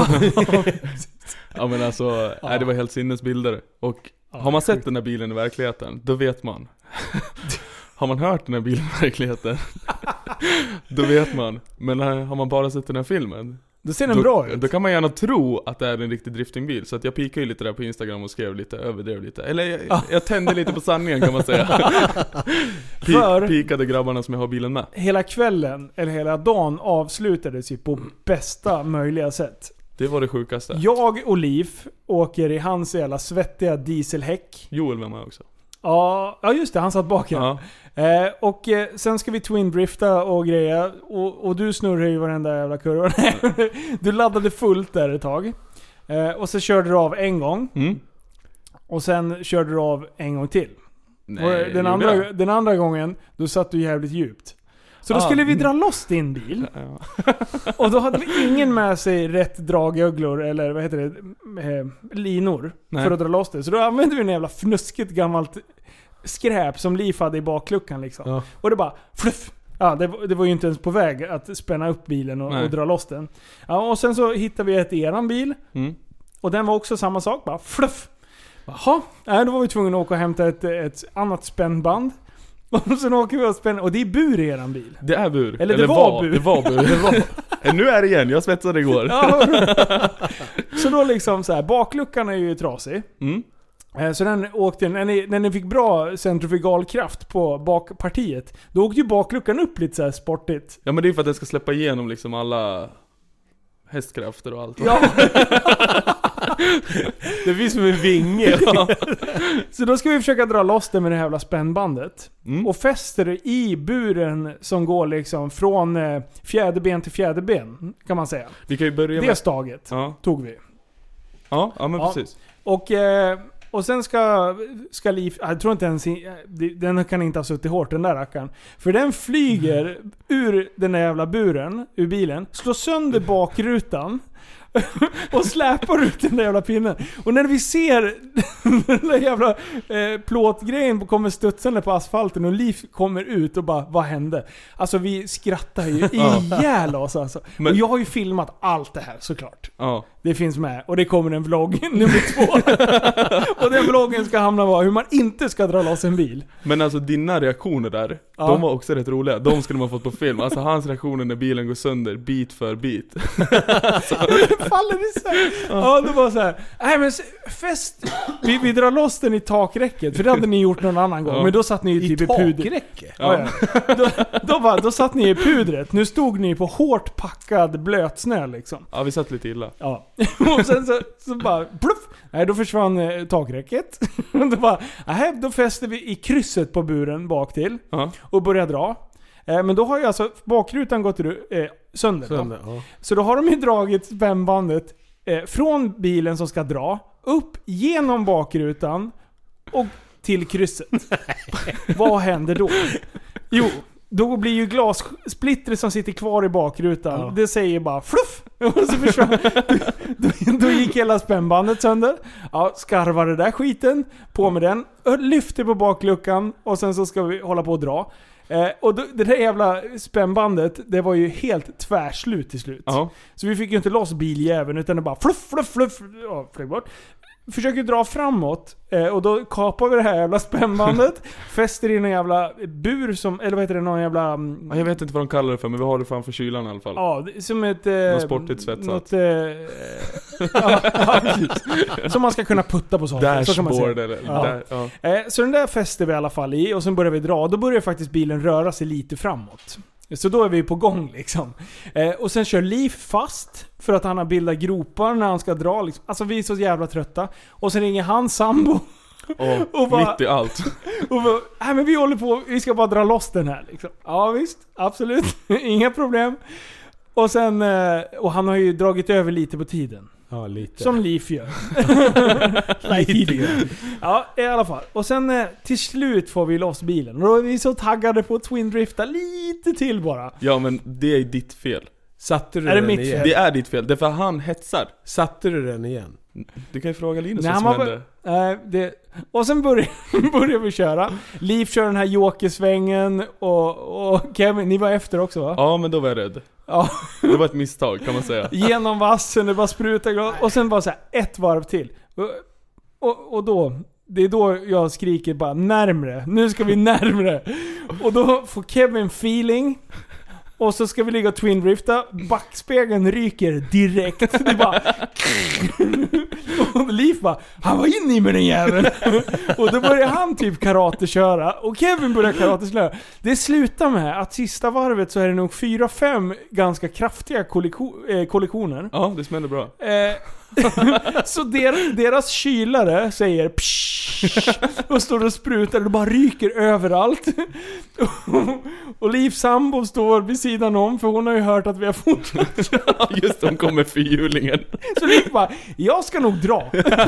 Ja, men alltså, det var helt sinnesbilder. Och har man sett den här bilen i verkligheten, då vet man. Har man hört den här bilen i verkligheten, då vet man. Men har man bara sett den här filmen, då ser den bra ut. Då kan man gärna tro att det är en riktig driftingbil. Så att jag pikade ju lite där på Instagram och skrev lite, överdrev lite. Eller jag tände lite på sanningen, kan man säga. Pikade grabbarna som jag har bilen med. Hela kvällen, eller hela dagen, avslutades ju på bästa möjliga sätt. Det var det sjukaste. Jag och Liv åker i hans jävla svettiga dieselhäck. Joel var med också. Ja, just det, han satt bak. Ja. Och sen ska vi twin drifta och greja. Och du snurrar ju varenda jävla kurva. Du laddade fullt där ett tag. Och så körde du av en gång. Och sen körde du av en gång till. Nej, och den andra gången, då satt du jävligt djupt. Så då skulle vi dra loss din bil. Och då hade vi ingen med sig rätt dragöglor eller vad heter det, linor. Nej. För att dra loss det. Så då använde vi en jävla fnuskigt gammalt skräp som Liv hade i bakluckan liksom. Ja. Och det bara fluff. Ja, det var ju inte ens på väg att spänna upp bilen och dra loss den. Ja, och sen så hittade vi ett eran bil. Och den var också samma sak, bara fluff. Jaha, då var vi tvungna att åka och hämta ett annat spännband. Och sen åker vi och spänner. Och det är bur i eran bil. Det är bur. Eller det var bur. Det var bur. Nu är det igen. Jag svetsade igår. Ja. Så då liksom så här, bakluckan är ju trasig. Så den åkte, när den fick bra centrifugalkraft på bakpartiet, då åkte ju bakluckan upp lite så här sportigt. Ja, men det är för att den ska släppa igenom liksom alla hästkrafter och allt. Ja. Det finns som en vinge. Ja. Så då ska vi försöka dra loss det med det här jävla spännbandet. Och fäster det i buren som går liksom från fjäderben till fjäderben, kan man säga. Vi kan ju börja det med staget tog vi. Ja, men precis. Och sen ska Liv, jag tror inte ens, den kan inte ha suttit hårt, den där rackaren. För den flyger ur den där jävla buren, ur bilen, slår sönder bakrutan. och släpar ut den där jävla pinnen. Och när vi ser den där jävla plåtgrejen kommer studsande på asfalten och Liv kommer ut och bara, vad hände? Alltså vi skrattar ju ihjäl oss alltså. Och jag har ju filmat allt det här såklart. Ja. Det finns med. Och det kommer en vlogg nummer 2. Och den vloggen ska hamna vara hur man inte ska dra loss en bil. Men alltså dina reaktioner där, de var också rätt roliga. De skulle man fått på film. Alltså hans reaktioner när bilen går sönder, bit för bit. Alltså. Faller det så här. Ja, det var så här. Nej men fest. Vi drar loss den i takräcket. För det hade ni gjort någon annan gång. Men då satt ni ju typ i takräcket? Ja. Då satt ni i pudret. Nu stod ni på hårt packad blötsnö liksom. Ja, vi satt lite illa. Ja. Och sen så bara pluff. Nej, då försvann takräcket. Då fäster vi i krysset på buren bak till och börjar dra. Men då har ju alltså bakrutan gått sönder. Så då har de ju dragit spännbandet från bilen som ska dra upp genom bakrutan och till krysset. Vad händer då? Jo, då blir ju glassplitter som sitter kvar i bakrutan. Det säger bara fluff. Och så försvann. Då gick hela spännbandet sönder. Ja, skarvar det där skiten. På med den. Lyfter på bakluckan. Och sen så ska vi hålla på att dra. Och det där jävla spännbandet, det var ju helt tvärslut till slut. Så vi fick ju inte loss biljäveln, utan det bara fluff. Flög bort. Försöker dra framåt och då kapar vi det här jävla spännbandet, fäster in en jävla bur som, eller vad heter det, någon jävla... Jag vet inte vad de kallar det för, men vi har det framför kylan i alla fall. Ja, som ett... något sportigt svetsat. Som man ska kunna putta på saker. Dashboard eller... Så den där fäster vi i alla fall i, och sen börjar vi dra. Då börjar faktiskt bilen röra sig lite framåt. Så då är vi på gång liksom. Och sen kör Liv fast för att han har bildat gropar när han ska dra liksom. Alltså vi är så jävla trötta. Och sen ringer han sambo. Och bara, mitt i allt. Och bara, nej men vi håller på, vi ska bara dra loss den här liksom. Ja visst, absolut. Inga problem. Och sen, och han har ju dragit över lite på tiden. Ja, lite. Som Liv gör. Lite. Ja, i alla fall. Och sen till slut får vi loss bilen. Och då är vi så taggade på att twin-drifta lite till bara. Ja, men det är ditt fel. Satte du är det den mitt igen? fel? Det är ditt fel. Det är för han hetsar. Satte du den igen? Du kan ju fråga Linus vad som hände. Och sen börjar vi köra. Liv kör den här jokersvängen och Kevin, ni var efter också va? Ja, men då var jag rädd. Ja. Det var ett misstag kan man säga. Genom vassen, det bara sprutar glas. Och sen bara så här, ett varv till. Och då, det är då jag skriker bara närmre. Nu ska vi närmre. Och då får Kevin feeling. Och så ska vi ligga och twin-drifta. Backspegeln ryker direkt. Det bara... Och Liv bara, han var inne i med den jäveln. Och då börjar han typ karate köra. Och Kevin börjar karate slö. Det slutar med att sista varvet så är det nog 4-5 ganska kraftiga kollisioner. Ja, det smäller bra. Så deras kylare säger psh, och står och sprutar och det bara ryker överallt. Och Liv sambo står vid sidan om, för hon har ju hört att vi har fortsatt. Just de kommer fyrhjulingen. Så Liv bara, jag ska nog dra.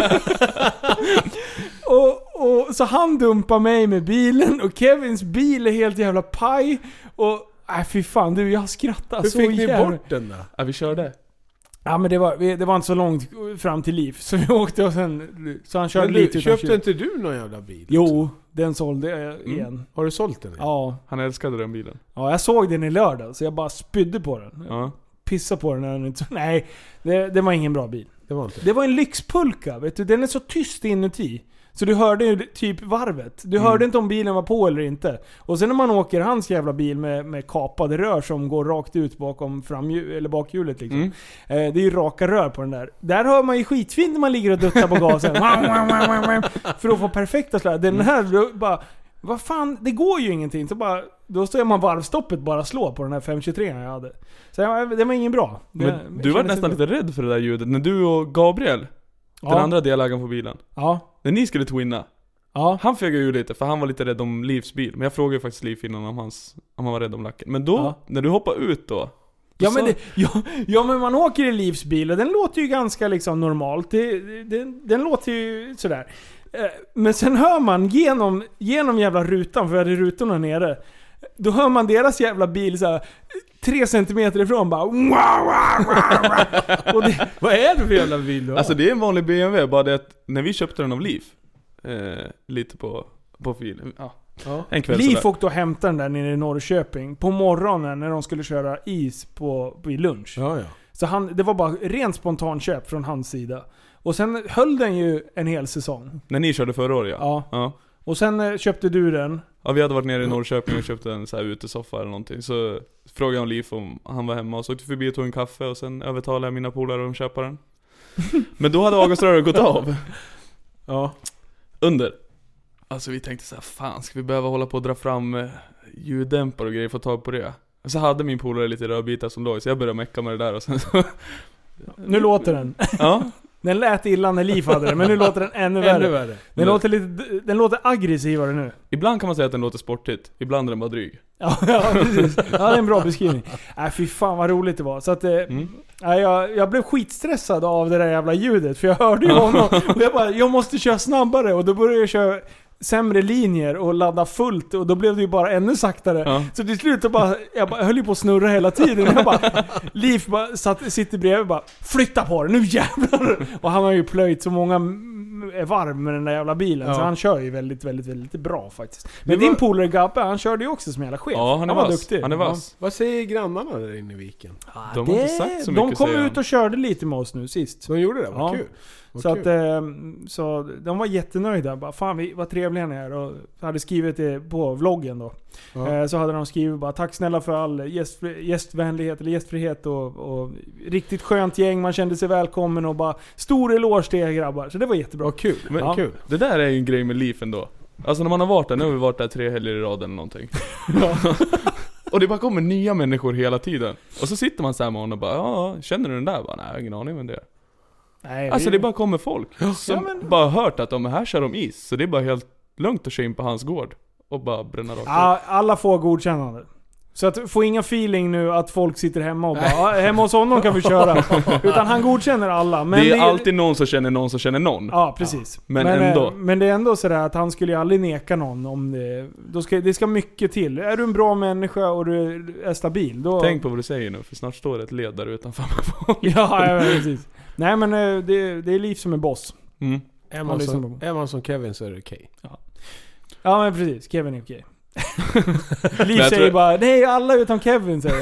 och så han dumpar mig med bilen och Kevins bil är helt jävla paj. Och fy fan, du, jag skrattar så jävla. Hur fick ni bort den då? Ja, vi körde. Ja, men det var inte så långt fram till Liv. Så vi åkte och sen... Så han körde lite utan köpte inte du någon jävla bil? Jo, den sålde jag igen. Har du sålt den? Ja. Han älskade den bilen. Ja, jag såg den i lördag. Så jag bara spydde på den. Ja. Pissade på den när den inte... Nej, det var ingen bra bil. Det var en lyxpulka, vet du. Den är så tyst inuti. Så du hörde ju typ varvet. Du hörde inte om bilen var på eller inte. Och sen när man åker hans jävla bil med kapade rör som går rakt ut bakom eller bakhjulet liksom. Det är ju raka rör på den där. Där hör man ju skitfint när man ligger och duttar på gasen. För att få perfekta slag. Den här bara... Vad fan, det går ju ingenting. Så bara, då står man varvstoppet bara slå på den här 523 jag hade. Så det var ingen bra. Men du var nästan lite rädd för det där ljudet. När du och Gabriel, den andra delägaren på bilen. Ja. När ni skulle twinna. Ja. Han fegade ju lite för han var lite rädd om Livs bil. Men jag frågade ju faktiskt Liv innan om han var rädd om lacken. Men då, när du hoppar ut då. Ja, men man åker i Livs bil och den låter ju ganska liksom normalt. Den låter ju sådär. Men sen hör man genom jävla rutan, för jag hade rutorna nere. Då hör man deras jävla bil så här 3 centimeter ifrån bara och det, Vad är det för jävla bil då? Alltså det är en vanlig BMW, bara det att när vi köpte den av Liv, lite på fil, en kväll Liv sådär. åkte och hämtade den där nere i Norrköping på morgonen när de skulle köra is vid lunch. Ja. Så det var bara rent spontan köp från hans sida. Och sen höll den ju en hel säsong. När ni körde förra året, Ja. Och sen köpte du den. Ja, vi hade varit nere i Norrköping och köpte en så här utesoffa eller någonting. Så frågade jag Liv om han var hemma och så åkte förbi och tog en kaffe och sen övertalade jag mina polare om köpa den. Men då hade avgasröret gått av. Ja. Under. Alltså vi tänkte så här, fan ska vi behöva hålla på och dra fram ljuddämpare och grejer för att ta på det. Och så hade min polare lite rörbitar som låg, så jag började mecka med det där och sen så... Nu låter den. Ja. Den lät illa när Liv hade den, men nu låter den ännu värre. Den låter aggressivare nu. Ibland kan man säga att den låter sportigt, ibland är den bara dryg. Ja, precis. Ja, det är en bra beskrivning. Fy fan vad roligt det var. Så att, jag blev skitstressad av det där jävla ljudet. För jag hörde ju honom. Och jag måste köra snabbare. Och då började jag köra sämre linjer och ladda fullt. Och då blev det ju bara ännu saktare. Ja. Så till slut jag höll ju på att snurra hela tiden. Och jag bara, Liv bara sitter bredvid och bara, flytta på det, nu jävlar. Och han har ju plöjt så många varm med den där jävla bilen. Ja. Så han kör ju väldigt, väldigt, väldigt bra faktiskt. Men din polare Gabbe, han körde ju också som jävla chef. Ja, han var duktig. Han är vass. Vad säger grannarna där inne i viken? De har inte sagt så mycket. De kom säger ut och körde lite med oss nu sist. De gjorde det, vad kul. Så att, så de var jättenöjda. Bara, fan vad trevliga ni är. Och hade skrivit det på vloggen då. Ja. Så hade de skrivit bara, tack snälla för all gästvänlighet eller gästfrihet och riktigt skönt gäng. Man kände sig välkommen och bara stor eloge till er grabbar. Så det var jättebra. Vad kul. Men, kul. Det där är ju en grej med Liv ändå. Alltså när man har varit där, nu har vi varit där 3 helger i rad eller någonting. Och det bara kommer nya människor hela tiden. Och så sitter man så här med honom och bara, ja, känner du den där? Bara, nej, jag har ingen aning om det. Nej, Alltså det bara kommer folk som bara hört att de här kör de is. Så det är bara helt lugnt att köra in på hans gård och bara bränna rakt ut. Alla får godkännande. Så att få inga feeling nu att folk sitter hemma och bara, hemma hos honom kan vi köra. Utan han godkänner alla. Men det är alltid någon som känner någon. Ja, precis. Men ändå. Men det är ändå sådär att han skulle ju aldrig neka någon om det. Det ska mycket till. Är du en bra människa och du är stabil, då... Tänk på vad du säger nu, för snart står det ett led där utanför folk. Ja, precis. Nej, men det är Liv som är boss. Mm. Är man som Kevin så är det okej. Ja, men precis. Kevin är okej. Liv säger bara, nej, alla utom Kevin, säger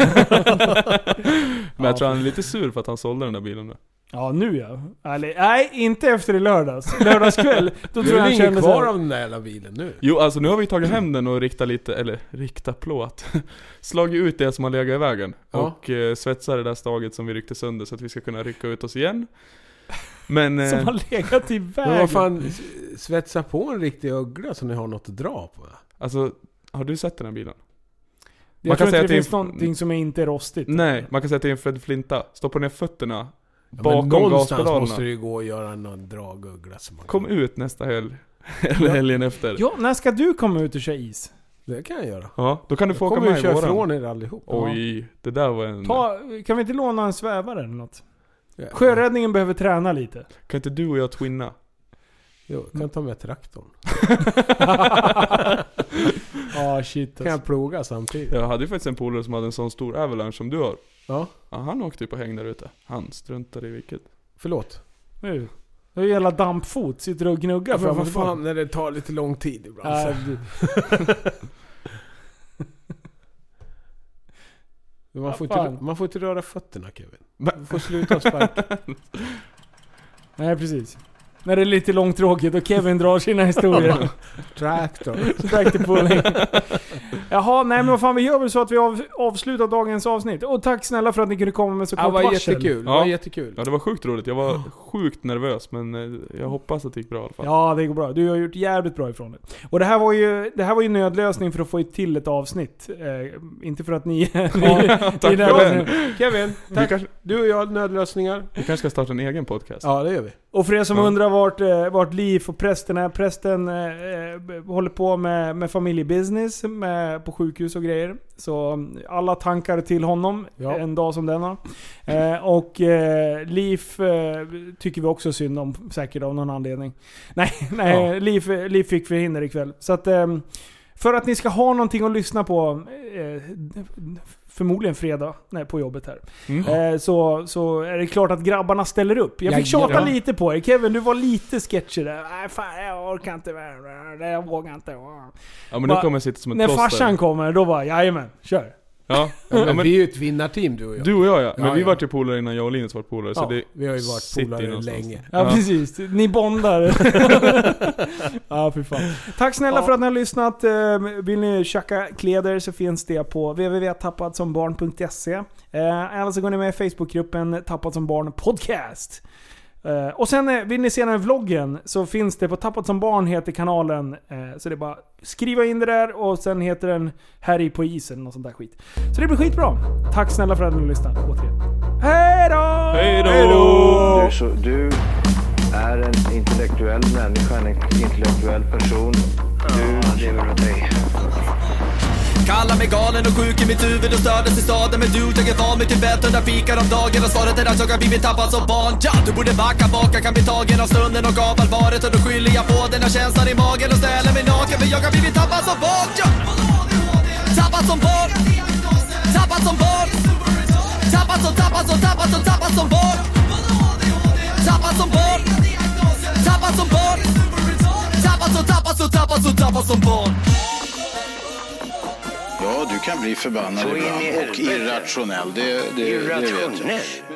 Men jag tror han är lite sur för att han sålde den där bilen nu. Ja, nu ja. Eller, nej, inte efter i lördagskväll. Då tror jag han kände kvar av den där jävla bilen nu. Jo, alltså nu har vi tagit hem den och riktat plåt. Slagit ut det som har legat i vägen. Ja. Och svetsar det där staget som vi ryckte sönder så att vi ska kunna rycka ut oss igen. Men, som har legat i vägen. Men vad fan, svetsa på en riktig ögla så ni har något att dra på. Alltså, har du sett den här bilen? Jag tror inte det finns någonting som är inte rostigt. Nej, man kan säga att det är en Fred Flinta. Stoppa ner fötterna bakom gaspedalerna. Någonstans måste det ju gå och göra någon dragögla som man kom ut nästa helg. Eller helgen efter. Ja, när ska du komma ut och köra is? Det kan jag göra. Ja, då kan du få åka med med i våran. från er allihop. Oj, det där var en... Kan vi inte låna en svävare eller något? Ja. Sjöräddningen behöver träna lite. Kan inte du och jag twinna? Jo, kan ta med traktorn. Shit. Alltså. Kan jag ploga samtidigt? Jag hade ju faktiskt en polare som hade en sån stor Avalanche som du har. Ja. Han åkte ju på häng där ute. Han struntade i vilket. Förlåt. Nu. Det är ju jävla dampfot. Sitter och gnuggar fram och tillbaka. Fan när det tar lite lång tid ibland. Man får inte röra fötterna, Kevin. Man får sluta sparka. Nej, precis. När det är lite långtråkigt och Kevin drar sina historier. Tractor pulling. Jaha, nej men vad fan, vi gör väl så att vi avslutar dagens avsnitt. Och tack snälla för att ni kunde komma med så kort varsel. Jättekul. Det var jättekul. Ja, det var sjukt roligt. Jag var sjukt nervös, men jag hoppas att det gick bra i alla fall. Ja, det går bra. Du har gjort jävligt bra ifrån det. Och det här var ju nödlösning för att få till ett avsnitt. Inte för att ni... tack Kevin, tack. Du och jag nödlösningar. Vi kanske ska starta en egen podcast. Ja, det gör vi. Och för er som undrar vart Liv och prästen är. Prästen håller på med familjebusiness på sjukhus och grejer. Så alla tankar till honom en dag som denna. Och Liv tycker vi också synd om, säkert av någon anledning. Nej. Liv fick förhinder ikväll. Så att för att ni ska ha någonting att lyssna på förmodligen fredag på jobbet här. Så är det klart att grabbarna ställer upp. Jag fick tjata lite på er. Kevin, du var lite sketchy där. Nej fan, jag orkar inte. Jag vågar inte. Ja, men nu kommer jag sitta som ett när plåster. farsan kommer, då var jajamän, kör. Ja, men vi är ju ett vinnarteam, du och jag. Du och jag, ja. Men vi vart ju polare innan jag och Linus var polare. Så det vi har ju varit polare länge. Ja, precis. Ni bondar. Ja, fy fan. Tack snälla för att ni har lyssnat. Vill ni köka kläder så finns det på www.tappadsombarn.se. Eller så går ni med i Facebookgruppen Tappad som barn podcast. Och sen vill ni se den här vloggen så finns det på Tappad som barn heter kanalen. Så det är bara skriva in det där och sen heter den Här i på isen och sånt där skit. Så det blir skitbra. Tack snälla för att ni har lyssnat. Återigen. Hej då! Hej då! Du är en intellektuell människa, en intellektuell person. Du lever med dig. Kallar mig galen och sjuk i mitt huvud och stördes i staden. Men du, jag är van vid Tibet under fikar om dagen. Och svaret är att jag har blivit tappad som barn. Ja, du borde backa bak, jag kan bli tagen av stunden och av allvaret. Och då skyller jag på den här känslan i magen och ställer mig naken. För jag har blivit tappad som barn. Ja. Tappad som barn. Tappad som barn. Tappad som barn. Tappad som barn. Tappad som barn. Tappad som barn. Ja, du kan bli förbannad ibland och irrationell, det vet jag.